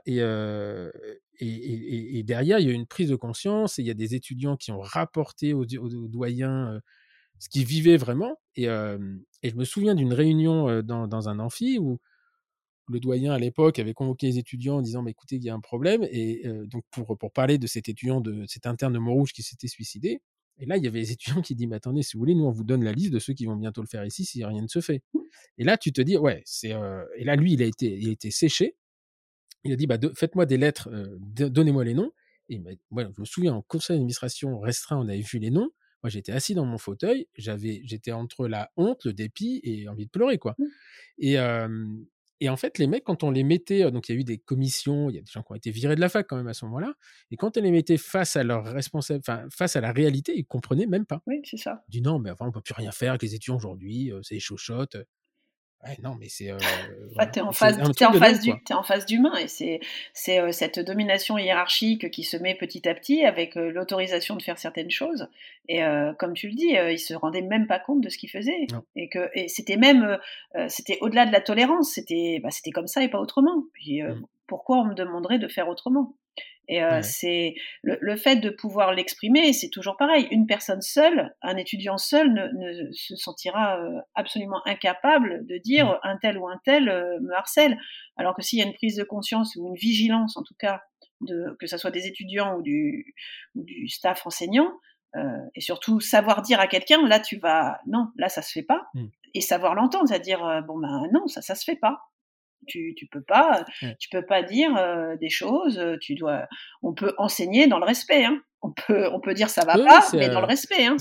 et derrière, il y a eu une prise de conscience, et il y a des étudiants qui ont rapporté aux doyens ce qu'ils vivaient vraiment. Et je me souviens d'une réunion dans un amphi où le doyen à l'époque avait convoqué les étudiants en disant bah, écoutez, il y a un problème, et donc pour parler de cet étudiant, de cet interne de Montrouge qui s'était suicidé. Et là, il y avait les étudiants qui disent mais attendez, si vous voulez, nous on vous donne la liste de ceux qui vont bientôt le faire ici si rien ne se fait. Et là, tu te dis ouais, c'est et là lui, il a été séché. Il a dit bah faites-moi des lettres, donnez-moi les noms. Et ouais, je me souviens, en conseil d'administration restreint, on avait vu les noms. Moi, j'étais assis dans mon fauteuil, j'étais entre la honte, le dépit et envie de pleurer, quoi. Et, et en fait, les mecs, quand on les mettait, donc il y a eu des commissions, il y a des gens qui ont été virés de la fac quand même à ce moment-là, et quand on les mettait face à leurs responsables, enfin face à la réalité, ils comprenaient même pas. Oui, c'est ça. Ils disent non, mais enfin, on peut plus rien faire avec les étudiants aujourd'hui, c'est des chochottes. Ouais, non, mais c'est voilà, t'es en c'est face, un t'es truc en de dingue, face quoi. t'es en face d'humain, et c'est cette domination hiérarchique qui se met petit à petit avec l'autorisation de faire certaines choses. Et comme tu le dis, ils se rendaient même pas compte de ce qu'ils faisaient, Non. et c'était même c'était au-delà de la tolérance. C'était comme ça et pas autrement. Puis pourquoi on me demanderait de faire autrement? Et Ouais. c'est le fait de pouvoir l'exprimer, c'est toujours pareil. Une personne seule, un étudiant seul ne se sentira absolument incapable de dire un tel ou un tel me harcèle. Alors que s'il y a une prise de conscience ou une vigilance, en tout cas, que ce soit des étudiants ou du staff enseignant, et surtout savoir dire à quelqu'un, là tu vas, non, là ça se fait pas, Mm. et savoir l'entendre, c'est-à-dire bon ben non, ça se fait pas. Tu peux pas, Ouais. tu peux pas dire des choses. On peut enseigner dans le respect. Hein. On peut dire ça va Oui, oui, pas, c'est mais dans le respect. Hein.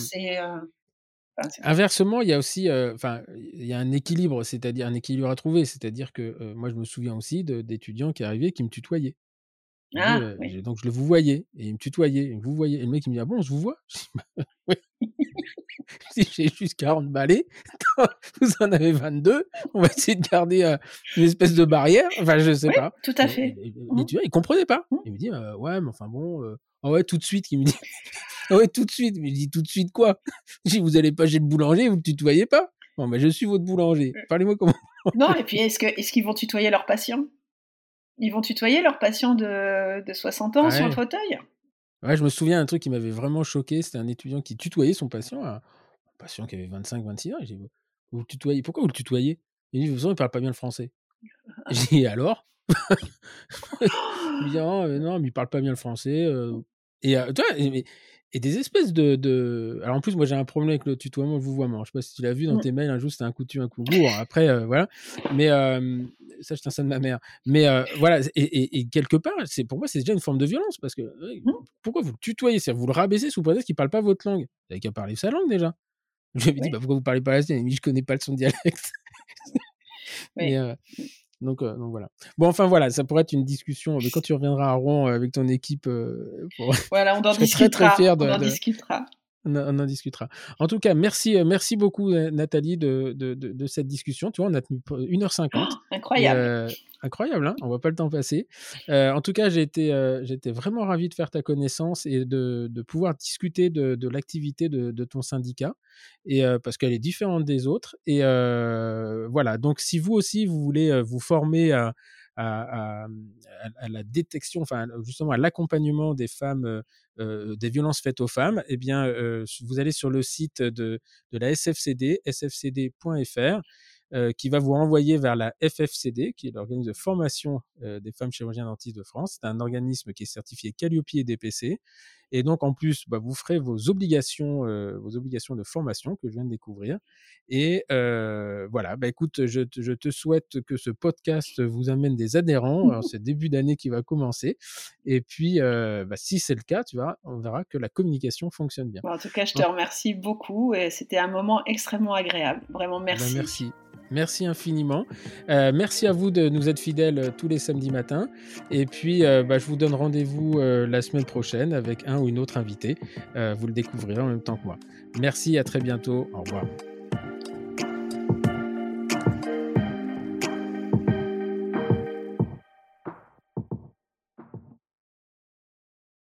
C'est inversement, il y a aussi, enfin, il y a un équilibre, c'est-à-dire un équilibre à trouver. C'est-à-dire que moi, je me souviens aussi d'étudiants qui arrivaient, qui me tutoyaient. Je dis, ah oui. donc je le vous voyais, et il me tutoyait, et vous voyez. Et le mec il me dit ah bon, je vous vois. Je dis, bah, ouais. Je dis, j'ai juste 40 balais, vous en avez 22, on va essayer de garder une espèce de barrière. Enfin, je sais Oui, pas. tout à fait. Mmh. L'étudiant, il comprenait pas. Mmh. Il me dit ouais, mais enfin bon, ah ouais, tout de suite. Il me dit ah ouais, tout de suite. Mais je dis tout de suite quoi? Je dis vous allez pas chez le boulanger, vous me tutoyez pas? Bon, bah, je suis votre boulanger. Parlez-moi comment. Non, et puis est-ce qu'ils vont tutoyer leurs patients? Ils vont tutoyer leurs patients de 60 ans sur le Ouais. fauteuil? Ouais, je me souviens un truc qui m'avait vraiment choqué, c'était un étudiant qui tutoyait son patient, un patient qui avait 25-26 ans. Et j'ai dit vous le tutoyez, pourquoi vous le tutoyez? Il dit de toute façon, il parle pas bien le français. J'ai dit alors? Il me dit ah non, mais il parle pas bien le français. Et tu vois, et des espèces alors en plus, moi j'ai un problème avec le tutoiement, le vouvoiement. Je sais pas si tu l'as vu dans Mmh. tes mails, un jour c'était un coup tu, un coup gourd. Après, voilà. Mais ça, je tiens ça de ma mère. Mais voilà, et quelque part, pour moi, c'est déjà une forme de violence parce que Mmh. pourquoi vous le tutoyez? C'est-à-dire vous le rabaissez sous prétexte qu'il parle pas votre langue. Vous avez qu'à parler sa langue déjà. Je lui avais dit Oui, bah pourquoi vous parlez pas la sienne? Il m'a dit je connais pas son dialecte. oui. Mais donc voilà. Bon, enfin voilà, ça pourrait être une discussion, mais quand tu reviendras à Rouen avec ton équipe, Voilà, on en je serais très très discutera. fier On en discutera. on en discutera. En tout cas, merci beaucoup Nathalie de cette discussion. Tu vois, on a tenu 1h50, et Incroyable. incroyable, hein, on voit pas le temps passer. En tout cas, j'ai été vraiment ravi de faire ta connaissance et de pouvoir discuter de l'activité de ton syndicat, et parce qu'elle est différente des autres. Et voilà, donc si vous aussi vous voulez vous former à, à la détection, enfin justement à l'accompagnement des femmes, des violences faites aux femmes, eh bien, vous allez sur le site de la SFCD, sfcd.fr, qui va vous renvoyer vers la FFCD, qui est l'organisme de formation des femmes chirurgiens dentistes de France. C'est un organisme qui est certifié Qualiopi et DPC. Et donc, en plus, vous ferez vos obligations de formation que je viens de découvrir. Et voilà, écoute, je te souhaite que ce podcast vous amène des adhérents. Alors, c'est début d'année qui va commencer. Et puis, si c'est le cas, tu vois, on verra que la communication fonctionne bien. En tout cas, je te remercie beaucoup et c'était un moment extrêmement agréable. Vraiment, merci. Merci. Merci infiniment. Merci à vous de nous être fidèles tous les samedis matins. Et puis, je vous donne rendez-vous la semaine prochaine avec un ou une autre invité. Vous le découvrirez en même temps que moi. Merci, à très bientôt. Au revoir.